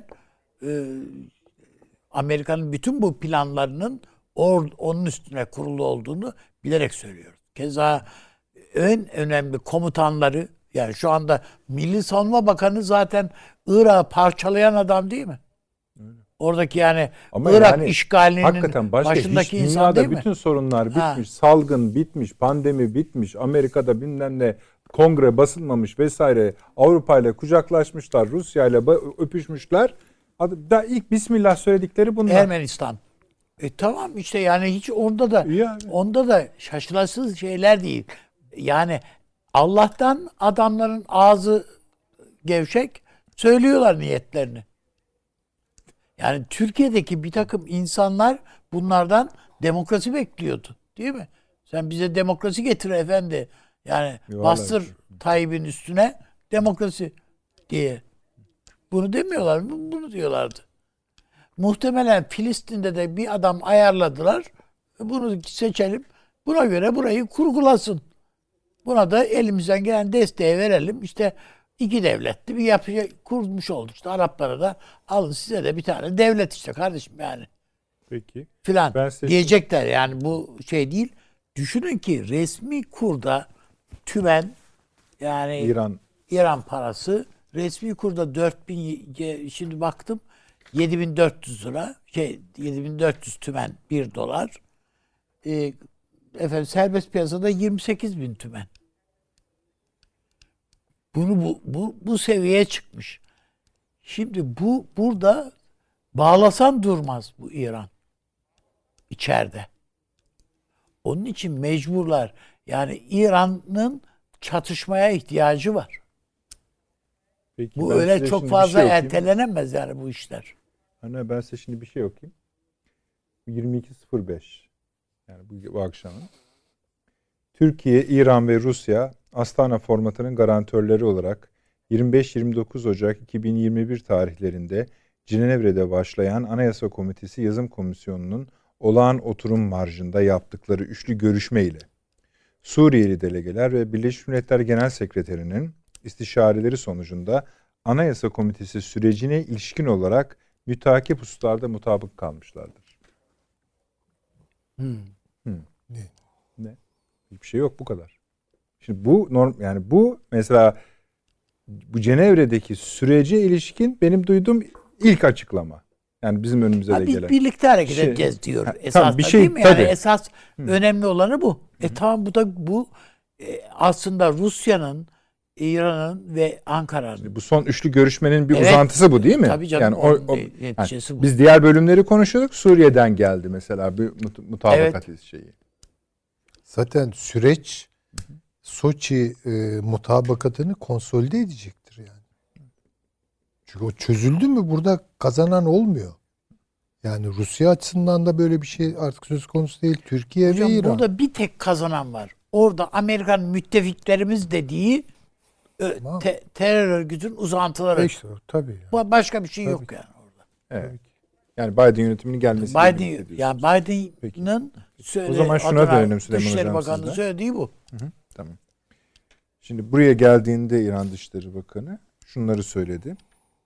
Amerika'nın bütün bu planlarının onun üstüne kurulu olduğunu bilerek söylüyoruz. Keza en önemli komutanları, yani şu anda Milli Savunma Bakanı zaten Irak'ı parçalayan adam değil mi? Oradaki yani ama Irak yani işgalinin başındaki insan değil mi? Bütün sorunlar bitmiş, salgın bitmiş, pandemi bitmiş, Amerika'da bilmem ne kongre basılmamış vesaire, Avrupa ile kucaklaşmışlar, Rusya ile öpüşmüşler. Da ilk Bismillah söyledikleri bunlar. Ermenistan. Tamam işte, yani hiç onda da şaşılasız şeyler değil. Yani Allah'tan adamların ağzı gevşek, söylüyorlar niyetlerini. Yani Türkiye'deki bir takım insanlar bunlardan demokrasi bekliyordu. Değil mi? Sen bize demokrasi getir efendi. Yani bastır Tayyip'in üstüne demokrasi diye. Bunu demiyorlar mı? Bunu diyorlardı. Muhtemelen Filistin'de de bir adam ayarladılar. Bunu seçelim. Buna göre burayı kurgulasın. Buna da elimizden gelen desteği verelim. İşte iki devletli bir yapı kurmuş olduk. İşte Araplara da alın size de bir tane devlet işte kardeşim yani. Peki. Filan diyecekler yani, bu şey değil. Düşünün ki resmi kurda TÜMEN, yani İran parası resmi kurda 4000, şimdi baktım 7400 lira, 7400 tümen 1 dolar. Efendim serbest piyasada 28.000 tümen. Bu seviyeye çıkmış. Şimdi burada bağlasan durmaz bu İran içeride. Onun için mecburlar. Yani İran'ın çatışmaya ihtiyacı var. Peki, Bu ben öyle size çok şimdi bir fazla şey okuyayım. ertelenemez yani bu işler. Hani ben size şimdi bir şey okuyayım. 22.05 yani bu akşamın. Türkiye, İran ve Rusya Astana formatının garantörleri olarak 25-29 Ocak 2021 tarihlerinde Cenevre'de başlayan Anayasa Komitesi Yazım Komisyonu'nun olağan oturum marjında yaptıkları üçlü görüşme ile Suriyeli delegeler ve Birleşmiş Milletler Genel Sekreteri'nin istişareleri sonucunda Anayasa Komitesi sürecine ilişkin olarak müteakip hususlarda mutabık kalmışlardır. Ne? Hiçbir şey yok, bu kadar. Şimdi bu yani bu mesela bu Cenevre'deki sürece ilişkin benim duyduğum ilk açıklama. Yani bizim önümüze de Biz gelen. birlikte hareket edeceğiz diyor esas tamam, bir da, şey, değil mi? tabii. Yani esas önemli olanı bu. Tamam, bu aslında Rusya'nın, İran'ın ve Ankara'nın. Bu son üçlü görüşmenin bir Evet. uzantısı bu, değil mi? Tabii canım, Yani onun neticesi bu. biz diğer bölümleri konuşuyorduk. Suriye'den geldi mesela bir mutabakat şeyi. Zaten süreç Soçi mutabakatını konsolide edecektir yani. Çünkü o çözüldü mü burada kazanan olmuyor. Yani Rusya açısından da böyle bir şey artık söz konusu değil. Türkiye Hocam, ve İran. burada bir tek kazanan var. Orada Amerikan müttefiklerimiz dediği Tamam. terör örgütün uzantıları. İşte, tabii. Başka bir şey Tabii yok ki. yani orada. Evet. Yani Biden yönetiminin gelmesi. Biden'ın O zaman şuna dönelim Süleyman Dışişleri Hocam Bakanı'nın sizden. söylediği bu. Tamam. Şimdi buraya geldiğinde İran Dışişleri Bakanı şunları söyledi.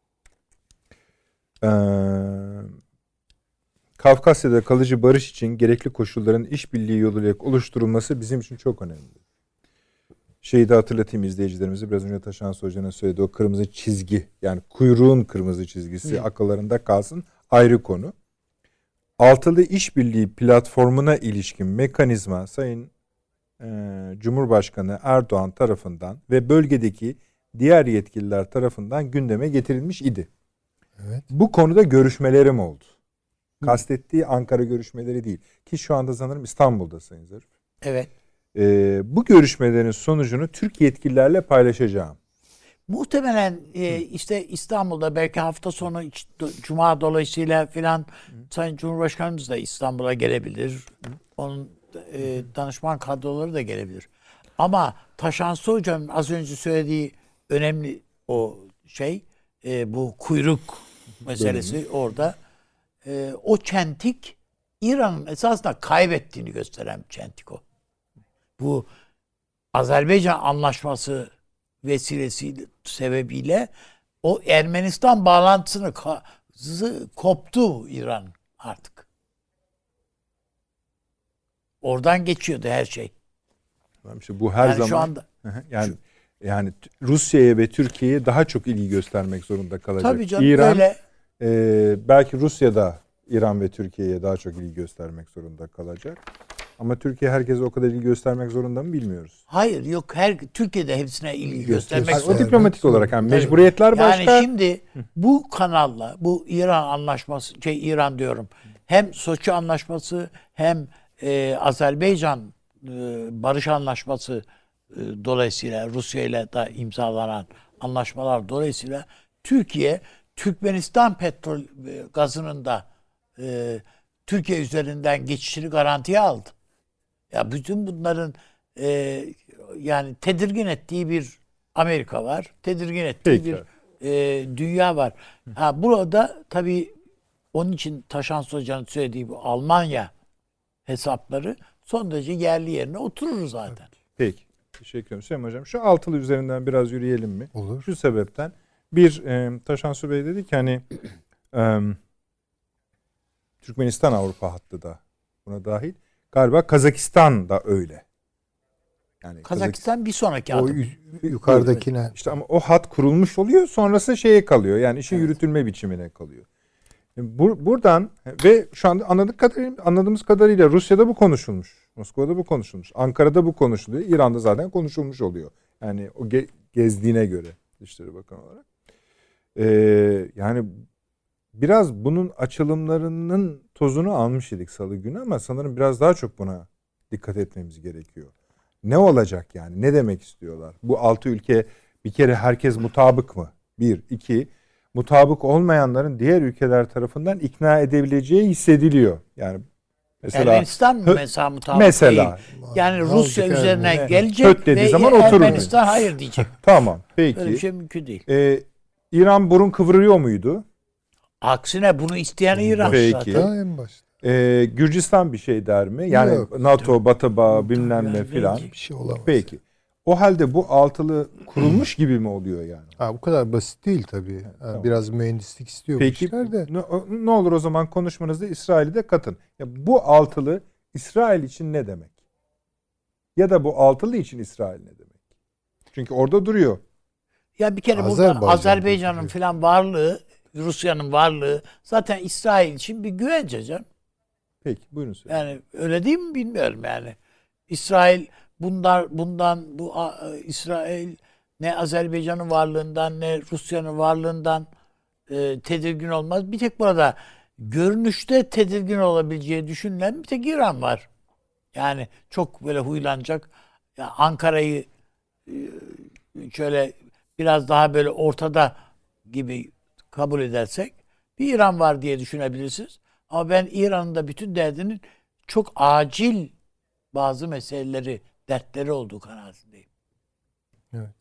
Kafkasya'da kalıcı barış için gerekli koşulların işbirliği yoluyla oluşturulması bizim için çok önemli. Şeyi de hatırlatayım izleyicilerimize. Biraz önce Taşan Hoca'nın söylediği o kırmızı çizgi, yani kuyruğun kırmızı çizgisi akıllarında kalsın, ayrı konu. Altılı işbirliği platformuna ilişkin mekanizma Sayın Cumhurbaşkanı Erdoğan tarafından ve bölgedeki diğer yetkililer tarafından gündeme getirilmiş idi. Evet. Bu konuda görüşmelerim oldu. Kastettiği Ankara görüşmeleri değil. Ki şu anda sanırım İstanbul'da Sayın Zarif. Evet. Bu görüşmelerin sonucunu Türk yetkililerle paylaşacağım. Muhtemelen işte İstanbul'da belki hafta sonu Cuma dolayısıyla filan Sayın Cumhurbaşkanımız da İstanbul'a gelebilir. Onun danışman kadroları da gelebilir. Ama Taşansı Hoca'nın az önce söylediği önemli o şey, bu kuyruk meselesi orada. O çentik İran'ın esasında kaybettiğini gösteren bir çentik o. Bu Azerbaycan anlaşması vesilesiyle sebebiyle o Ermenistan bağlantısını koptu İran artık. Oradan geçiyordu her şey. İşte bu her Yani zaman şu anda yani Rusya'ya ve Türkiye'ye daha çok ilgi göstermek zorunda kalacak. tabii canım, İran öyle. Belki Rusya'da İran ve Türkiye'ye daha çok ilgi göstermek zorunda kalacak. Ama Türkiye herkese o kadar ilgi göstermek zorunda mı bilmiyoruz. Hayır, yok, Türkiye'de hepsine ilgi göstermek O zorunda. diplomatik olarak yani mecburiyetler başka. Yani şimdi bu kanalla bu İran anlaşması, İran diyorum, hem Soçi anlaşması hem Azerbaycan barış anlaşması dolayısıyla Rusya ile de imzalanan anlaşmalar dolayısıyla Türkiye Türkmenistan petrol gazının da Türkiye üzerinden geçişini garantiye aldı. Ya bütün bunların yani tedirgin ettiği bir Amerika var. Tedirgin ettiği bir dünya var. Burada tabii onun için Taşan Hoca'nın söylediği bu Almanya hesapları son derece yerli yerine oturur zaten. Peki. Teşekkür ederim Süleyman Hocam. Şu altılı üzerinden biraz yürüyelim mi? Olur. Şu sebepten. Bir, Taşansu Bey dedi ki hani Türkmenistan Avrupa hattı da buna dahil. Galiba Kazakistan da öyle. Yani Kazakistan bir sonraki O adım. yukarıdakine. İşte ama o hat kurulmuş oluyor, sonrası şeye kalıyor. Yani işin yürütülme biçimine kalıyor. Buradan ve şu anda anladığımız kadarıyla Rusya'da bu konuşulmuş. Moskova'da bu konuşulmuş. Ankara'da bu konuşuluyor. İran'da zaten konuşulmuş oluyor. Yani o gezdiğine göre Dışişleri Bakanı olarak. Yani biraz bunun açılımlarının tozunu almış idik Salı günü ama sanırım biraz daha çok buna dikkat etmemiz gerekiyor. Ne olacak yani? Ne demek istiyorlar? Bu 6 ülke bir kere herkes mutabık mı? 1, 2, mutabık olmayanların diğer ülkeler tarafından ikna edebileceği hissediliyor. Yani mesela Ermenistan mı mesela mutabık mesela değil? Yani Ne Rusya olacak üzerine yani? gelecek Höt dediği ve zaman oturur. Ermenistan hayır diyecek. tamam peki. Böyle bir şey mümkün değil. İran burun kıvırıyor muydu? Aksine bunu isteyen İran Peki. zaten. Daha en başta. Gürcistan bir şey der mi? Yani Yok. NATO, Batı bağı bilmem ne Yani filan. Bir şey olamaz. Peki. O halde bu altılı kurulmuş gibi mi oluyor yani? Ha, bu kadar basit değil tabii. Yani tamam. Biraz mühendislik istiyor bu Peki işler de. ne olur o zaman konuşmanızda İsrail'i de katın. Ya bu altılı İsrail için ne demek? Ya da bu altılı için İsrail ne demek? Çünkü orada duruyor. Ya bir kere burada Azerbaycan'ın falan varlığı, Rusya'nın varlığı zaten İsrail için bir güvence canım. Peki buyurun söyleyin. Yani öyle değil mi bilmiyorum yani. İsrail İsrail ne Azerbaycan'ın varlığından ne Rusya'nın varlığından tedirgin olmaz. Bir tek burada görünüşte tedirgin olabileceği düşünülen bir tek İran var. Yani çok böyle huylanacak. Yani Ankara'yı şöyle biraz daha böyle ortada gibi kabul edersek bir İran var diye düşünebilirsiniz. Ama ben İran'ın da bütün derdinin çok acil bazı meseleleri, dertleri olduğu kanaatindeyim. Evet.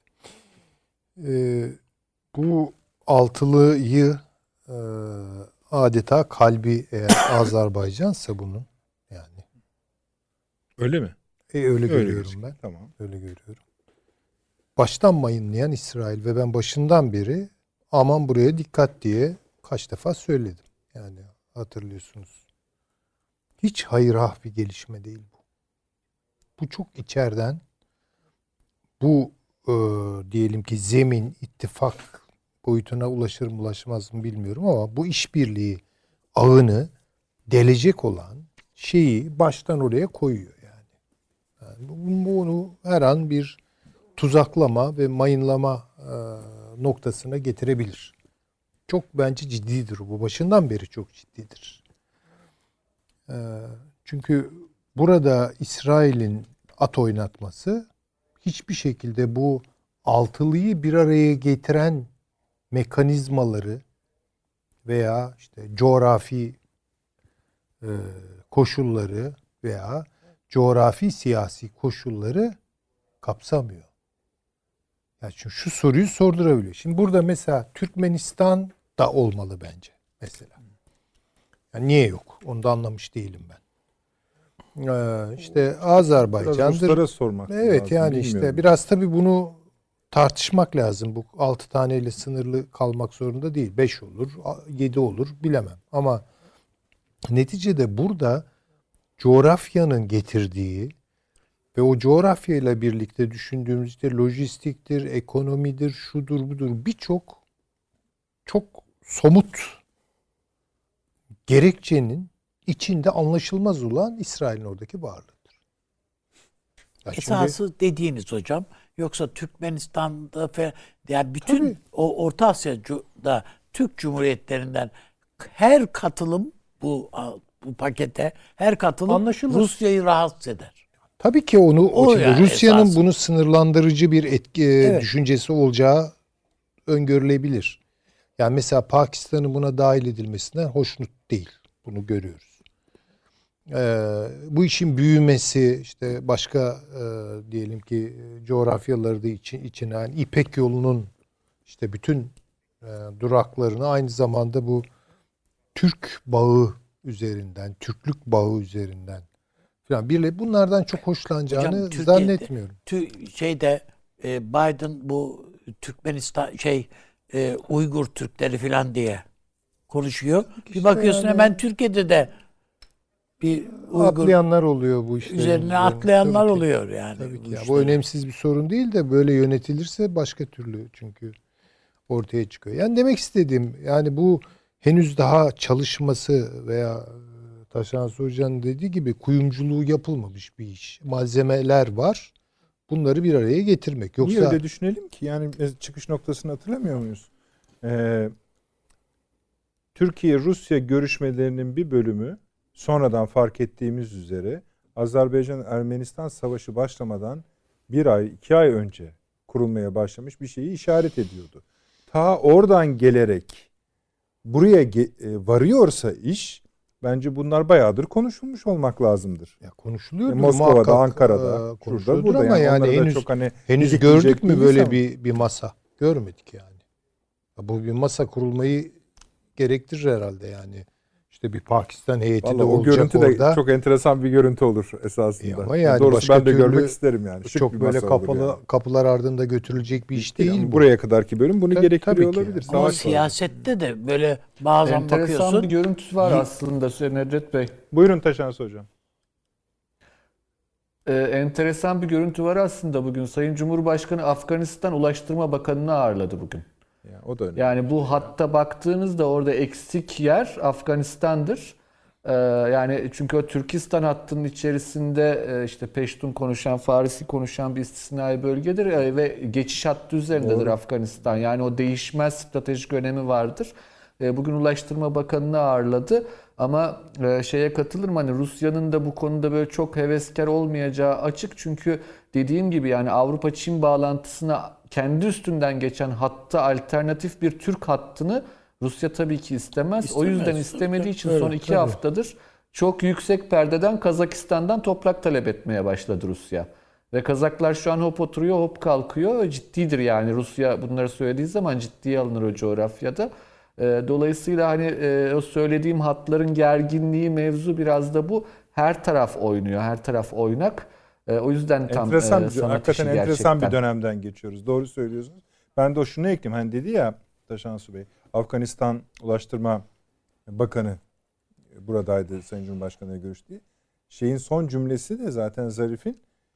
Bu altılıyı adeta kalbi eğer Azerbaycan'sa bunun yani. Öyle mi? Öyle görüyorum gözüküyor. ben. Tamam. Öyle görüyorum. Baştan mayınlayan İsrail ve ben başından beri aman buraya dikkat diye kaç defa söyledim. Yani hatırlıyorsunuz. Hiç hayırah bir gelişme değil bu. Bu çok içeriden bu diyelim ki zemin, ittifak boyutuna ulaşır mı ulaşmaz mı bilmiyorum ama bu işbirliği ağını delecek olan şeyi baştan oraya koyuyor yani. Bunu her an bir tuzaklama ve mayınlama noktasına getirebilir. Çok bence ciddidir bu. Başından beri çok ciddidir. Çünkü burada İsrail'in at oynatması hiçbir şekilde bu altılıyı bir araya getiren mekanizmaları veya işte coğrafi koşulları veya coğrafi siyasi koşulları kapsamıyor. Yani çünkü şu soruyu sordurabiliyor. Şimdi burada mesela Türkmenistan da olmalı bence mesela. Yani niye yok? Onu da anlamış değilim ben. İşte Azerbaycan'dır. Ruslara sormak evet lazım. yani Bilmiyorum. işte biraz tabii bunu tartışmak lazım. Bu 6 taneyle sınırlı kalmak zorunda değil. 5 olur, 7 olur bilemem. Ama neticede burada coğrafyanın getirdiği ve o coğrafyayla birlikte düşündüğümüz işte lojistiktir, ekonomidir, şudur budur birçok çok somut gerekçenin içinde anlaşılmaz olan İsrail'in oradaki varlığıdır. Ya Esası dediğiniz hocam, yoksa Türkmenistan'da falan yani bütün Tabii. o Orta Asya'da Türk Cumhuriyetlerinden her katılım bu pakete her katılım Anlaşılır. Rusya'yı rahatsız eder. Tabii ki onu O yani Rusya'nın esas. bunu sınırlandırıcı bir etki Evet. düşüncesi olacağı öngörülebilir. Yani mesela Pakistan'ın buna dahil edilmesinden hoşnut değil. Bunu görüyoruz. Bu işin büyümesi işte başka diyelim ki coğrafyaları da içine yani İpek yolunun işte bütün duraklarını aynı zamanda bu Türk bağı üzerinden, Türklük bağı üzerinden falan bunlardan çok hoşlanacağını Hocam, Türkiye'de- zannetmiyorum. Biden bu Türkmenistan Uygur Türkleri falan diye konuşuyor. Bir bakıyorsun yani- hemen Türkiye'de de bir Uygur Atlayanlar oluyor bu işlerin. üzerine atlayanlar Tabii ki. oluyor yani. Tabii ki. bu Ya, bu işlerin. önemsiz bir sorun değil de böyle yönetilirse başka türlü çünkü ortaya çıkıyor. Yani demek istediğim yani bu henüz daha çalışması veya Taşan Hoca'nın dediği gibi kuyumculuğu yapılmamış bir iş. Malzemeler var. Bunları bir araya getirmek. Yoksa Niye öyle düşünelim ki? Yani çıkış noktasını hatırlamıyor muyuz? Türkiye-Rusya görüşmelerinin bir bölümü sonradan fark ettiğimiz üzere Azerbaycan-Ermenistan savaşı başlamadan 1 ay, 2 ay önce kurulmaya başlamış bir şeyi işaret ediyordu. Ta oradan gelerek buraya varıyorsa iş, bence bunlar bayağıdır konuşulmuş olmak lazımdır. ya konuşuluyor. Moskova'da, Ankara'da, şurada, burada. Ama yani onları da henüz çok hani henüz didikleyecek gördük mü değiliz böyle ama. bir masa? Görmedik yani. Ya bu bir masa kurulmayı gerektirir herhalde yani. İşte bir Pakistan heyeti de Vallahi o olacak görüntü de orada. çok enteresan bir görüntü olur esasında. Ama yani Doğrusu başka ben de türlü görmek isterim yani. Şık çok bir böyle masa olur kapalı yani. kapılar ardında götürülecek bir iş değil Ama bu. buraya kadarki bölüm bunu Tabii gerektiriyor ki. olabilir. Ama Savaş var. siyasette de böyle bazen Enteresan bakıyorsun. bir görüntüsü var aslında Nedret Bey. Buyurun Taşansı Hocam. Enteresan bir görüntü var aslında bugün. Sayın Cumhurbaşkanı Afganistan Ulaştırma Bakanı'nı ağırladı bugün. Yani o da önemli. Yani bu hatta baktığınızda orada eksik yer Afganistan'dır. Yani çünkü o Türkistan hattının içerisinde işte Peştun konuşan, Farisi konuşan bir istisnai bölgedir ve geçiş hattı üzerindedir Afganistan. Yani o değişmez stratejik önemi vardır. Bugün Ulaştırma Bakanı'nı ağırladı. Ama şeye katılırım, hani Rusya'nın da bu konuda böyle çok heveskar olmayacağı açık. Çünkü dediğim gibi yani Avrupa-Çin bağlantısına kendi üstünden geçen hatta alternatif bir Türk hattını Rusya tabii ki istemez. O yüzden istemediği için son 2 haftadır çok yüksek perdeden Kazakistan'dan toprak talep etmeye başladı Rusya. Ve Kazaklar şu an hop oturuyor hop kalkıyor. Ciddidir yani Rusya bunları söylediği zaman ciddiye alınır o coğrafyada. Dolayısıyla hani o söylediğim hatların gerginliği mevzu biraz da bu. Her taraf oynuyor, her taraf oynak. O yüzden tam Enteresan, sanat hakikaten işi enteresan bir gerçekten. dönemden geçiyoruz. Doğru söylüyorsunuz. Ben de şunu ekleyeyim. Hani dedi ya Taşansu Bey, Afganistan Ulaştırma Bakanı buradaydı Sayın Cumhurbaşkanı'yla görüştü. Şeyin son cümlesi de zaten Zarif'in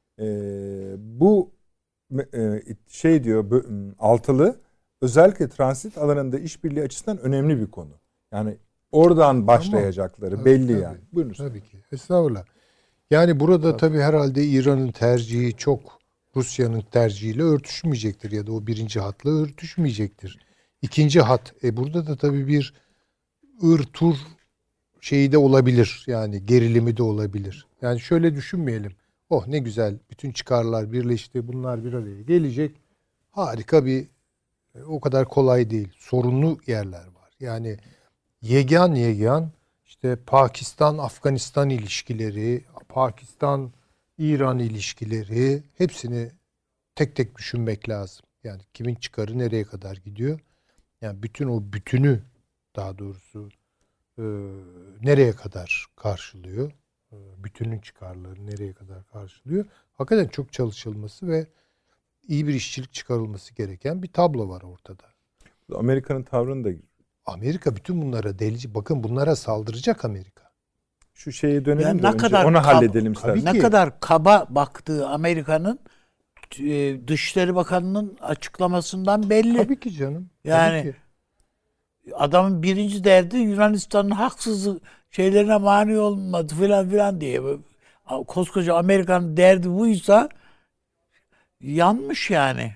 bu şey diyor altılı özellikle transit alanında işbirliği açısından önemli bir konu. Yani oradan başlayacakları Tabii, belli tabii. yani. Buyurun. Tabii ki. Estağfurullah. Yani burada tabii herhalde İran'ın tercihi çok Rusya'nın tercihiyle örtüşmeyecektir ya da o birinci hatla örtüşmeyecektir. İkinci hat. Burada da tabii bir ır-tur şeyi de olabilir. Yani gerilimi de olabilir. Yani şöyle düşünmeyelim. Oh ne güzel bütün çıkarlar birleşti. Bunlar bir araya gelecek. Harika bir o kadar kolay değil. Sorunlu yerler var. Yani yegân işte Pakistan-Afganistan ilişkileri, Pakistan-İran ilişkileri hepsini tek tek düşünmek lazım. Yani kimin çıkarı nereye kadar gidiyor? Yani bütün o bütünü daha doğrusu nereye kadar karşılıyor? Bütünün çıkarları nereye kadar karşılıyor? Hakikaten çok çalışılması ve iyi bir işçilik çıkarılması gereken bir tablo var ortada. Amerika'nın tavrını da Amerika bütün bunlara delici. Bakın bunlara saldıracak Amerika. şu şeye dönelim Ya de ne önce kadar onu kab- halledelim Tabii istersen. Ne ki. kadar kaba baktığı Amerika'nın Dışişleri Bakanı'nın açıklamasından belli. Tabii ki canım. Yani Tabii ki. adamın birinci derdi Yunanistan'ın haksız şeylerine mani olmadı filan diye. Koskoca Amerika'nın derdi buysa yanmış yani.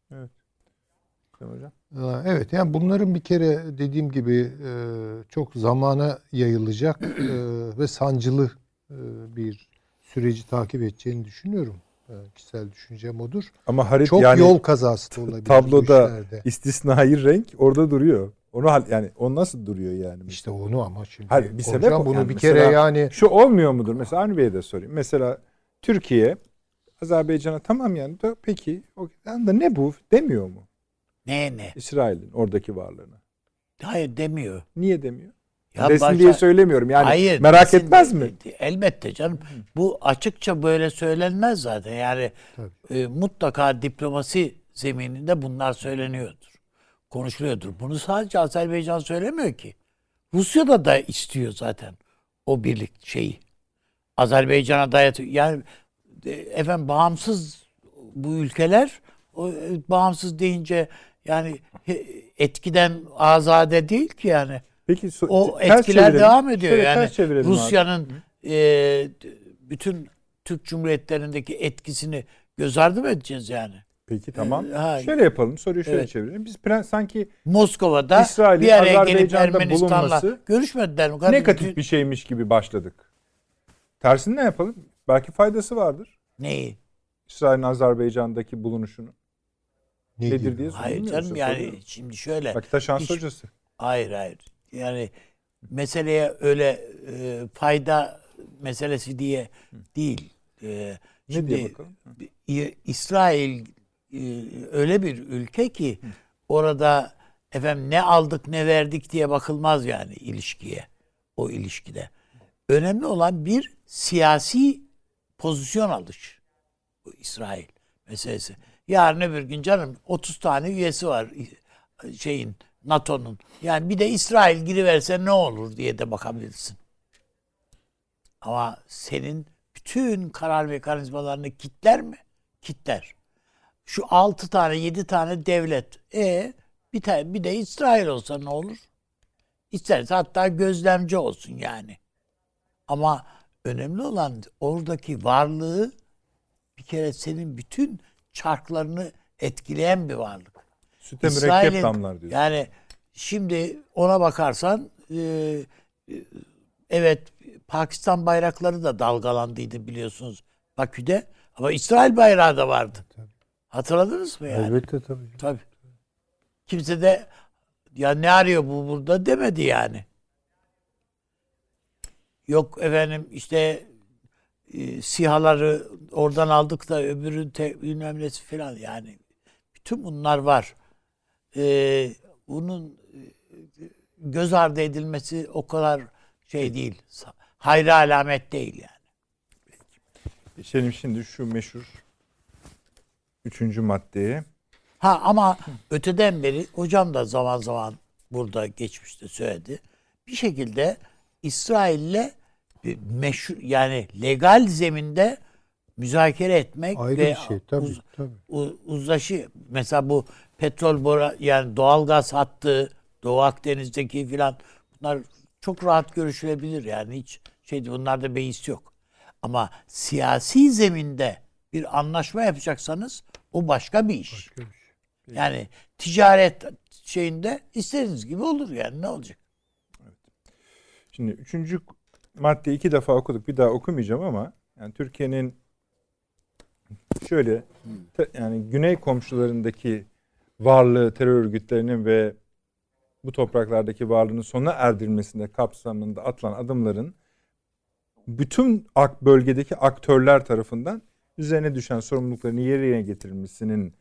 Hocam. Evet yani bunların bir kere dediğim gibi çok zamana yayılacak ve sancılı bir süreci takip edeceğini düşünüyorum. Kişisel düşüncem odur. Ama Çok yani yol kazası da olabilir bu tabloda işlerde. istisnai renk orada duruyor. Onu yani o nasıl duruyor yani? İşte onu ama şimdi Hayır, bir sebep hocam o. bunu Yani bir mesela kere yani şu olmuyor mudur? Mesela Avni Bey'e de sorayım. Mesela Türkiye Azerbaycan'a tamam yani peki da ne bu demiyor mu? Ne? İsrail'in oradaki varlığına. Hayır demiyor. Niye demiyor? Ya Desin başka- diye söylemiyorum. Yani Hayır, merak kesin- etmez mi? Elbette canım. Bu açıkça böyle söylenmez zaten. Yani mutlaka diplomasi zemininde bunlar söyleniyordur. Konuşuluyordur. Bunu sadece Azerbaycan söylemiyor ki. Rusya da istiyor zaten o birlik şeyi. Azerbaycan'a dayatıyor. Yani efendim bağımsız bu ülkeler, bağımsız deyince yani etkiden azade değil ki yani. Peki O ters etkiler çevirelim. devam ediyor. Şöyle Yani ters çevirelim abi. Rusya'nın bütün Türk Cumhuriyetlerindeki etkisini göz ardı mı edeceğiz yani? Peki tamam. Ha, Şöyle yapalım. Soruyu şöyle evet. çevirelim. Biz sanki Moskova'da İsrail'in bir araya gelip Azerbaycan'da Ermenistan'la bulunması görüşmediler mi? negatif bir şeymiş gibi başladık. Tersini ne yapalım? Belki faydası vardır. Neyi? İsrail'in Azerbaycan'daki bulunuşunu. Ne Nedir gibi? diye Hayır sormuyoruz. canım, yani Soruyorum. şimdi şöyle. Vakit şans hiç- hocası. Hayır. Yani meseleye öyle fayda meselesi diye değil. Ne Şimdi diye bakalım? İsrail öyle bir ülke ki orada efendim ne aldık ne verdik diye bakılmaz yani ilişkiye. O ilişkide. Önemli olan bir siyasi pozisyon alış. Bu İsrail meselesi. Yarın öbür gün canım 30 tane üyesi var şeyin, NATO'nun. Yani bir de İsrail giriverse ne olur diye de bakabilirsin. Ama senin bütün karar mekanizmalarını kitler mi? Kitler. Şu 6 tane 7 tane devlet. Bir de İsrail olsa ne olur? İsterse hatta gözlemci olsun yani. Ama önemli olan oradaki varlığı bir kere senin bütün çarklarını etkileyen bir varlık. Süte mürekkep İsrail'in, damlar diyorsun. yani şimdi ona bakarsan evet, Pakistan bayrakları da dalgalandıydı biliyorsunuz Bakü'de. Ama İsrail bayrağı da vardı. Hatırladınız mı yani? Elbette tabii. Tabii. Kimse de ya ne arıyor bu burada demedi yani. Yok efendim işte SİHA'ları oradan aldık da öbürü bilmem nesi falan yani. Bütün bunlar var. Bunun göz ardı edilmesi o kadar şey değil. Hayra alamet değil yani. Geçelim şimdi şu meşhur 3. maddeye. Ama öteden beri hocam da zaman zaman burada geçmişte söyledi. Bir şekilde İsrail'le meşhur yani legal zeminde müzakere etmek Ayrı ve bir şey tabii. uzlaşı, mesela bu petrol yani doğalgaz hattı Doğu Akdeniz'deki filan, bunlar çok rahat görüşülebilir yani, hiç bunlarda beis yok. Ama siyasi zeminde bir anlaşma yapacaksanız o başka bir iş. Başka bir şey. Yani ticaret şeyinde istediğiniz gibi olur yani, ne olacak? Şimdi 3. maddeyi 2 defa okuduk. Bir daha okumayacağım ama yani Türkiye'nin şöyle yani güney komşularındaki varlığı, terör örgütlerinin ve bu topraklardaki varlığının sona erdirilmesinde kapsamında atılan adımların bütün bölgedeki aktörler tarafından üzerine düşen sorumlulukların yerine getirilmesinin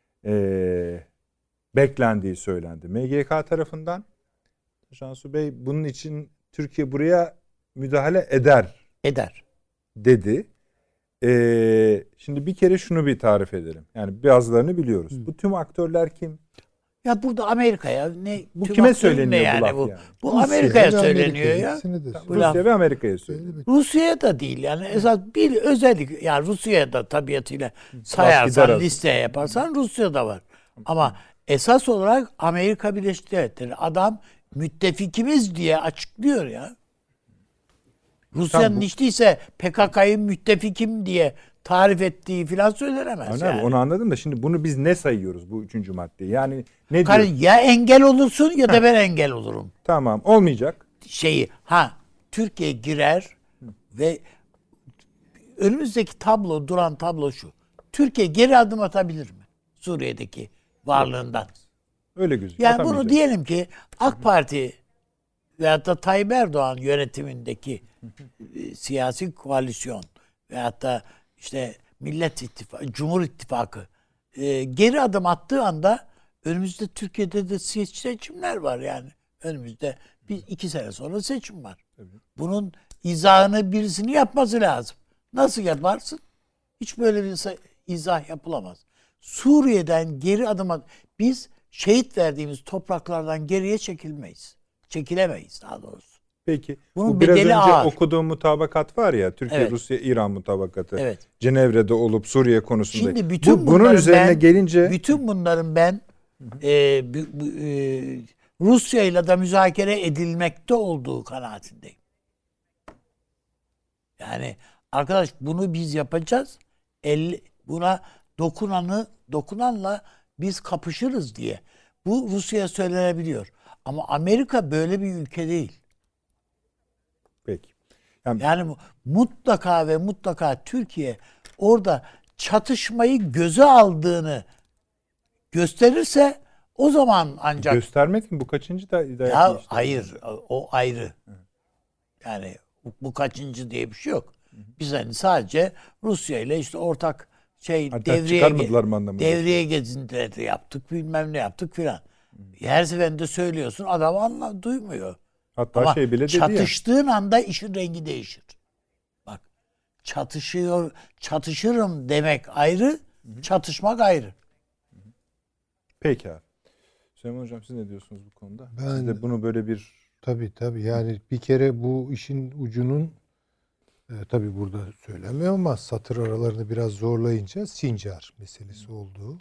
beklendiği söylendi. MGK tarafından Cansu Bey bunun için Türkiye buraya müdahale eder dedi. Şimdi bir kere şunu bir tarif edelim. Yani bazılarını biliyoruz. Bu tüm aktörler kim? Ya burada Amerika'ya Bu kime söyleniyor yani bu laf bu? yani? Bu Amerika'ya söyleniyor ya. Bu laf. Rusya ve Amerika'ya söyleniyor. Rusya'ya da değil yani, esas bir özellik yani, Rusya'ya da tabiatıyla gider sayarsan, az. listeye yaparsan Rusya'da var. Ama esas olarak Amerika Birleşik Devletleri, adam müttefikimiz diye açıklıyor ya. Rusya'nın hiç değilse PKK'yı müttefikim diye tarif ettiği filan söylenemez yani. Onu anladım da şimdi bunu biz ne sayıyoruz bu 3. maddeyi? Yani ne diyor? Ya engel olursun ya da ben engel olurum. Tamam, olmayacak. Türkiye girer ve önümüzdeki duran tablo şu. Türkiye geri adım atabilir mi Suriye'deki varlığından? Öyle gözüküyor. Yani bunu diyelim ki AK Parti veyahut da Tayyip Erdoğan yönetimindeki siyasi koalisyon veyahut da işte Millet İttifakı, Cumhur İttifakı geri adım attığı anda önümüzde Türkiye'de de seçimler var yani. Önümüzde 2 sene sonra seçim var. Bunun izahını birisinin yapması lazım. Nasıl yaparsın? Hiç böyle bir izah yapılamaz. Suriye'den geri biz şehit verdiğimiz topraklardan geriye çekilemeyiz daha doğrusu. Peki. Bunun Bu biraz bedeli önce ağır. okuduğum mutabakat var ya, Türkiye, Evet. Rusya, İran mutabakatı. Evet. Cenevre'de olup Suriye konusunda. Şimdi bütün bunun bunların üzerine gelince bütün bunların ben Rusya ile de müzakere edilmekte olduğu kanaatindeyim. Yani arkadaş bunu biz yapacağız. Buna dokunanla biz kapışırız diye. Bu Rusya'ya söylenebiliyor. Ama Amerika böyle bir ülke değil. peki. Yani mutlaka ve mutlaka Türkiye orada çatışmayı göze aldığını gösterirse o zaman ancak Göstermedi mi? Bu kaçıncı da ya hayır o ayrı. Yani bu kaçıncı diye bir şey yok. Biz hani sadece Rusya ile işte ortak Hatta çıkarmadılar mı anlamında? devreye gezintileri yaptık, bilmem ne yaptık filan. Her seferinde söylüyorsun, adam duymuyor. Hatta Ama şey bile dedi ya. çatıştığın anda işin rengi değişir. Bak, çatışırım demek ayrı, çatışmak ayrı. Peki abi. Süleyman Hocam siz ne diyorsunuz bu konuda? Ben- Siz de bunu böyle bir Tabii yani bir kere bu işin ucunun tabii burada söylemiyor ama satır aralarını biraz zorlayınca Sincar meselesi olduğu.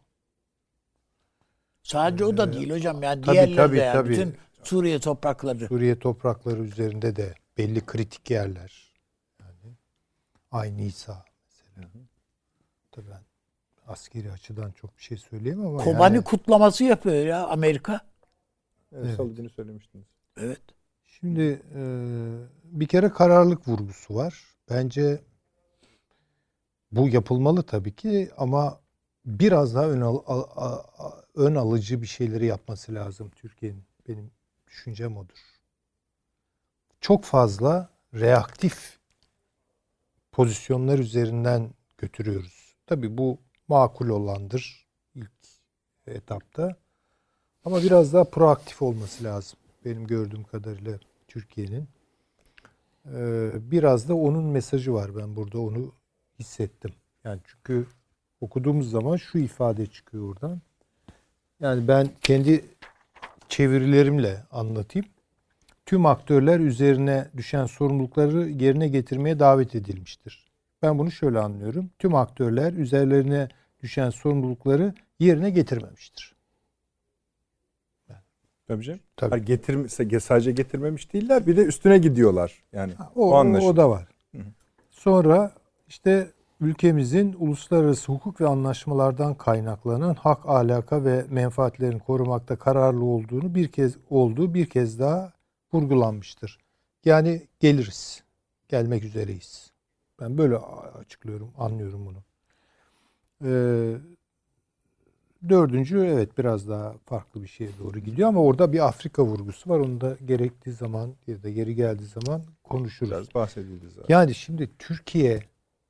Sadece o da değil hocam. Yani tabii, diğerleri de yani. tabii. Bütün Suriye toprakları. Suriye toprakları üzerinde de belli kritik yerler. Yani Aynı İsa mesela. Tabii ben askeri açıdan çok bir şey söyleyemem ama Kobani yani, kutlaması yapıyor ya Amerika. evet, salı günü söylemiştiniz. Evet. şimdi bir kere kararlılık vurgusu var. Bence bu yapılmalı tabii ki ama biraz daha ön alıcı bir şeyleri yapması lazım Türkiye'nin. Benim düşüncem odur. Çok fazla reaktif pozisyonlar üzerinden götürüyoruz. Tabii bu makul olandır ilk etapta. Ama biraz daha proaktif olması lazım. Benim gördüğüm kadarıyla Türkiye'nin. Biraz da onun mesajı var. Ben burada onu hissettim. Yani çünkü okuduğumuz zaman şu ifade çıkıyor oradan. Yani ben kendi çevirilerimle anlatayım. Tüm aktörler üzerine düşen sorumlulukları yerine getirmeye davet edilmiştir. Ben bunu şöyle anlıyorum. Tüm aktörler üzerlerine düşen sorumlulukları yerine getirmemiştir. Tabii canım. Tabii. Sadece getirmemiş değiller, bir de üstüne gidiyorlar. Yani o anlaşılıyor. O da var. Hı hı. Sonra işte ülkemizin uluslararası hukuk ve anlaşmalardan kaynaklanan hak, alaka ve menfaatlerini korumakta kararlı olduğu bir kez daha vurgulanmıştır. Yani geliriz. Gelmek üzereyiz. Ben böyle açıklıyorum, anlıyorum bunu. Dördüncü evet biraz daha farklı bir şeye doğru gidiyor ama orada bir Afrika vurgusu var. Onu da gerektiği zaman ya da yeri geldiği zaman konuşuruz. Biraz bahsedildi zaten. Yani şimdi Türkiye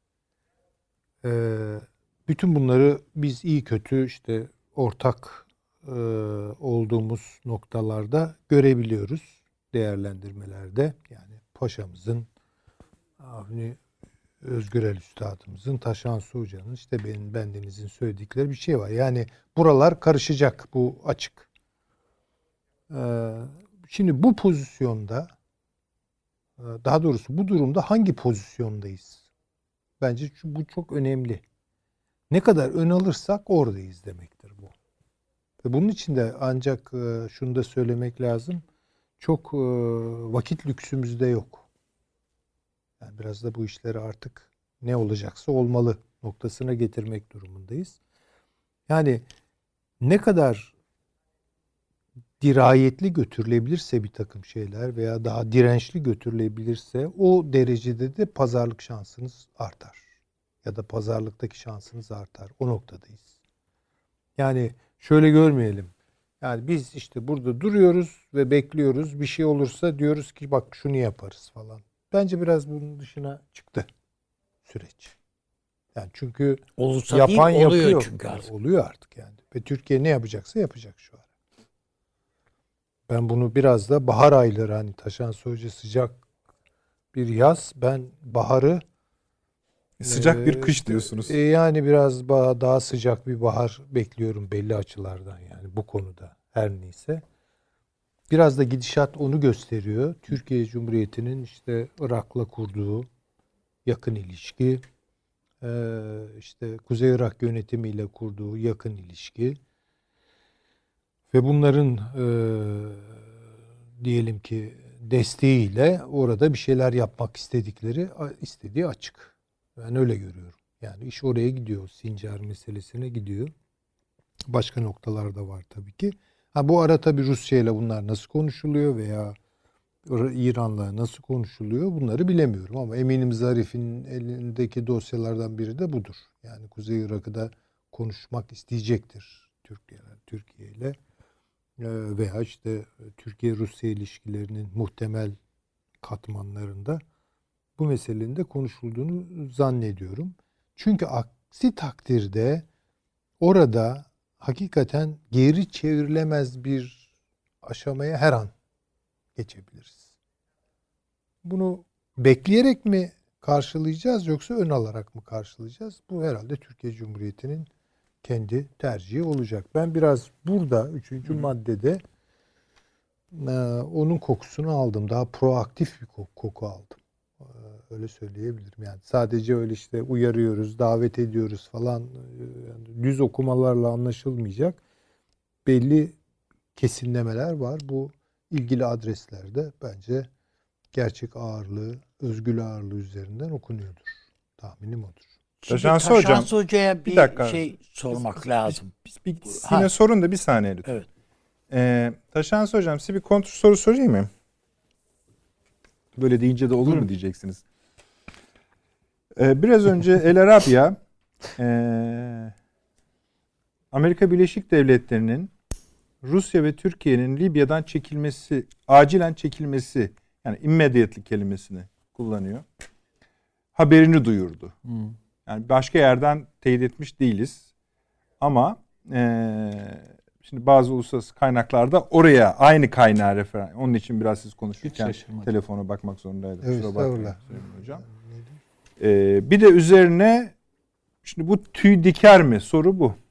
bütün bunları biz iyi kötü işte ortak olduğumuz noktalarda görebiliyoruz değerlendirmelerde. Yani Paşa'mızın, Avni Özgürel Üstadımızın, Taşansı Hoca'nın, işte bendenizin söyledikleri bir şey var. Yani buralar karışacak, bu açık. Şimdi bu pozisyonda, daha doğrusu bu durumda hangi pozisyondayız? Bence bu çok önemli. Ne kadar ön alırsak oradayız demektir bu. Ve bunun için de ancak şunu da söylemek lazım. Çok vakit lüksümüz de yok. Yani biraz da bu işleri artık ne olacaksa olmalı noktasına getirmek durumundayız. Yani ne kadar dirayetli götürülebilirse bir takım şeyler veya daha dirençli götürülebilirse o derecede de pazarlık şansınız artar. Ya da pazarlıktaki şansınız artar. O noktadayız. Yani şöyle görmeyelim. Yani biz işte burada duruyoruz ve bekliyoruz. Bir şey olursa diyoruz ki bak şunu yaparız falan. Bence biraz bunun dışına çıktı süreç. Yani çünkü Olursa yapan değil, oluyor yapıyor. çünkü artık. Oluyor artık yani. Ve Türkiye ne yapacaksa yapacak şu an. Ben bunu biraz da bahar ayları, hani Taşansı Hoca sıcak bir yaz, ben baharı Sıcak bir kış diyorsunuz. yani biraz daha sıcak bir bahar bekliyorum belli açılardan, yani bu konuda her neyse. Biraz da gidişat onu gösteriyor. Türkiye Cumhuriyeti'nin işte Irak'la kurduğu yakın ilişki, işte Kuzey Irak yönetimiyle kurduğu yakın ilişki ve bunların diyelim ki desteğiyle orada bir şeyler yapmak istediği açık. Ben öyle görüyorum. Yani iş oraya gidiyor. Sincar meselesine gidiyor. Başka noktalar da var tabii ki. Bu ara tabii Rusya ile bunlar nasıl konuşuluyor veya İran'la nasıl konuşuluyor bunları bilemiyorum ama eminim Zarif'in elindeki dosyalardan biri de budur. Yani Kuzey Irak'ı da konuşmak isteyecektir Türkiye ile veya işte Türkiye-Rusya ilişkilerinin muhtemel katmanlarında bu meselenin de konuşulduğunu zannediyorum. Çünkü aksi takdirde orada hakikaten geri çevrilemez bir aşamaya her an geçebiliriz. Bunu bekleyerek mi karşılayacağız yoksa ön alarak mı karşılayacağız? Bu herhalde Türkiye Cumhuriyeti'nin kendi tercihi olacak. Ben biraz burada 3. maddede onun kokusunu aldım. Daha proaktif bir koku aldım. Öyle söyleyebilirim. Yani sadece öyle işte uyarıyoruz, davet ediyoruz falan yani düz okumalarla anlaşılmayacak belli kesinlemeler var. Bu ilgili adreslerde bence gerçek ağırlığı, özgül ağırlığı üzerinden okunuyordur. Tahminim odur. Şimdi Taşansı hocam, Hoca'ya bir dakika. şey sormak lazım. Yine sorun da bir saniye lütfen. Evet. Taşansı hocam size bir kontrol soru sorayım mı? Böyle deyince de olur mu diyeceksiniz. Biraz önce El Arabia Amerika Birleşik Devletleri'nin Rusya ve Türkiye'nin Libya'dan çekilmesi, acilen çekilmesi, yani immediately kelimesini kullanıyor. Haberini duyurdu. Yani başka yerden teyit etmiş değiliz. Ama şimdi bazı uluslararası kaynaklarda oraya aynı kaynağa referans. Onun için biraz siz konuşurken telefona bakmak zorundaydım. Evet, Kusura bakmayın hocam. Bir de üzerine şimdi bu tüy diker mi? Soru bu.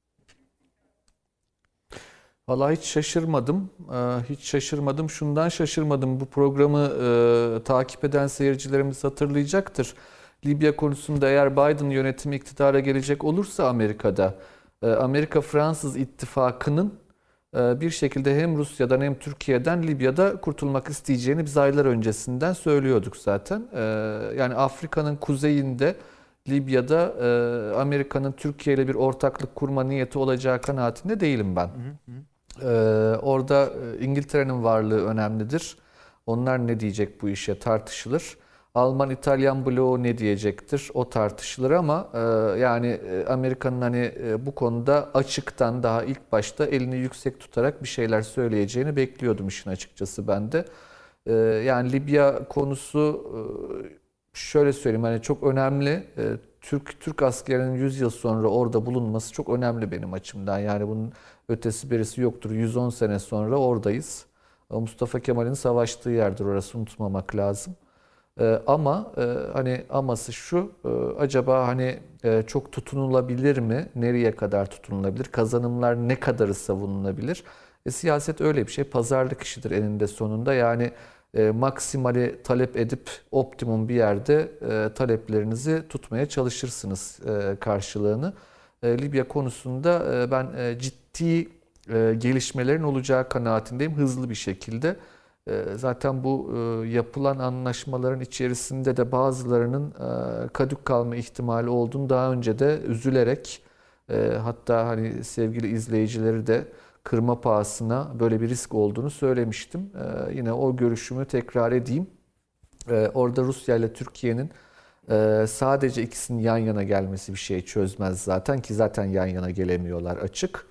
Vallahi hiç şaşırmadım. Hiç şaşırmadım. Şundan şaşırmadım. Bu programı takip eden seyircilerimiz hatırlayacaktır. Libya konusunda eğer Biden yönetimi iktidara gelecek olursa Amerika'da, Amerika-Fransız ittifakının bir şekilde hem Rusya'dan hem Türkiye'den Libya'da kurtulmak isteyeceğini biz aylar öncesinden söylüyorduk zaten. Yani Afrika'nın kuzeyinde Libya'da Amerika'nın Türkiye ile bir ortaklık kurma niyeti olacağı kanaatinde değilim ben. Orada İngiltere'nin varlığı önemlidir. Onlar ne diyecek bu işe tartışılır. Alman-İtalyan bloğu ne diyecektir o tartışılır ama yani Amerika'nın hani bu konuda açıktan daha ilk başta elini yüksek tutarak bir şeyler söyleyeceğini bekliyordum işin açıkçası ben de. Yani Libya konusu şöyle söyleyeyim hani çok önemli. Türk askerinin 100 yıl sonra orada bulunması çok önemli benim açımdan. Yani bunun ötesi birisi yoktur. 110 sene sonra oradayız. Mustafa Kemal'in savaştığı yerdir orası, unutmamak lazım. Ama hani aması şu, acaba hani çok tutunulabilir mi? Nereye kadar tutunulabilir? Kazanımlar ne kadarı savunulabilir? Siyaset öyle bir şey. Pazarlık işidir eninde sonunda. Yani maksimali talep edip optimum bir yerde taleplerinizi tutmaya çalışırsınız karşılığını. Libya konusunda ben ciddi gelişmelerin olacağı kanaatindeyim hızlı bir şekilde. Zaten bu yapılan anlaşmaların içerisinde de bazılarının kadük kalma ihtimali olduğunu daha önce de üzülerek hatta hani sevgili izleyicileri de kırma pahasına böyle bir risk olduğunu söylemiştim. Yine o görüşümü tekrar edeyim. Orada Rusya ile Türkiye'nin sadece ikisinin yan yana gelmesi bir şey çözmez zaten ki zaten yan yana gelemiyorlar açık.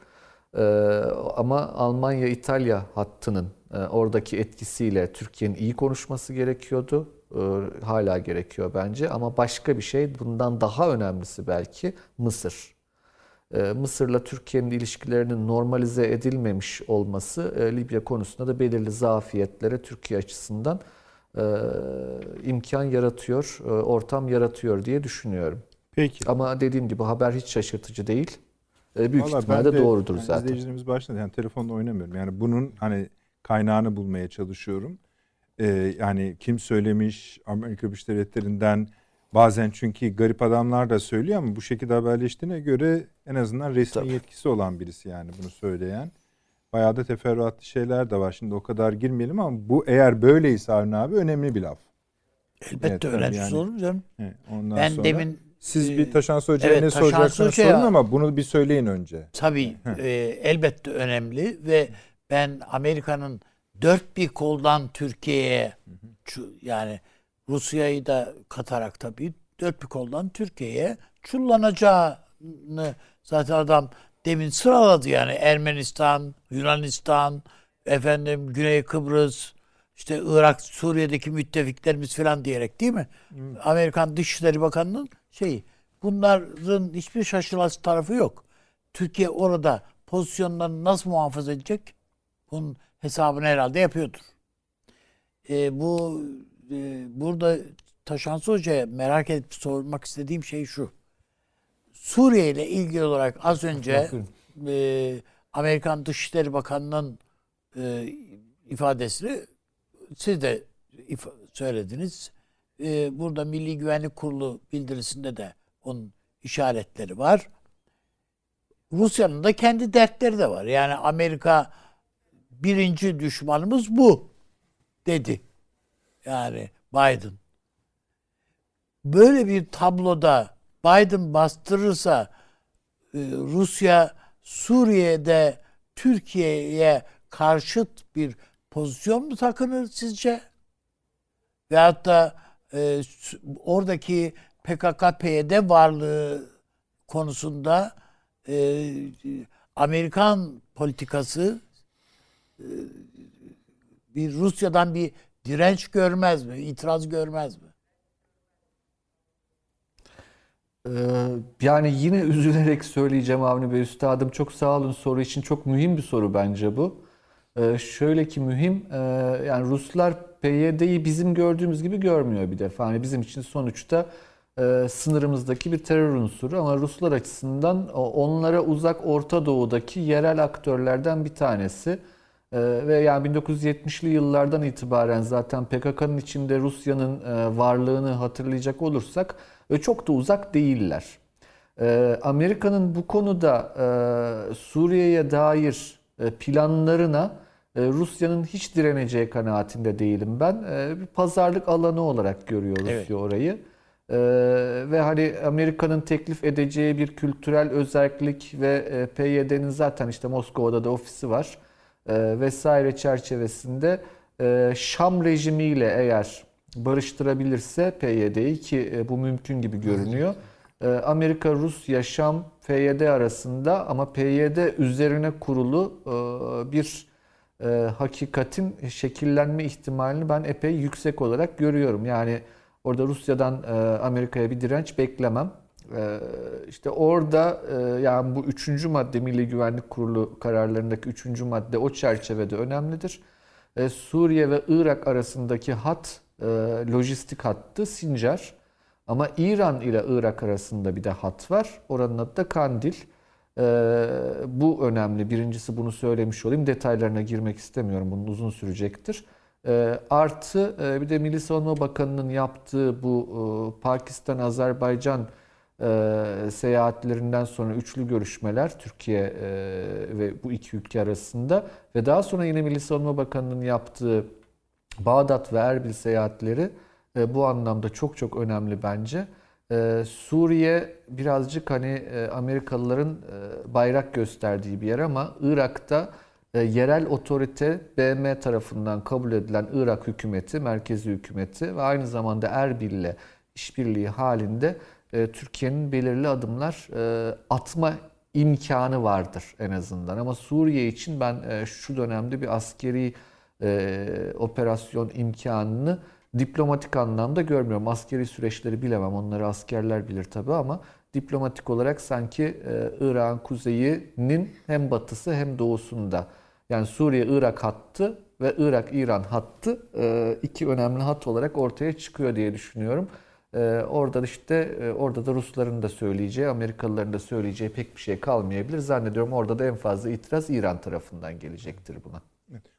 Ama Almanya-İtalya hattının oradaki etkisiyle Türkiye'nin iyi konuşması gerekiyordu. Hala gerekiyor bence ama başka bir şey bundan daha önemlisi belki Mısır. Mısır'la Türkiye'nin ilişkilerinin normalize edilmemiş olması Libya konusunda da belirli zafiyetlere Türkiye açısından imkan yaratıyor, ortam yaratıyor diye düşünüyorum. Peki. Ama dediğim gibi haber hiç şaşırtıcı değil. Büyük Vallahi ihtimalle ben de, doğrudur yani zaten. İzleyicilerimiz başladı. Yani telefonla oynamıyorum. Yani bunun hani kaynağını bulmaya çalışıyorum. Yani kim söylemiş, Amerika Birleşik Devletleri'nden, bazen çünkü garip adamlar da söylüyor ama bu şekilde haberleştiğine göre en azından resmi yetkisi olan birisi yani bunu söyleyen. Bayağı da teferruatlı şeyler de var. Şimdi o kadar girmeyelim ama bu eğer böyleyse Avni abi önemli bir laf. Elbette önemsiz olur mu canım? Evet, ondan Ben sonra demin siz bir Taşansı Hoca'ya evet, ne soracaksınız Hoca'ya, sorun ama bunu bir söyleyin önce. Tabii elbette önemli ve ben Amerika'nın dört bir koldan Türkiye'ye, yani Rusya'yı da katarak tabii dört bir koldan Türkiye'ye çullanacağını zaten adam demin sıraladı, yani Ermenistan, Yunanistan, efendim Güney Kıbrıs, işte Irak, Suriye'deki müttefiklerimiz falan diyerek, değil mi? Amerikan Dışişleri Bakanı'nın şeyi. Bunların hiçbir şaşılası tarafı yok. Türkiye orada pozisyonlarını nasıl muhafaza edecek? Bunun hesabını herhalde yapıyordur. Burada Taşansı Hoca'ya merak edip sormak istediğim şey şu. Suriye ile ilgili olarak az önce Amerikan Dışişleri Bakanı'nın ifadesini siz de söylediniz. Burada Milli Güvenlik Kurulu bildirisinde de onun işaretleri var. Rusya'nın da kendi dertleri de var. Yani Amerika birinci düşmanımız bu dedi. Yani Biden. Böyle bir tabloda Biden bastırırsa Rusya Suriye'de Türkiye'ye karşıt bir pozisyon mu takınır sizce? Veyahut da oradaki PKK-PYD varlığı konusunda Amerikan politikası bir Rusya'dan bir direnç görmez mi? İtiraz görmez mi? Yani yine üzülerek söyleyeceğim Avni Bey, üstadım çok sağ olun soru için. Çok mühim bir soru bence bu. Şöyle ki mühim, yani Ruslar PYD'yi bizim gördüğümüz gibi görmüyor bir defa. Yani bizim için sonuçta sınırımızdaki bir terör unsuru, ama Ruslar açısından onlara uzak Orta Doğu'daki yerel aktörlerden bir tanesi. Ve yani 1970'li yıllardan itibaren zaten PKK'nın içinde Rusya'nın varlığını hatırlayacak olursak çok da uzak değiller. Amerika'nın bu konuda Suriye'ye dair planlarına Rusya'nın hiç direneceği kanaatinde değilim ben. Bir pazarlık alanı olarak görüyor Rusya, evet, orayı. Ve hani Amerika'nın teklif edeceği bir kültürel özellik ve PYD'nin zaten işte Moskova'da da ofisi var vesaire çerçevesinde Şam rejimiyle eğer barıştırabilirse PYD'yi, ki bu mümkün gibi görünüyor. Amerika, Rusya, Şam, PYD arasında ama PYD üzerine kurulu bir hakikatin şekillenme ihtimalini ben epey yüksek olarak görüyorum. Yani orada Rusya'dan Amerika'ya bir direnç beklemem. İşte orada yani bu 3. madde, Milli Güvenlik Kurulu kararlarındaki 3. madde o çerçevede önemlidir. Suriye ve Irak arasındaki hat, lojistik hattı Sincar. Ama İran ile Irak arasında bir de hat var. Oranın adı da Kandil. Bu önemli. Birincisi bunu söylemiş olayım. Detaylarına girmek istemiyorum. Bunun uzun sürecektir. Artı bir de Milli Savunma Bakanı'nın yaptığı bu Pakistan-Azerbaycan seyahatlerinden sonra üçlü görüşmeler Türkiye ve bu iki ülke arasında ve daha sonra yine Milli Savunma Bakanı'nın yaptığı Bağdat ve Erbil seyahatleri bu anlamda çok çok önemli bence. Suriye birazcık hani Amerikalıların bayrak gösterdiği bir yer, ama Irak'ta yerel otorite BM tarafından kabul edilen Irak hükümeti, merkezi hükümeti ve aynı zamanda Erbil'le işbirliği halinde Türkiye'nin belirli adımlar atma imkanı vardır en azından. Ama Suriye için ben şu dönemde bir askeri operasyon imkanını diplomatik anlamda görmüyorum. Askeri süreçleri bilemem, onları askerler bilir tabii, ama diplomatik olarak sanki Irak'ın kuzeyinin hem batısı hem doğusunda, yani Suriye-Irak hattı ve Irak-İran hattı iki önemli hat olarak ortaya çıkıyor diye düşünüyorum. Orada da Rusların da söyleyeceği, Amerikalıların da söyleyeceği pek bir şey kalmayabilir. Zannediyorum orada da en fazla itiraz İran tarafından gelecektir buna.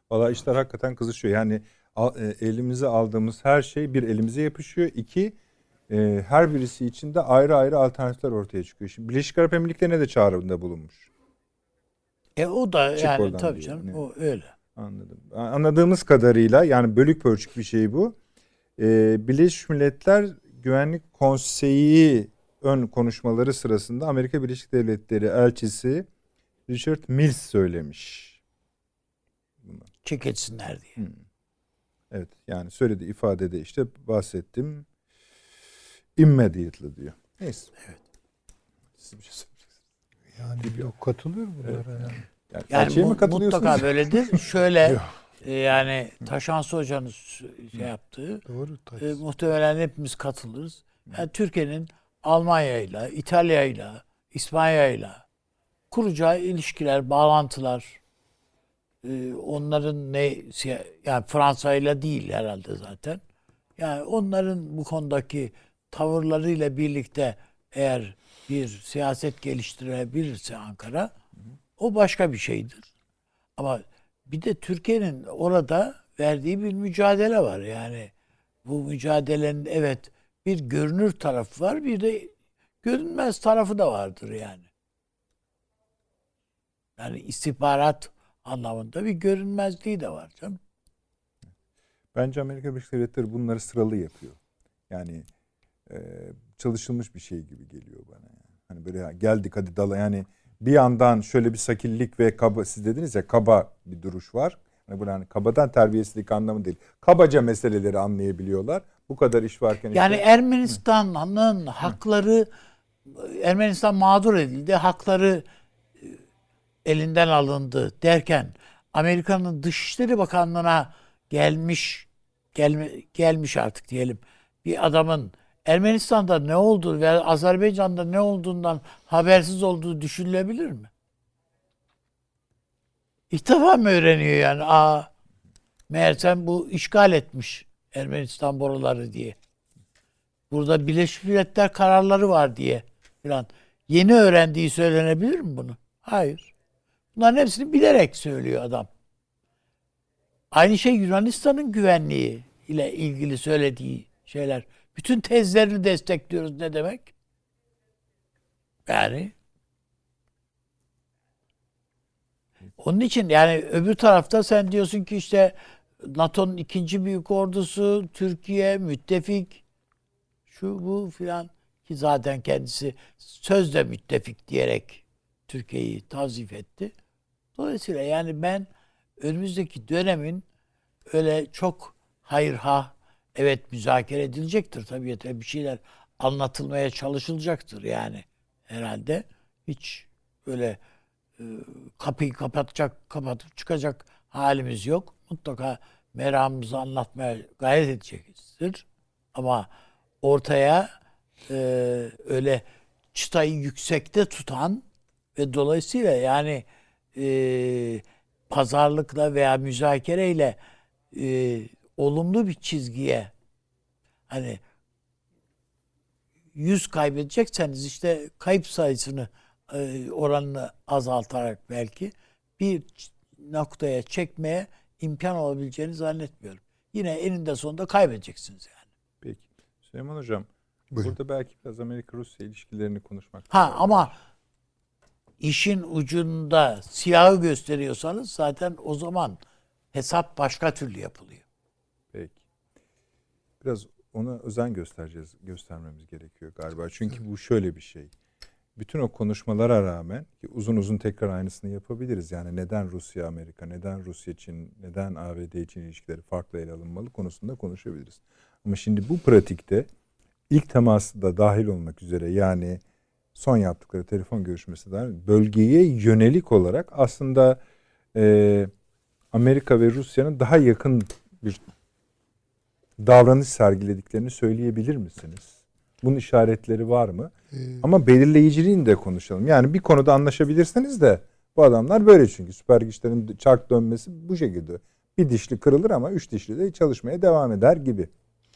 Valla işler hakikaten kızışıyor. Yani elimize aldığımız her şey bir elimize yapışıyor. İki, her birisi için de ayrı ayrı alternatifler ortaya çıkıyor. Şimdi Birleşik Arap Emirlikleri'ne de çağrıda bulunmuş. O da Çık yani oradan tabii diyor. canım Yani. o öyle. Anladım. Anladığımız kadarıyla yani bölük pörçük bir şey bu. Birleşmiş Milletler Güvenlik Konseyi ön konuşmaları sırasında Amerika Birleşik Devletleri elçisi Richard Mills söylemiş. Çek etsinler diye. Evet, yani söylediği ifadede işte bahsettim. Immediately diyor. Neyse. Evet. Siz bir şey söyleyeceksiniz. Yani yok, katılıyorum bunlara yani. Yani Yani elçiye mi katılıyorsunuz? mutlaka böyledir. Şöyle yani Taşansı Hoca'nın şey yaptığı Doğru. muhtemelen hepimiz katılırız. Yani Türkiye'nin Almanya'yla, İtalya'yla, İspanya'yla kuracağı ilişkiler, bağlantılar, onların yani Fransa'yla değil herhalde zaten. Yani onların bu konudaki tavırlarıyla birlikte eğer bir siyaset geliştirebilirse Ankara, o başka bir şeydir. Ama bir de Türkiye'nin orada verdiği bir mücadele var. Yani bu mücadelenin evet bir görünür tarafı var, bir de görünmez tarafı da vardır yani. Yani istihbarat anlamında bir görünmezliği de var canım. Bence Amerika Birleşik Devletleri bunları sıralı yapıyor. Yani çalışılmış bir şey gibi geliyor bana. Yani. Hani böyle geldik hadi dala, yani bir yandan şöyle bir sakillik ve kaba, siz dediniz ya, kaba bir duruş var. Hani böyle hani kabadan terbiyesizlik anlamı değil. Kabaca meseleleri anlayabiliyorlar. Bu kadar iş varken Yani işte, Ermenistan'ın hakları, Ermenistan mağdur edildi, hakları elinden alındı derken Amerika'nın Dışişleri Bakanlığı'na gelmiş artık diyelim bir adamın Ermenistan'da ne olduğu ve Azerbaycan'da ne olduğundan habersiz olduğu düşünülebilir mi? İlk defa mı öğreniyor yani? Meğersem bu işgal etmiş Ermenistan boruları diye. Burada Birleşmiş Milletler kararları var diye falan. Yeni öğrendiği söylenebilir mi bunu? Hayır. Bunların hepsini bilerek söylüyor adam. Aynı şey Yunanistan'ın güvenliği ile ilgili söylediği şeyler. Bütün tezlerini destekliyoruz ne demek? Yani onun için yani öbür tarafta sen diyorsun ki işte NATO'nun ikinci büyük ordusu, Türkiye, müttefik, şu bu filan, ki zaten kendisi sözde müttefik diyerek Türkiye'yi tazif etti. Dolayısıyla yani ben önümüzdeki dönemin öyle çok evet müzakere edilecektir tabii, bir şeyler anlatılmaya çalışılacaktır yani herhalde. Hiç öyle kapıyı kapatıp çıkacak halimiz yok. Mutlaka meramımızı anlatmaya gayret edecekizdir. Ama ortaya öyle çıtayı yüksekte tutan ve dolayısıyla yani pazarlıkla veya müzakereyle olumlu bir çizgiye, hani 100 kaybedecekseniz işte kayıp sayısını oranını azaltarak belki bir noktaya çekmeye imkan olabileceğini zannetmiyorum. Yine eninde sonunda kaybedeceksiniz yani. peki. Süleyman Hocam, Buyurun. burada belki biraz Amerika-Rusya ilişkilerini konuşmak. Ama işin ucunda silahı gösteriyorsanız zaten o zaman hesap başka türlü yapılıyor. Peki. Biraz ona özen göstermemiz gerekiyor galiba. Çünkü bu şöyle bir şey. Bütün o konuşmalara rağmen ki uzun uzun tekrar aynısını yapabiliriz. Yani neden Rusya Amerika, neden Rusya Çin, neden ABD için ilişkileri farklı ele alınmalı konusunda konuşabiliriz. Ama şimdi bu pratikte ilk teması da dahil olmak üzere, yani son yaptıkları telefon görüşmesi dahil, bölgeye yönelik olarak aslında Amerika ve Rusya'nın daha yakın bir davranış sergilediklerini söyleyebilir misiniz? Bunun işaretleri var mı? Ama belirleyiciliğini de konuşalım. Yani bir konuda anlaşabilirsiniz de bu adamlar böyle, çünkü süper güçlerin çark dönmesi bu şekilde. Bir dişli kırılır ama üç dişli de çalışmaya devam eder gibi.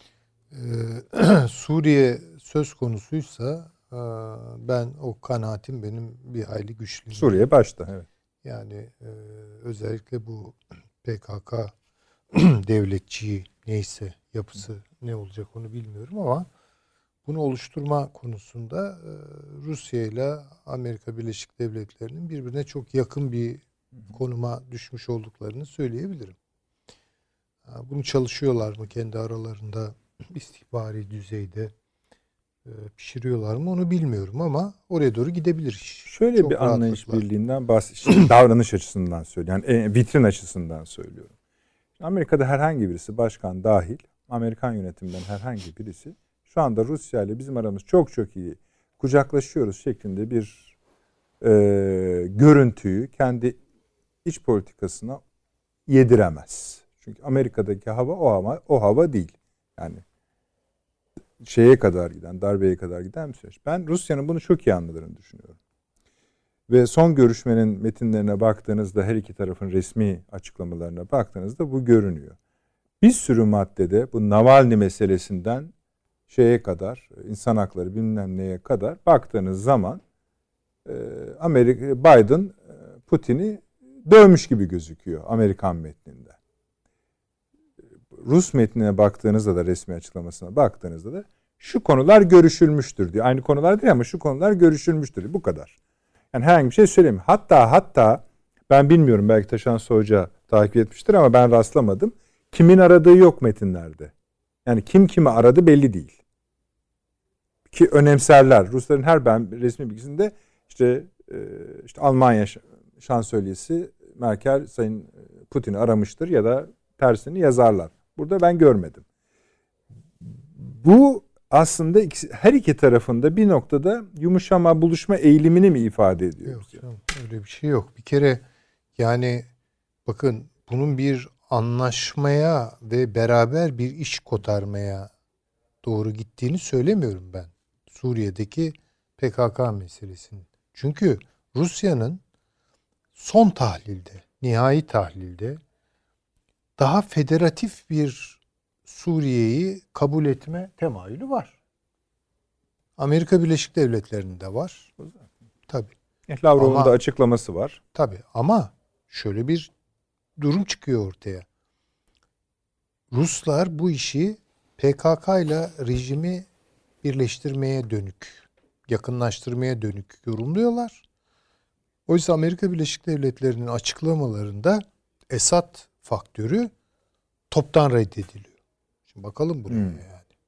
Suriye söz konusuysa ben o kanaatim benim bir hayli güçlü. Suriye başta, evet. Yani özellikle bu PKK devletçiyi neyse yapısı ne olacak onu bilmiyorum ama bunu oluşturma konusunda Rusya ile Amerika Birleşik Devletleri'nin birbirine çok yakın bir konuma düşmüş olduklarını söyleyebilirim. Bunu çalışıyorlar mı kendi aralarında istihbari düzeyde pişiriyorlar mı onu bilmiyorum ama oraya doğru gidebilir iş. Şöyle Çok bir anlayış rahatlıkla. birliğinden bahsediyorum. Davranış açısından söylüyorum. Yani vitrin açısından söylüyorum. Amerika'da herhangi birisi, başkan dahil, Amerikan yönetiminden herhangi birisi şu anda Rusya ile bizim aramız çok çok iyi, kucaklaşıyoruz şeklinde bir görüntüyü kendi iç politikasına yediremez. Çünkü Amerika'daki hava o hava değil. Yani şeye kadar giden, darbeye kadar giden bir süreç. Ben Rusya'nın bunu çok iyi anladığını düşünüyorum. Ve son görüşmenin metinlerine baktığınızda, her iki tarafın resmi açıklamalarına baktığınızda bu görünüyor. Bir sürü maddede bu Navalny meselesinden şeye kadar, insan hakları bilmem neye kadar baktığınız zaman Biden Putin'i dövmüş gibi gözüküyor Amerikan metninde. Rus metnine baktığınızda da, resmi açıklamasına baktığınızda da şu konular görüşülmüştür diyor. Aynı konular değil ama şu konular görüşülmüştür diyor. Bu kadar. Yani herhangi bir şey söylemiyor. Hatta ben bilmiyorum, belki Taşan Hoca takip etmiştir ama ben rastlamadım. Kimin aradığı yok metinlerde. Yani kim kimi aradı belli değil. Ki önemserler. Rusların her resmi bilgisinde işte Almanya şansölyesi Merkel Sayın Putin'i aramıştır ya da tersini yazarlar. Burada ben görmedim. Bu aslında her iki tarafında bir noktada yumuşama, buluşma eğilimini mi ifade ediyor? Yok canım, öyle bir şey yok. Bir kere yani bakın bunun bir anlaşmaya ve beraber bir iş kotarmaya doğru gittiğini söylemiyorum ben. Suriye'deki PKK meselesinin. Çünkü Rusya'nın son tahlilde, nihai tahlilde daha federatif bir Suriye'yi kabul etme temayülü var. Amerika Birleşik Devletleri'nde var. Tabii. Lavrov'un da açıklaması var. Tabii ama şöyle bir durum çıkıyor ortaya. Ruslar bu işi PKK ile rejimi birleştirmeye dönük, yakınlaştırmaya dönük yorumluyorlar. Oysa Amerika Birleşik Devletleri'nin açıklamalarında Esad faktörü toptan reddediliyor. Şimdi bakalım buraya yani.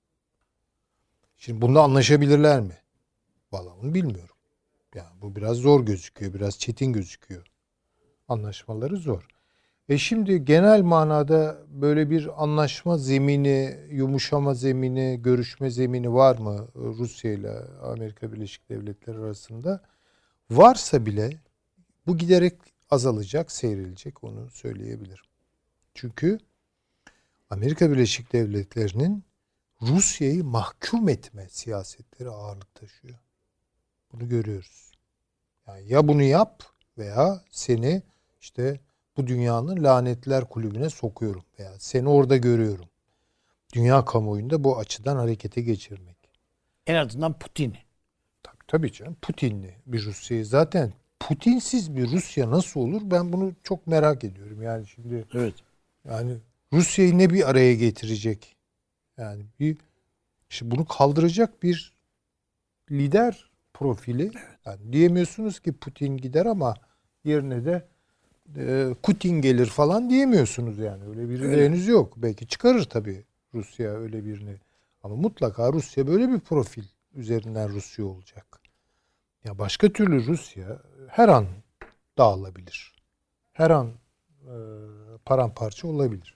Şimdi bunda anlaşabilirler mi? Vallahi onu bilmiyorum. Yani bu biraz zor gözüküyor, biraz çetin gözüküyor. Anlaşmaları zor. Şimdi genel manada böyle bir anlaşma zemini, yumuşama zemini, görüşme zemini var mı Rusya ile Amerika Birleşik Devletleri arasında? Varsa bile bu giderek azalacak, seyrilecek, onu söyleyebilirim. Çünkü Amerika Birleşik Devletleri'nin Rusya'yı mahkum etme siyasetleri ağırlık taşıyor. Bunu görüyoruz. Yani ya bunu yap veya seni işte bu dünyanın lanetler kulübüne sokuyorum veya seni orada görüyorum. Dünya kamuoyunda bu açıdan harekete geçirmek. En azından Putin'i. Tabii canım, Putin'li bir Rusya'yı zaten Putinsiz bir Rusya nasıl olur? Ben bunu çok merak ediyorum. Yani şimdi Evet. yani Rusya'yı ne bir araya getirecek? Yani işte bunu kaldıracak bir lider profili. Yani diyemiyorsunuz ki Putin gider ama yerine de Putin gelir falan diyemiyorsunuz yani. Öyle biri de henüz yok. Belki çıkarır tabii Rusya öyle birini. Ama mutlaka Rusya böyle bir profil üzerinden Rusya olacak. Ya başka türlü Rusya her an dağılabilir. Her an paramparça olabilir.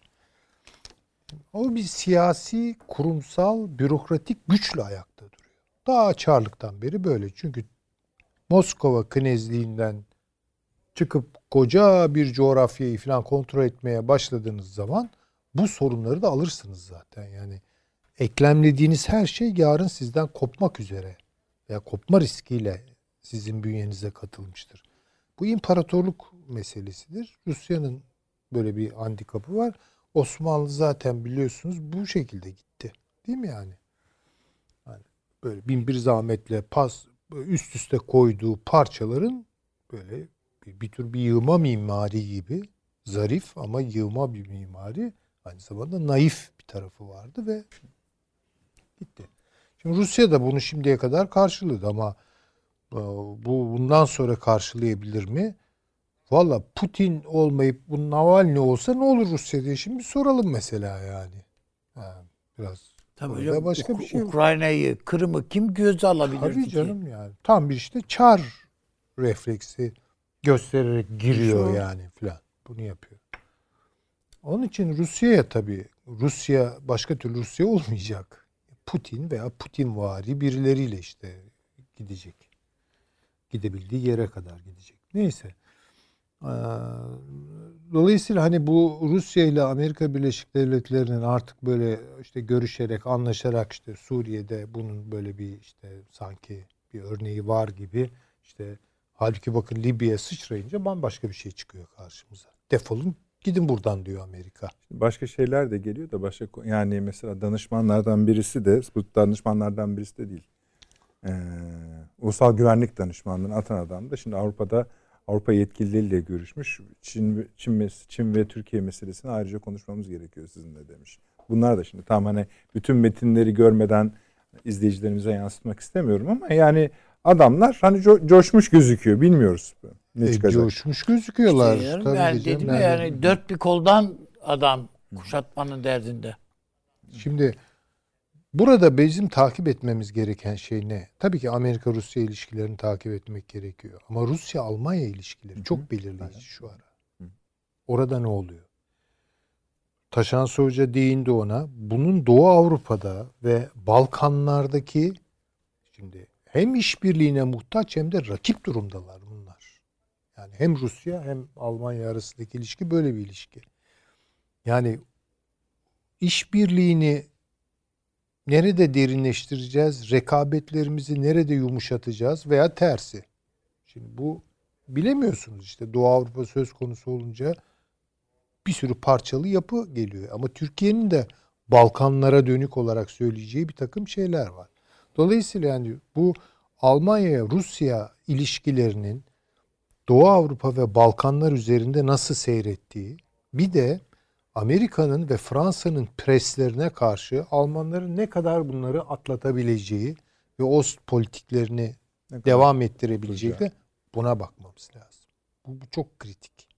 O bir siyasi, kurumsal, bürokratik güçle ayakta duruyor. Daha Çarlık'tan beri böyle. Çünkü Moskova knezliğinden çıkıp koca bir coğrafyayı falan kontrol etmeye başladığınız zaman bu sorunları da alırsınız zaten. Yani eklemlediğiniz her şey yarın sizden kopmak üzere veya kopma riskiyle sizin bünyenize katılmıştır. Bu imparatorluk meselesidir. Rusya'nın böyle bir handikapı var. Osmanlı zaten biliyorsunuz bu şekilde gitti. Değil mi yani? Yani böyle bin bir zahmetle üst üste koyduğu parçaların böyle bir tür bir yığma mimari gibi zarif ama yığma bir mimari. Aynı zamanda naif bir tarafı vardı ve gitti. Şimdi Rusya da bunu şimdiye kadar karşıladı ama bundan sonra karşılayabilir mi? Valla Putin olmayıp bu Navalny olsa ne olur Rusya diye şimdi soralım mesela yani. Biraz Tabii orada hocam, başka bir şey yok. Ukrayna'yı, Kırım'ı kim göze alabilir Tabii ki? canım yani. Tam bir işte çar refleksi göstererek giriyor yani filan. Bunu yapıyor. Onun için Rusya'ya tabii Rusya başka türlü Rusya olmayacak. Putin veya Putinvari birileriyle işte gidecek. Gidebildiği yere kadar gidecek. Neyse. Dolayısıyla hani bu Rusya ile Amerika Birleşik Devletleri'nin artık böyle işte görüşerek, anlaşarak işte Suriye'de bunun böyle bir işte sanki bir örneği var gibi işte halbuki bakın Libya'ya sıçrayınca bambaşka bir şey çıkıyor karşımıza. Defolun gidin buradan diyor Amerika. Başka şeyler de geliyor da yani mesela danışmanlardan birisi de bu danışmanlardan birisi de değil. Ulusal Güvenlik Danışmanlığı'nın atan adam da şimdi Avrupa yetkilileriyle görüşmüş. Çin ve Türkiye meselesini ayrıca konuşmamız gerekiyor sizinle demiş. Bunlar da şimdi tam hani bütün metinleri görmeden izleyicilerimize yansıtmak istemiyorum ama yani adamlar hani coşmuş gözüküyor. Bilmiyoruz ne çıkacak. Coşmuş gözüküyorlar. İşte tabii yani canım. dedim ya yani dört bir koldan adam kuşatmanın derdinde. Şimdi burada bizim takip etmemiz gereken şey ne? Tabii ki Amerika-Rusya ilişkilerini takip etmek gerekiyor. Ama Rusya-Almanya ilişkileri çok belirleyici şu ara. Orada ne oluyor? Taşansı Hoca değindi ona. Bunun Doğu Avrupa'da ve Balkanlardaki şimdi hem işbirliğine muhtaç hem de rakip durumdalar bunlar. Yani hem Rusya hem Almanya arasındaki ilişki böyle bir ilişki. Yani işbirliğini nerede derinleştireceğiz? Rekabetlerimizi nerede yumuşatacağız veya tersi? Şimdi bu bilemiyorsunuz işte Doğu Avrupa söz konusu olunca bir sürü parçalı yapı geliyor. Ama Türkiye'nin de Balkanlara dönük olarak söyleyeceği bir takım şeyler var. Dolayısıyla yani bu Almanya-Rusya ilişkilerinin Doğu Avrupa ve Balkanlar üzerinde nasıl seyrettiği, bir de Amerika'nın ve Fransa'nın preslerine karşı Almanların ne kadar bunları atlatabileceği ve o politiklerini devam ettirebileceği de buna bakmamız lazım. Bu çok kritik.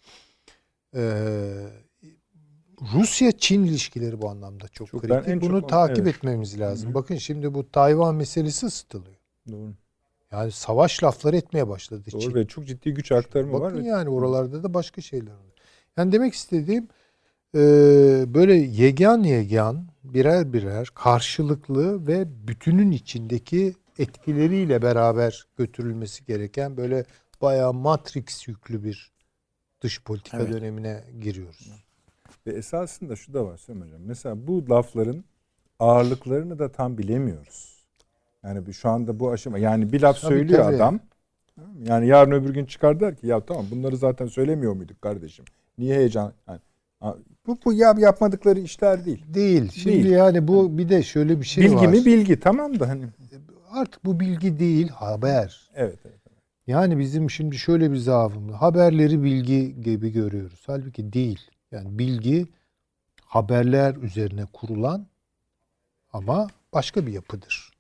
Rusya-Çin ilişkileri bu anlamda çok kritik. Bunu takip etmemiz lazım. Bakın şimdi bu Tayvan meselesi ısıtılıyor. Doğru. Yani savaş lafları etmeye başladı Doğru Çin. ve çok ciddi güç aktarımı var. Bakın yani oralarda da başka şeyler var. Yani demek istediğim böyle yegan birer birer karşılıklı ve bütünün içindeki etkileriyle beraber götürülmesi gereken böyle bayağı Matrix yüklü bir dış politika dönemine giriyoruz. Ve esasında şu da var Süleyman Hocam. Mesela bu lafların ağırlıklarını da tam bilemiyoruz. Yani şu anda bu aşama yani bir laf söylüyor adam. Yani yarın öbür gün çıkar der ki ya tamam bunları zaten söylemiyor muyduk kardeşim? Niye heyecan? Yani, bu yapmadıkları işler değil. Değil. Şimdi yani bu bir de şöyle bir şey bilgi var. Bilgi mi bilgi tamam da hani. Artık bu bilgi değil haber. Evet. Yani bizim şimdi şöyle bir zaafımız. Haberleri bilgi gibi görüyoruz. Halbuki değil. Yani bilgi haberler üzerine kurulan ama başka bir yapıdır.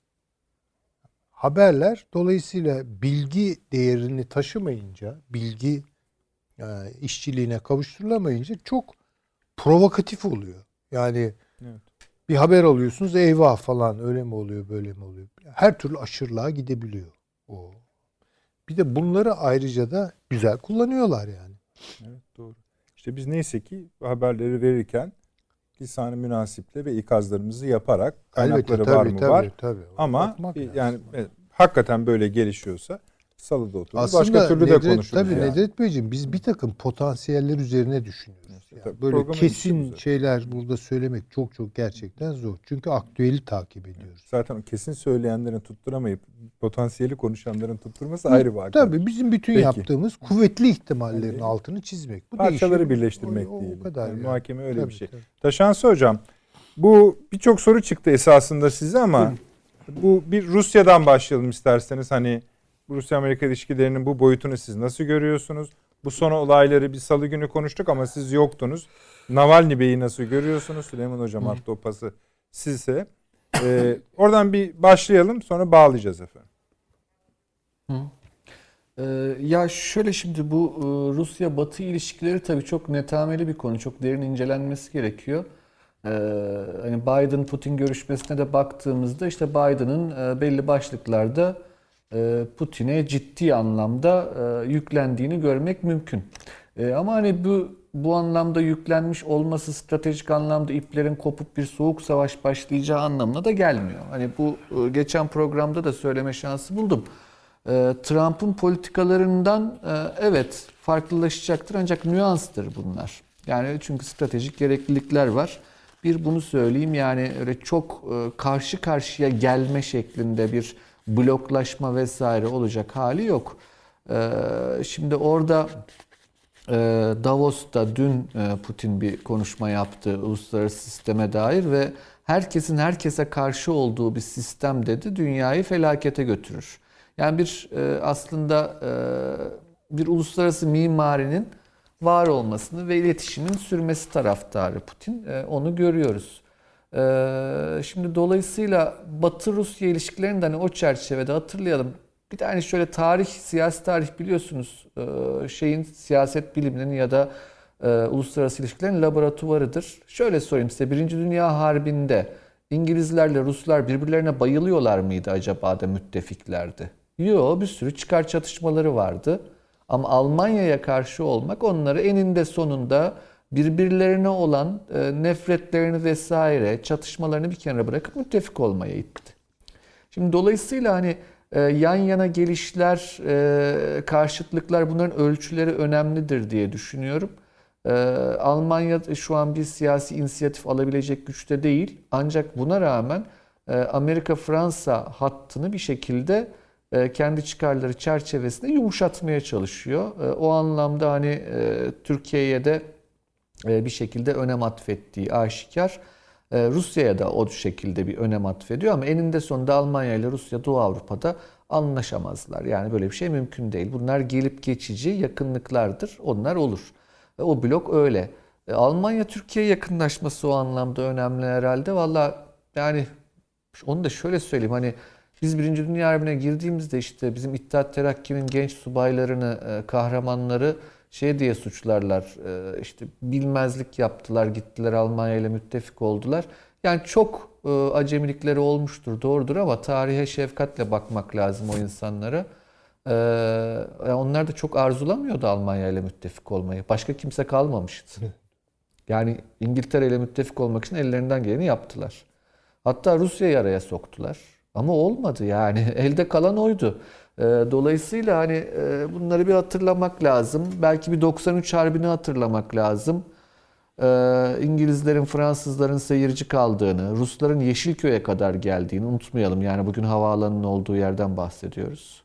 Haberler dolayısıyla bilgi değerini taşımayınca, bilgi işçiliğine kavuşturulamayınca çok provokatif oluyor. Yani bir haber alıyorsunuz eyvah falan öyle mi oluyor böyle mi oluyor? Her türlü aşırılığa gidebiliyor o. Bir de bunları ayrıca da güzel kullanıyorlar yani. Evet doğru. İşte biz neyse ki haberleri verirken lisan-ı münasiple ve ikazlarımızı yaparak kaynakları var mı var. Tabii. Ama yani hakikaten böyle gelişiyorsa salıda oturur. Aslında Başka türlü de konuşuruz. Tabii yani. Nedret Beyciğim biz bir takım potansiyeller üzerine düşünüyoruz. Yani böyle kesin şeyler burada söylemek çok çok gerçekten zor. Çünkü aktüeli takip ediyoruz. Zaten o kesin söyleyenlerin tutturamayıp potansiyeli konuşanların tutturması ayrı bir Tabii bizim bütün yaptığımız kuvvetli ihtimallerin altını çizmek. Bu parçaları birleştirmek o değil. kadar yani. Muhakeme öyle tabii, bir şey. Tabii. Taşansı Hocam bu birçok soru çıktı esasında size ama bu bir Rusya'dan başlayalım isterseniz. Hani Rusya-Amerika ilişkilerinin bu boyutunu siz nasıl görüyorsunuz? Bu son olayları bir salı günü konuştuk ama siz yoktunuz. Navalny Bey'i nasıl görüyorsunuz? Süleyman Hocam attı o pası size. Oradan bir başlayalım, sonra bağlayacağız efendim. Ya şöyle, şimdi bu Rusya-Batı ilişkileri tabii çok netameli bir konu. Çok derin incelenmesi gerekiyor. Hani Biden-Putin görüşmesine de baktığımızda işte Biden'ın belli başlıklarda Putin'e ciddi anlamda yüklendiğini görmek mümkün. Ama hani bu anlamda yüklenmiş olması stratejik anlamda iplerin kopup bir soğuk savaş başlayacağı anlamına da gelmiyor. Hani bu geçen programda da söyleme şansı buldum. Trump'ın politikalarından evet farklılaşacaktır ancak nüanstır bunlar. Yani çünkü stratejik gereklilikler var. Bir bunu söyleyeyim, yani öyle çok karşı karşıya gelme şeklinde bir bloklaşma vesaire olacak hali yok. Şimdi orada Davos'ta dün Putin bir konuşma yaptı uluslararası sisteme dair ve herkesin herkese karşı olduğu bir sistem dedi, dünyayı felakete götürür. Yani aslında bir uluslararası mimarinin var olmasını ve iletişimin sürmesi taraftarı Putin. Onu görüyoruz. Şimdi dolayısıyla Batı-Rusya ilişkilerini de hani o çerçevede hatırlayalım. Bir tane şöyle siyasi tarih biliyorsunuz, siyaset bilimlerinin ya da uluslararası ilişkilerin laboratuvarıdır. Şöyle sorayım size, Birinci Dünya Harbi'nde İngilizlerle Ruslar birbirlerine bayılıyorlar mıydı acaba da müttefiklerdi? Yok, bir sürü çıkar çatışmaları vardı. Ama Almanya'ya karşı olmak onları eninde sonunda birbirlerine olan nefretlerini vesaire, çatışmalarını bir kenara bırakıp müttefik olmaya itti. Şimdi dolayısıyla hani yan yana gelişler, karşıtlıklar, bunların ölçüleri önemlidir diye düşünüyorum. Almanya şu an bir siyasi inisiyatif alabilecek güçte değil. Ancak buna rağmen Amerika-Fransa hattını bir şekilde kendi çıkarları çerçevesinde yumuşatmaya çalışıyor. O anlamda hani Türkiye'ye de bir şekilde önem atfettiği aşikar. Rusya'ya da o şekilde bir önem atfediyor ama eninde sonunda Almanya ile Rusya Doğu Avrupa'da anlaşamazlar. Yani böyle bir şey mümkün değil. Bunlar gelip geçici yakınlıklardır. Onlar olur. O blok öyle. Almanya Türkiye yakınlaşması o anlamda önemli herhalde. Valla yani onu da şöyle söyleyeyim, hani biz Birinci Dünya Harbi'ne girdiğimizde işte bizim İttihat Terakki'nin genç subaylarını, kahramanları diye suçlarlar. İşte bilmezlik yaptılar, gittiler Almanya ile müttefik oldular. Yani çok acemilikleri olmuştur, doğrudur ama tarihe şefkatle bakmak lazım o insanlara. Onlar da çok arzulamıyordu Almanya ile müttefik olmayı. Başka kimse kalmamıştı. Yani İngiltere ile müttefik olmak için ellerinden geleni yaptılar. Hatta Rusya'yı araya soktular. Ama olmadı yani. Elde kalan oydu. Dolayısıyla hani bunları bir hatırlamak lazım. Belki bir 93 Harbi'ni hatırlamak lazım. İngilizlerin, Fransızların seyirci kaldığını, Rusların Yeşilköy'e kadar geldiğini unutmayalım. Yani bugün havaalanının olduğu yerden bahsediyoruz.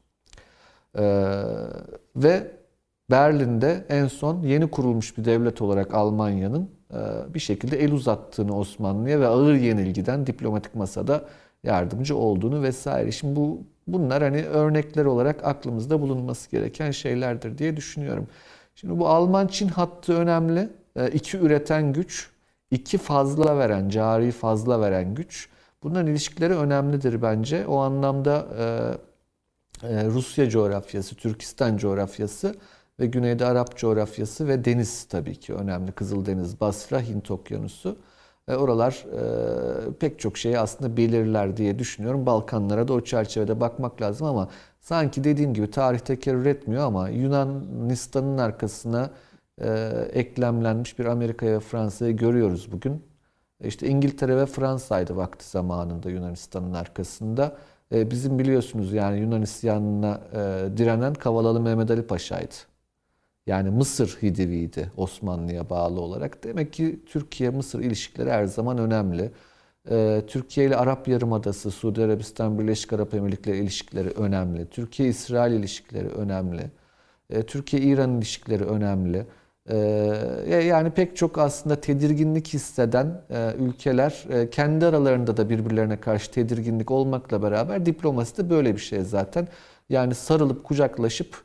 Ve Berlin'de en son yeni kurulmuş bir devlet olarak Almanya'nın bir şekilde el uzattığını Osmanlı'ya ve ağır yenilgiden diplomatik masada yardımcı olduğunu vesaire. Şimdi bunlar hani örnekler olarak aklımızda bulunması gereken şeylerdir diye düşünüyorum. Şimdi bu Alman-Çin hattı önemli. İki üreten güç, iki fazla veren, cari fazla veren güç. Bunların ilişkileri önemlidir bence. O anlamda Rusya coğrafyası, Türkistan coğrafyası ve Güneyde Arap coğrafyası ve deniz tabii ki önemli. Kızıldeniz, Basra, Hint Okyanusu. Oralar pek çok şeyi aslında belirler diye düşünüyorum. Balkanlara da o çerçevede bakmak lazım ama sanki dediğim gibi tarih tekerrür etmiyor ama Yunanistan'ın arkasına eklemlenmiş bir Amerika'ya ve Fransa'yı görüyoruz bugün. İşte İngiltere ve Fransa'ydı vakti zamanında Yunanistan'ın arkasında. Bizim biliyorsunuz yani Yunan isyanına direnen Kavalalı Mehmet Ali Paşa'ydı. Yani Mısır Hidivi'ydi Osmanlı'ya bağlı olarak. Demek ki Türkiye-Mısır ilişkileri her zaman önemli. Türkiye ile Arap Yarımadası, Suudi Arabistan, Birleşik Arap Emirlikleri ilişkileri önemli. Türkiye-İsrail ilişkileri önemli. Türkiye-İran ilişkileri önemli. Yani pek çok aslında tedirginlik hisseden ülkeler kendi aralarında da birbirlerine karşı tedirginlik olmakla beraber diplomasi de böyle bir şey zaten. Yani sarılıp kucaklaşıp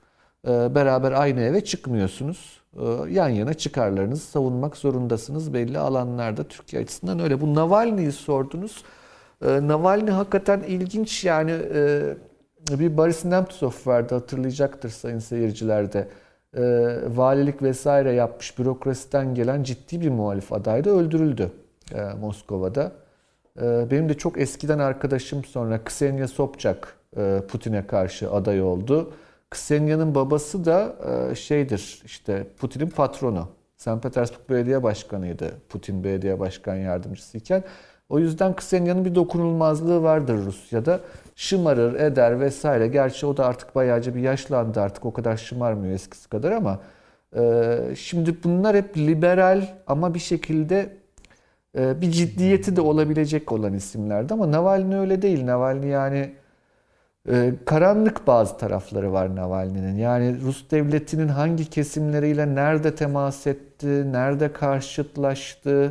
beraber aynı eve çıkmıyorsunuz. Yan yana çıkarlarınızı savunmak zorundasınız belli alanlarda. Türkiye açısından öyle. Bu Navalny'yi sordunuz. Navalny hakikaten ilginç yani bir Boris Nemtsov vardı hatırlayacaktır sayın seyirciler de. Valilik vesaire yapmış bürokrasiden gelen ciddi bir muhalif aday da öldürüldü Moskova'da. Benim de çok eskiden arkadaşım sonra Ksenia Sobchak Putin'e karşı aday oldu. Ksenia'nın babası da şeydir işte Putin'in patronu. St. Petersburg Belediye Başkanı'ydı Putin belediye başkan yardımcısıyken. O yüzden Ksenia'nın bir dokunulmazlığı vardır Rusya'da. Şımarır, eder vesaire. Gerçi o da artık bayağıca bir yaşlandı artık o kadar şımarmıyor eskisi kadar ama şimdi bunlar hep liberal ama bir şekilde bir ciddiyeti de olabilecek olan isimlerdi ama Navalny öyle değil. Navalny yani karanlık bazı tarafları var Navalny'nin. Yani Rus devletinin hangi kesimleriyle nerede temas etti, nerede karşıtlaştı.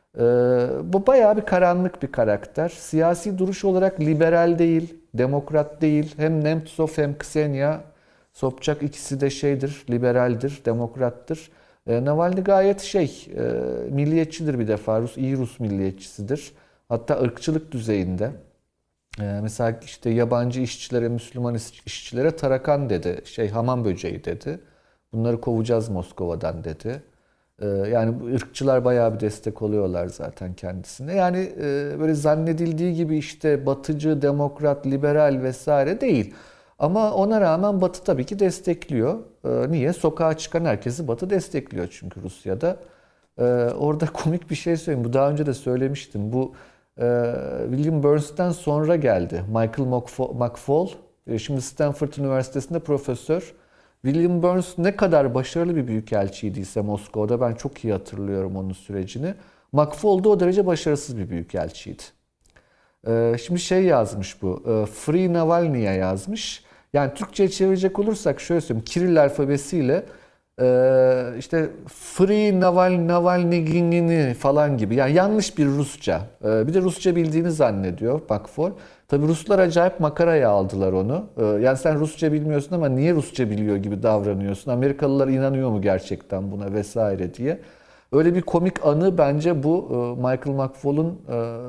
Bu bayağı bir karanlık bir karakter. Siyasi duruş olarak liberal değil, demokrat değil. Hem Nemtsov hem Ksenia Sobchak ikisi de şeydir, liberaldir, demokrattır. Navalny gayet milliyetçidir bir defa. İyi Rus milliyetçisidir. Hatta ırkçılık düzeyinde. Mesela işte yabancı işçilere, Müslüman işçilere tarakan dedi. Hamam böceği dedi. Bunları kovacağız Moskova'dan dedi. Yani bu ırkçılar bayağı bir destek oluyorlar zaten kendisine. Yani böyle zannedildiği gibi işte batıcı, demokrat, liberal vesaire değil. Ama ona rağmen Batı tabii ki destekliyor. Niye? Sokağa çıkan herkesi Batı destekliyor çünkü Rusya'da. Orada komik bir şey söyleyeyim. Bu daha önce de söylemiştim. Bu William Burns'ten sonra geldi. Michael McFaul, şimdi Stanford Üniversitesi'nde profesör. William Burns ne kadar başarılı bir büyükelçiydiyse Moskova'da ben çok iyi hatırlıyorum onun sürecini. McFaul da o derece başarısız bir büyükelçiydi. Şimdi yazmış bu. Free Navalny'ye yazmış. Yani Türkçe'ye çevirecek olursak şöyle söyleyeyim. Kiril alfabesiyle işte Free Navalny'ni falan gibi. Yani yanlış bir Rusça. Bir de Rusça bildiğini zannediyor McFaul. Tabii Ruslar acayip makaraya aldılar onu. Yani sen Rusça bilmiyorsun ama niye Rusça biliyor gibi davranıyorsun? Amerikalılar inanıyor mu gerçekten buna vesaire diye. Öyle bir komik anı bence bu Michael McFaul'un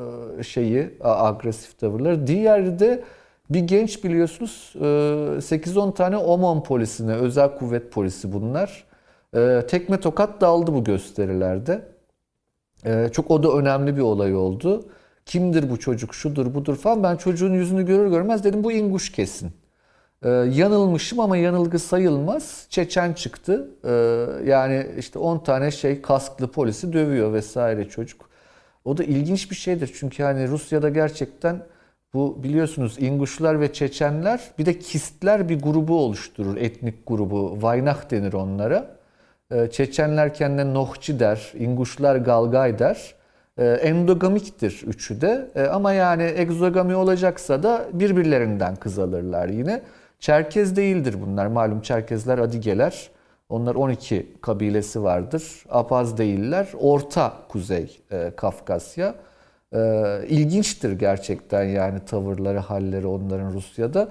agresif tavırları. Diğeri de bir genç biliyorsunuz 8-10 tane OMON polisine, özel kuvvet polisi bunlar. Tekme tokat daldı bu gösterilerde. Çok o da önemli bir olay oldu. Kimdir bu çocuk, şudur budur falan. Ben çocuğun yüzünü görür görmez dedim bu İnguş kesin. Yanılmışım ama yanılgı sayılmaz. Çeçen çıktı. Yani işte 10 tane kasklı polisi dövüyor vesaire çocuk. O da ilginç bir şeydir. Çünkü hani Rusya'da gerçekten bu biliyorsunuz İnguşlar ve Çeçenler bir de Kistler bir grubu oluşturur. Etnik grubu. Vaynakh denir onlara. Çeçenler kendine Nohçi der. İnguşlar Galgay der. Endogamiktir üçü de. Ama yani egzogami olacaksa da birbirlerinden kız alırlar yine. Çerkez değildir bunlar. Malum Çerkezler Adigeler. Onlar 12 kabilesi vardır. Apaz değiller. Orta Kuzey Kafkasya. İlginçtir gerçekten yani tavırları, halleri onların Rusya'da.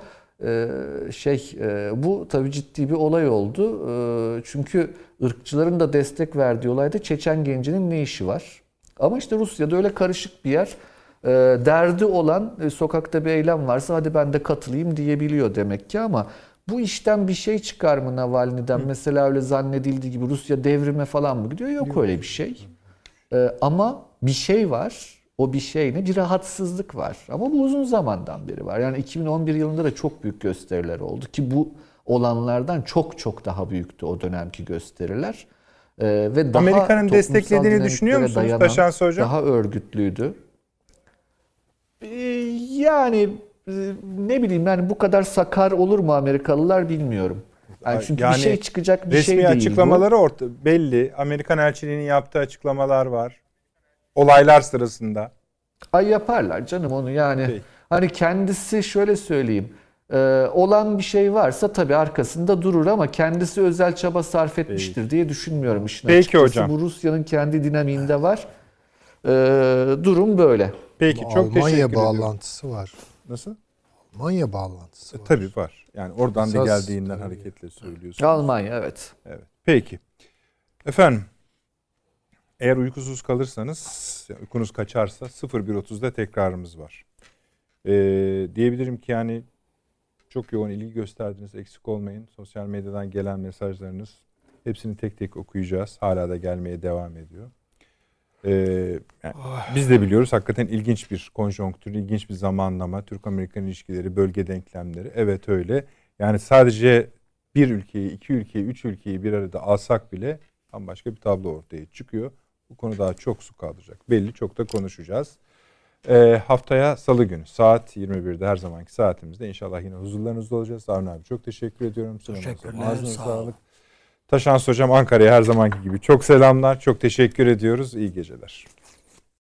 Bu tabii ciddi bir olay oldu. Çünkü ırkçıların da destek verdiği olayda Çeçen gencinin ne işi var? Ama işte Rusya'da öyle karışık bir yer. Derdi olan sokakta bir eylem varsa hadi ben de katılayım diyebiliyor demek ki ama bu işten bir şey çıkar mı Navalny'den? Mesela öyle zannedildiği gibi Rusya devrime falan mı gidiyor? Yok öyle bir şey. Ama bir şey var. O bir şey ne? Bir rahatsızlık var. Ama bu uzun zamandan beri var. Yani 2011 yılında da çok büyük gösteriler oldu ki bu olanlardan çok çok daha büyüktü o dönemki gösteriler. Ve daha Amerika'nın desteklediğini düşünüyor musunuz Taşansı Hocam? Daha örgütlüydü. Yani ne bileyim yani bu kadar sakar olur mu Amerikalılar bilmiyorum. Yani çünkü bir şey çıkacak bir şey değil. Resmi açıklamaları belli. Amerikan elçiliğinin yaptığı açıklamalar var. Olaylar sırasında. Yaparlar canım onu yani. Hani kendisi şöyle söyleyeyim. Olan bir şey varsa tabii arkasında durur ama kendisi özel çaba sarf etmiştir diye düşünmüyorum işin açıkçası. Hocam. Bu Rusya'nın kendi dinamiğinde var. Durum böyle. Peki çok teşekkür Almanya ediyorum. bağlantısı var. Nasıl? Almanya bağlantısı var. Tabii var. Yani oradan da Esas, geldiğinden tabii. hareketle söylüyorsunuz. Almanya, evet. Evet. Peki. Efendim, eğer uykusuz kalırsanız, uykunuz kaçarsa 01.30'da tekrarımız var. Diyebilirim ki yani çok yoğun ilgi gösterdiniz, eksik olmayın. Sosyal medyadan gelen mesajlarınız, hepsini tek tek okuyacağız. Hala da gelmeye devam ediyor. Yani biz de biliyoruz, hakikaten ilginç bir konjonktür, ilginç bir zamanlama. Türk-Amerikan ilişkileri, bölge denklemleri. Evet öyle. Yani sadece bir ülkeyi, iki ülkeyi, üç ülkeyi bir arada alsak bile bambaşka bir tablo ortaya çıkıyor. Bu konu daha çok su kaldıracak. Belli, çok da konuşacağız. Haftaya Salı günü saat 21'de her zamanki saatimizde inşallah yine huzurlarınızda olacağız. Avni abi çok teşekkür ediyorum. Teşekkürler, Ağzına sağ sağlık. olun. Taşans hocam Ankara'ya her zamanki gibi çok selamlar. Çok teşekkür ediyoruz. İyi geceler.